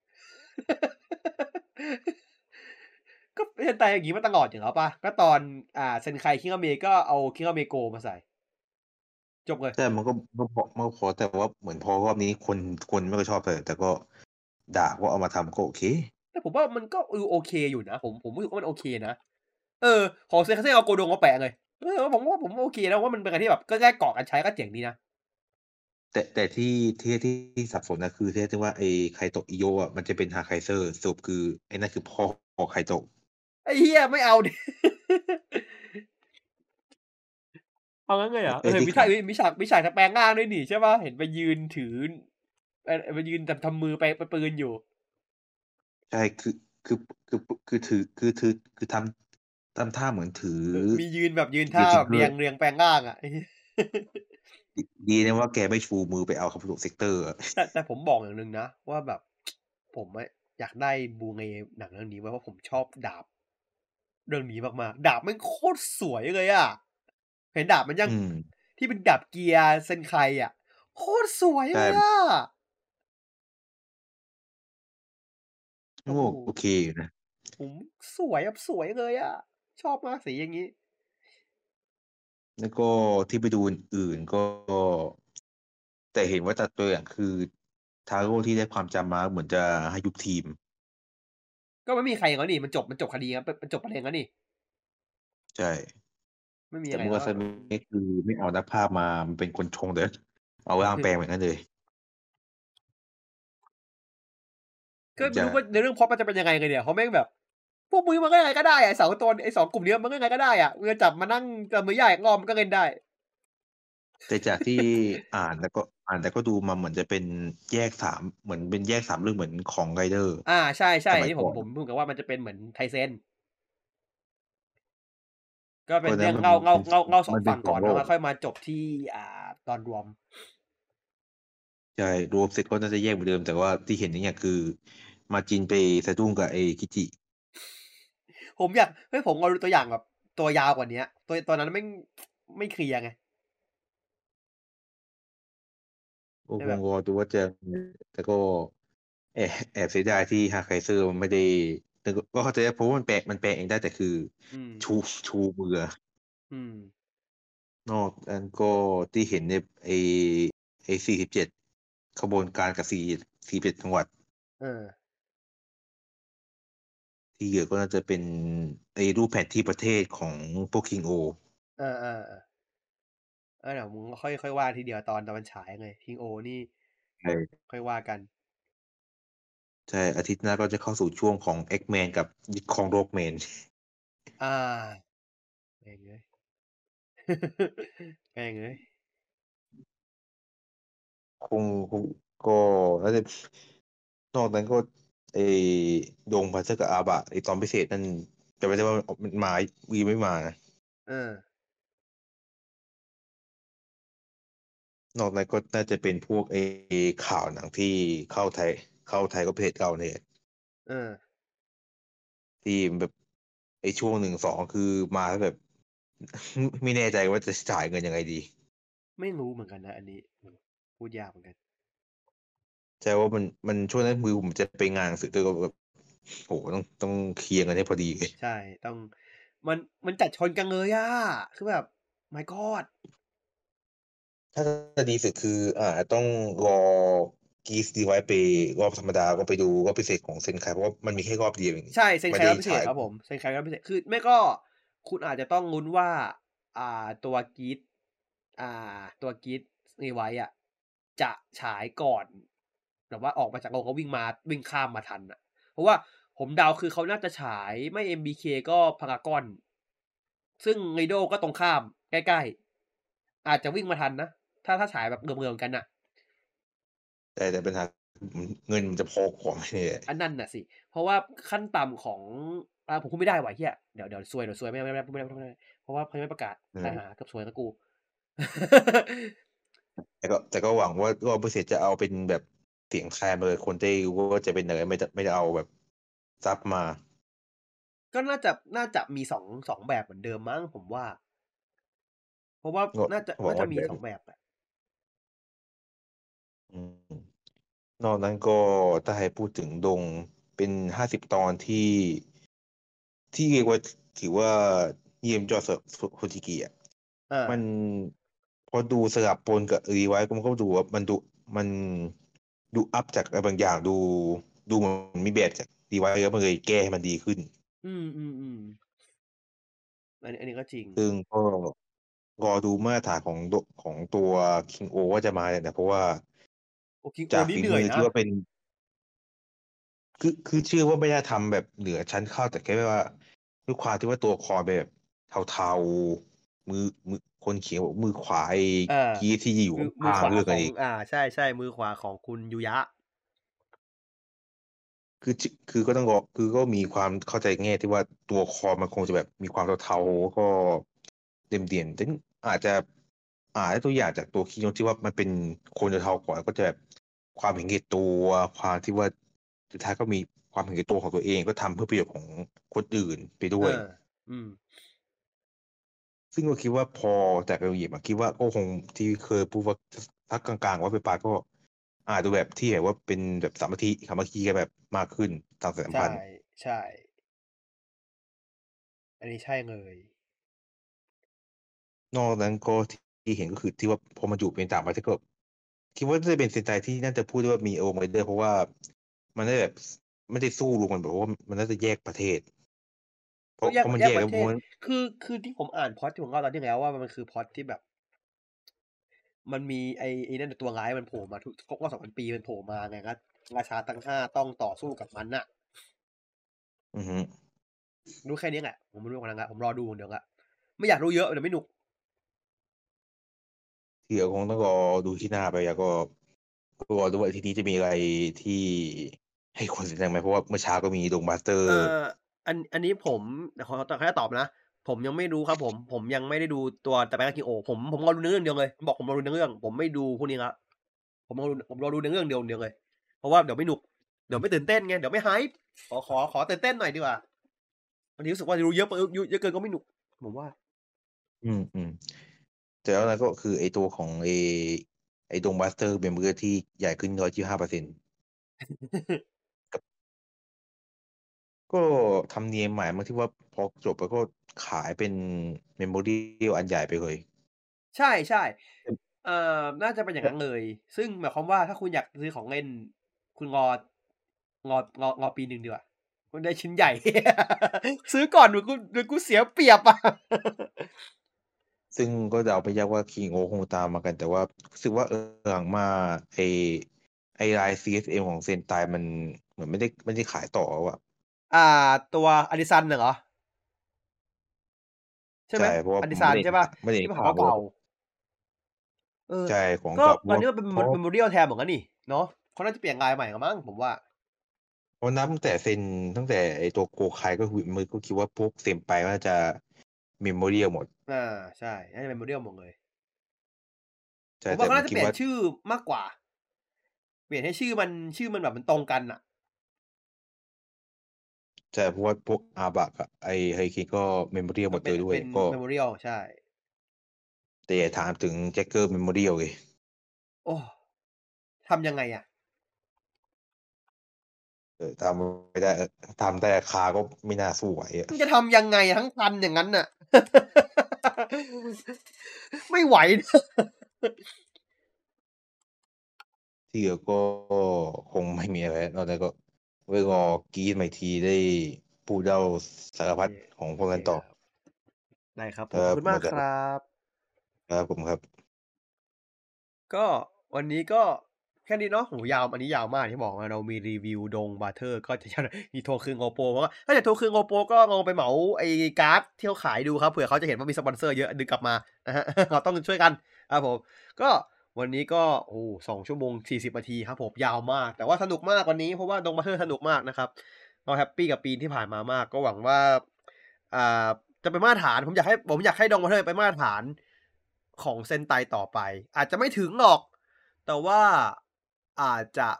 ก็เฮนไตอย่างนี้มาตลอดอย่างแล้วป่ะก็ตอนเซนไคคิงอเมก็เอาคิงอเมโกมาใส่จบเลย
แต่มันก็พอแต่ว่าเหมือนพอรอบนี้คนไม่ก็ชอบเลยแต่ก็ด่าว่าเอามาทำก็โอเค
แต่ผมว่ามันก็โอเคอยู่นะผมรู้สึกว่ามันโอเคนะของเซนไคเซอร์เอาโกดงมาแปะเลยผมว่าผมโอเคนะว่ามันเป็นอะไรที่แบบก็แค่เกาะกันใช้ก็เจ๋งดีนะ
แต่ที่สับสนนะคือที่ว่าไอ้ไคโตะอิโยะมันจะเป็นฮาไคเซอร์สรุปคือไอ้นั่นคือพ่อไคโตะ
ไอ้เหี้ยไม่เอาดิ เอางั้นเลยเหรอ
ไอ้ที่
มี
ขาด
มีฉากจะแปลงร่างด้วยนี่ใช่ป่ะเห็นไปยืนถือไปยืนทำมือไปปืนอยู่
ใช่คือคือทำท่าเหมือนถือ
มียืนแบบยืนท่า
ยืนทิ
แบบ
งเกอร์
เรียงแปลงร่างอ่ะ
ดีนะว่าแกไม่ชูมือไปเอาคาบุโตะเซกเตอร์อะ
แต่ผมบอกอย่างหนึ่งนะว่าแบบผมอยากได้บูเงหนังเรื่องนี้ไว้เพราะผมชอบดาบเรื่องนี้มากๆดาบมันโคตรสวยเลยอ่ะเห็นดาบมันยัง
อืม
ที่เป็นดาบเกียร์เซนไคอ่ะโคตรสวยเลยอ่ะ
โอ้
โอ้โห
โอเคอยู่นะ
ผมสวยแบบสวยเลยอ่ะ ชอบมากสีอย่างนี้
แล้วก็ที่ไปดูอื่นๆก็ แต่เห็นว่าตัดตัวอย่างคือทาโร่ที่ได้ความจำมาเหมือนจะให้ยุบทีม
ก็ไม่มีใครอย่างนั้นนี่มันจบคดีครับมันจบประเด็นแล้วนี่
ใช่
ไม่มี
แต่
อะไร
เมื่อ
แล้ว
ซันนี่คือไม่เอานักภาพมามันเป็นคนชงเด้อเอาร่างแปลงเหมือนกันเลย
ก็ไม่รู้ว่าในเรื่องพล็อตมันจะเป็นยังไงกันเนี่ยเขาแม่งแบบ พวกมึงมันก็ยังไงก็ได้อะสองตัวไอ้สองกลุ่มนี้มันก็ยังไงก็ได้อะมึงจะจับมานั่งกับมือใหญ่งอมมันก็เล่นได้
แต่จากที่อ่านแล้วก็ดูมาเหมือนจะเป็นแยกสามเหมือนเป็นแยกสามเรื่องเหมือนของไรเดอร์
ใช่
สมัย
ที่ผ
ก่
ม
อน
พูดกันว่ามันจะเป็นเหมือนไทเซนก็เป็
ก็
น
นั้
เรื่
น
อง
มัน
เล่าสอ
มั
ง
นเป็น
ฝั่ง
สอ
ก่อง น
โล
แล้ว
ก
มาค่อยมาจบที่ตอนรวม
ใช่รวมเสร็จก็น่าจะแยกเหมือนเดิมแต่ว่าที่เห็นเนี่ยคือมาจินไปสะดุ้งกับไอ้คิจิ
ผมอยากผมเอาดูตัวอย่างแบบตัวยาวกว่านี้ตัวนั้นไม่เคลียร์ไง
โอ้ค
ได้แบบ
งรอดูว่าจะแต่ก็แอบเสียดายที่ฮาไคเซอร์มันไม่ได้แต่ก็เข้าใจเพราะว่ามันแปลเองได้แต่คือ
อืม
ชูมือ
อืม
นอกนั้นก็ที่เห็นในไอ้47ขบวนการกับ47จังหวัด
เออ
ที่เหลือก็น่าจะเป็นไอ้รูปแผนที่ประเทศของพวกคิงโอ
เดี๋ยวมึงค่อยว่าทีเดียวตอนมันฉายไงทิงโอนี่
ใช่
ค่อยว่ากัน
ใช่อาทิตย์หน้าก็จะเข้าสู่ช่วงของ X-Men กับยึดครองโลกแมน
อ่าแม่งเอ้ย แม่งเอ้ย
คงก็แล้วจะนอกนั้นก็ไอ้ดงพันเซอร์กับอาบะไอ้ตอนพิเศษนั่นจะไม่ได้ว่ามันมาวีไม่มานะ
เออ
นอกนั้นก็น่าจะเป็นพวกไอ้ข่าวหนังที่เข้าไทยก็ประเทศเก่าเนี่ย
เออ
ที่แบบไอ้ช่วง1-2คือมาแล้วแบบ ไม่แน่ใจว่าจะจ่ายเงินยังไงดี
ไม่รู้เหมือนกันนะอันนี้พูดยากเหมือนกัน
ใช่ว่ามันช่วงนั้นมือผมจะไปงานหนังสือด้วยก็แบบโหต้องเคลียร์กันให้พอดีเลย
ใช่ต้องมันจัดชนกันเลยอ่ะคือแบบ my god
ถ้าจะดีสุดคือต้องรอกีสดีไว้ไปรอบธรรมดาก็ไปดูรอบพิเศษของเซนไคเพราะว่ามันมีแค่รอบเดียวเอง
ใช่เซ็น
ไม่
ไค
ได้
รอบพิเศษ
ฉาย
ครับผมเซ็นไครอบพิเศษคือไม่ก็คุณอาจจะต้องลุ้นว่า ตัวกีดตัวกีดนี่ไว้อ่ะ จะฉายก่อนแบบว่าออกมาจากโรงก็วิ่งข้ามมาทันอ่ะ เพราะว่าผมเดาคือเขาน่าจะฉายไม่ MBK ก็พารากอน ซึ่งไงโดก็ตรงข้ามใกล้ๆ อาจจะวิ่งมาทันนะ ถ้าฉายแบบเมืองกันน่ะ
แต่ปัญหาเงินมันจะพอของไหมเนี่ย
อันนั้นน่ะสิ เพราะว่าขั้นต่ำของผมพูดไม่ได้ว่ะเฮียเดี๋ยวซวยไม่ได้เพราะว่าเขาไม่ประกาศตายหากับซวยกับกู
แต่ก็หวังว่ารอบพิเศษจะเอาเป็นแบบเสียงแคลมเลยคนได้รู้ว่าจะเป็นอะไรไม่ได้เอาแบบซับมา
ก็น่าจะมีสองแบบเหมือนเดิมมั้งผมว่า เพราะว่า
ก็
น่า
หวัง
จะ
ว่า
มี
แบบ
2 แบบแหละ
อืมนอกนั้นก็ถ้าให้พูดถึงดงเป็น50 ตอนที่เรียกว่าถือว่าเยี่ยมยอดโฮจิกิอ่ะมันพอดูสลับปนกับรีไวท์มันก็ดูว่ามันดูอัพจากอะไรบางอย่างดูมันมีแบบจากรีไวท์แล้วมันเลยแก้ให้มันดีขึ้น
อันนี้ก็จริง
ซึ่งก็รอดูมาตรฐานของตัวคิงโอว่าจะมาเนี่ยเพราะว่า
โอ้คิงโอ
จาก
นี่
ฝี
เหนื่
มื
อย
อ
นะ
ที่ว่าเป็นคือเชื่อว่าไม่ได้ทำแบบเหนือชั้นเข้าแต่แค่ว่าด้วยความที่ว่าตัวคอแบบเทาๆมือคนเขียนบอกมือขวาไอ้
อ่า
กีที่อยู่
มือ
ข้าง
ขวา
ๆเรื่อง
ข
กั
อน ง
อีก
ใช่มือขวาของคุณยูยะ
คือก็ต้องรอคือก็มีความเข้าใจแง่ที่ว่าตัวคอมันคงจะแบบมีความเทาๆก็เด่นๆซึ่งอาจจะได้ตัวอย่างจากตัวคิโนะที่ว่ามันเป็นคนเทาๆก่อนแล้วก็จะแบบความเห็นแก่ตัวความที่ว่าสุดท้ายก็มีความเห็นแก่ตัวของตัวเองก็ทำเพื่อประโยชน์ของคนอื่นไปด้วย ซึ่งก็คิดว่าพอจากเราหยิบมาคิดว่าก็คงที่เคยพูดว่าพักกลางๆว่าไปปาก็ดูแบบที่แบบว่าเป็นแบบสามัคคีกันแบบมากขึ้นตามสายสัม
ใช่
พันธ์
ใช่ อันนี้ใช่เลย
นอกนั้นก็ที่เห็นก็คือที่ว่าพอมาอยู่เป็นต่างประเทศก็คิดว่าจะเป็นเซนไตที่น่าจะพูดได้ว่ามีโอไมเดอร์เพราะว่ามันได้แบบไม่ได้สู้รวมกันแบบว่ามันน่าจะแยกประเทศ เพ
ก็
ราะมัน
แย
แย
ก
ก
ป
แล้ว
ระเท
เพราะ
ศ
มัน
คือที่ผมอ่านพล็อตที่ผมเล่าตอนที่แล้วว่ามันคือพล็อตที่แบบ มันมีไอ้นั่นตัวร้ายมันโผล่มาทุกครบรอบ 2,000 ปีมันโผล่มาไงครับราชาทั้ง 5 ต้องต่อสู้กับมันน่ะ
อือฮึ
รู้แค่นี้แหละ ผมไม่รู้กว่านั้นละผมรอดูอย่างเดียวละไม่อยากรู้เยอะเดี๋ยวไม่หนุก
ที่คงต้องรอดูที่หน้าไปแล้วก็รอดูว่าทีนี้จะมีอะไรที่ให้คนสนใจไหมเพราะว่าเมื่อเช้าก็มีดงมาสเตอร์
อันนี้ผมขอตอบนะ ผมยังไม่รู้ครับผมยังไม่ได้ดูตัวแต่ไปกับคิโอผมรอดูเนื้อเรื่องเดียวเลยบอกผมรอดูเนื้อเรื่องผมไม่ดูพวกนี้ละผมรอดูเนื้อเรื่องเดียวเลยเพราะว่าเดี๋ยวไม่หนุกเดี๋ยวไม่ตื่นเต้นไงเดี๋ยวไม่ไฮป์ขอตื่นเต้นหน่อยดีกว่าวันนี้รู้สึกว่ารู้เยอะเกินก็ไม่หนุกผมว่า
อืมแต่แล้วนั้นก็คือไอตัวของไอดงมาสเตอร์เป็นมือที่ใหญ่ขึ้น125%ก็ทำเนียมใหม่มาที่ว่าพอจบแล้วก็ขายเป็นเมมโมรี่อันใหญ่ไปเลย
ใช่น่าจะเป็นอย่างนั้นเลย ซึ่งหมายความว่าถ้าคุณอยากซื้อของเล่น คุณงอปีหนึ่งดีกว่าคุณได้ชิ้นใหญ่ ซื้อก่อนเดี๋ยวกูเสียเปรียบอ่ะ
ซึ่งก็เดาไปยากว่าคิงโอคงตามมากัน แต่ว่ารู้สึกว่าหลังมาไอลาย CSM ของเซนไตมันเหมือนไม่ได้ขายต่อว่ะ
ตัวอดิซันเหรอ ใช่ไหม
ใช่เพราะว่า
อ
ผ
ดิ
ม
ซันใช่ป่ะ
ไม่ได้
ที่เป็นข
ข่า
อ
ว
ง
เพราะ
เก่า
ว่า
ๆ
ใช่ของ
ก็
เก่า
ตอนนี้มันเป็น
เพราะ
เมมโมเรียลแทนเหมือนกันนี่เนาะเขาน่าจะเปลี่ยนลายใหม่กันมั้งผมว่า
เพราะนับตั้งแต่ไอตัวโกไคก็คือมือก็คิดว่าพวกเซมไปก็น่าจะเมมโมรี่หมด
ใช่น่าจะเป็นเมมโมเรียลหมดเลย
ใช่
ผม
แต่
ว่าเขา
ผม
น่าจะ
คิด
เปลี่ยน
ว่า
ชื่อมากกว่า เปลี่ยนให้ชื่อมันแบบมันตรงกันอ่ะ
ใช่เพราะว่าพวกอาบักอะไอไฮคิก็เมมโมรี่หมดเลยด้วย
เป็น
ก็
เมมโมเรียลใช่
แต่อย่าถามถึงแจ็คเกอร์เมมโมรี่เลย
โอ้ทำยังไงอ่ะ
ทำไม่ได้ทำแต่ราคาก็ไม่น่าสู้ไหวอะ
มันจะทำยังไงทั้งพันอย่างนั้นน่ะ ไม่ไหวนะ
ที่เหลือก็คงไม่มีอะไรนอกจากก็ไว้รอกรีดใหม่ทีได้พูดเล่าสารพัดของพวกนั้นต่อ
ได้ครับ
ค
ผม
รั
ขอ
บบ
คุณมาก
หมดแล้ว
ครับ
ครับผมครับ
ก็วันนี้ก็แค่นี้เนาะโหยาวอันนี้ยาวมากที่บอกว่าเรามีรีวิวดงบาเทอร์ก็จะมีโทรคืนโอโปเพราะว่าถ้าจะโทรคืนโอโปก็ลองไปเหมาไอ้การ์ดที่เขาขายดูครับเผื่อเขาจะเห็นว่ามีสปอนเซอร์เยอะดึงกลับมานะฮะ เราต้องช่วยกันครับผมก็วันนี้ก็2 ชั่วโมง 40 นาทีครับผมยาวมากแต่ว่าสนุกมากวันนี้เพราะว่าดงบาเทอร์สนุกมากนะครับเราแฮปปี้กับปีที่ผ่านมามากก็หวังว่าจะเป็นมาตรฐานผมอยากให้ดงบาเทอร์เป็นมาตรฐานของเซนไตต่อไปอาจจะไม่ถึงหรอกแต่ว่าอาจจะ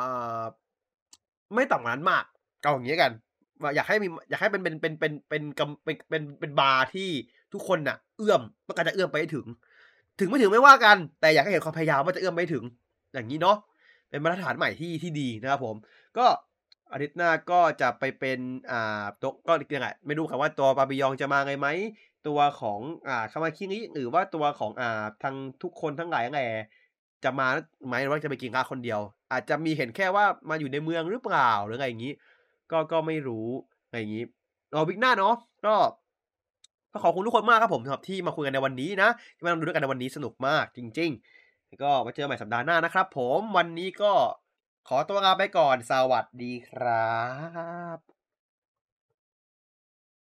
ไม่ต่ำกว่านั้นมากเอาอย่างนี้กันว่าอยากให้เป็นบาร์ที่ทุกคนน่ะเอื้อมต้องการจะเอื้อมไปให้ถึงไม่ถึงไม่ว่ากันแต่อยากให้เห็นความพยายามว่าจะเอื้อมไปถึงอย่างนี้เนาะเป็นมาตรฐานใหม่ที่ดีนะครับผมก็อาทิตย์หน้าก็จะไปเป็นตัวก็ยังไงไม่รู้ครับว่าตัวปาปิยองจะมาไงไหมตัวของคามาคิริหรือว่าตัวของทางทุกคนทั้งหลายแหล่จะมาไหมหรือว่าจะไปกินข้าวคนเดียว อาจจะมีเห็นแค่ว่ามาอยู่ในเมืองหรือเปล่าหรืออะไรอย่างงี้ก็ไม่รู้อะไรอย่างงี้วิกหน้าเนาะก็ขอบคุณทุกคนมากครับผมสำหรับที่มาคุยกันในวันนี้นะที่มาดูด้วยกันในวันนี้สนุกมากจริงๆก็ไว้เจอกันใหม่สัปดาห์หน้านะครับผมวันนี้ก็ขอตัวลาไปก่อนสวัสดีครับ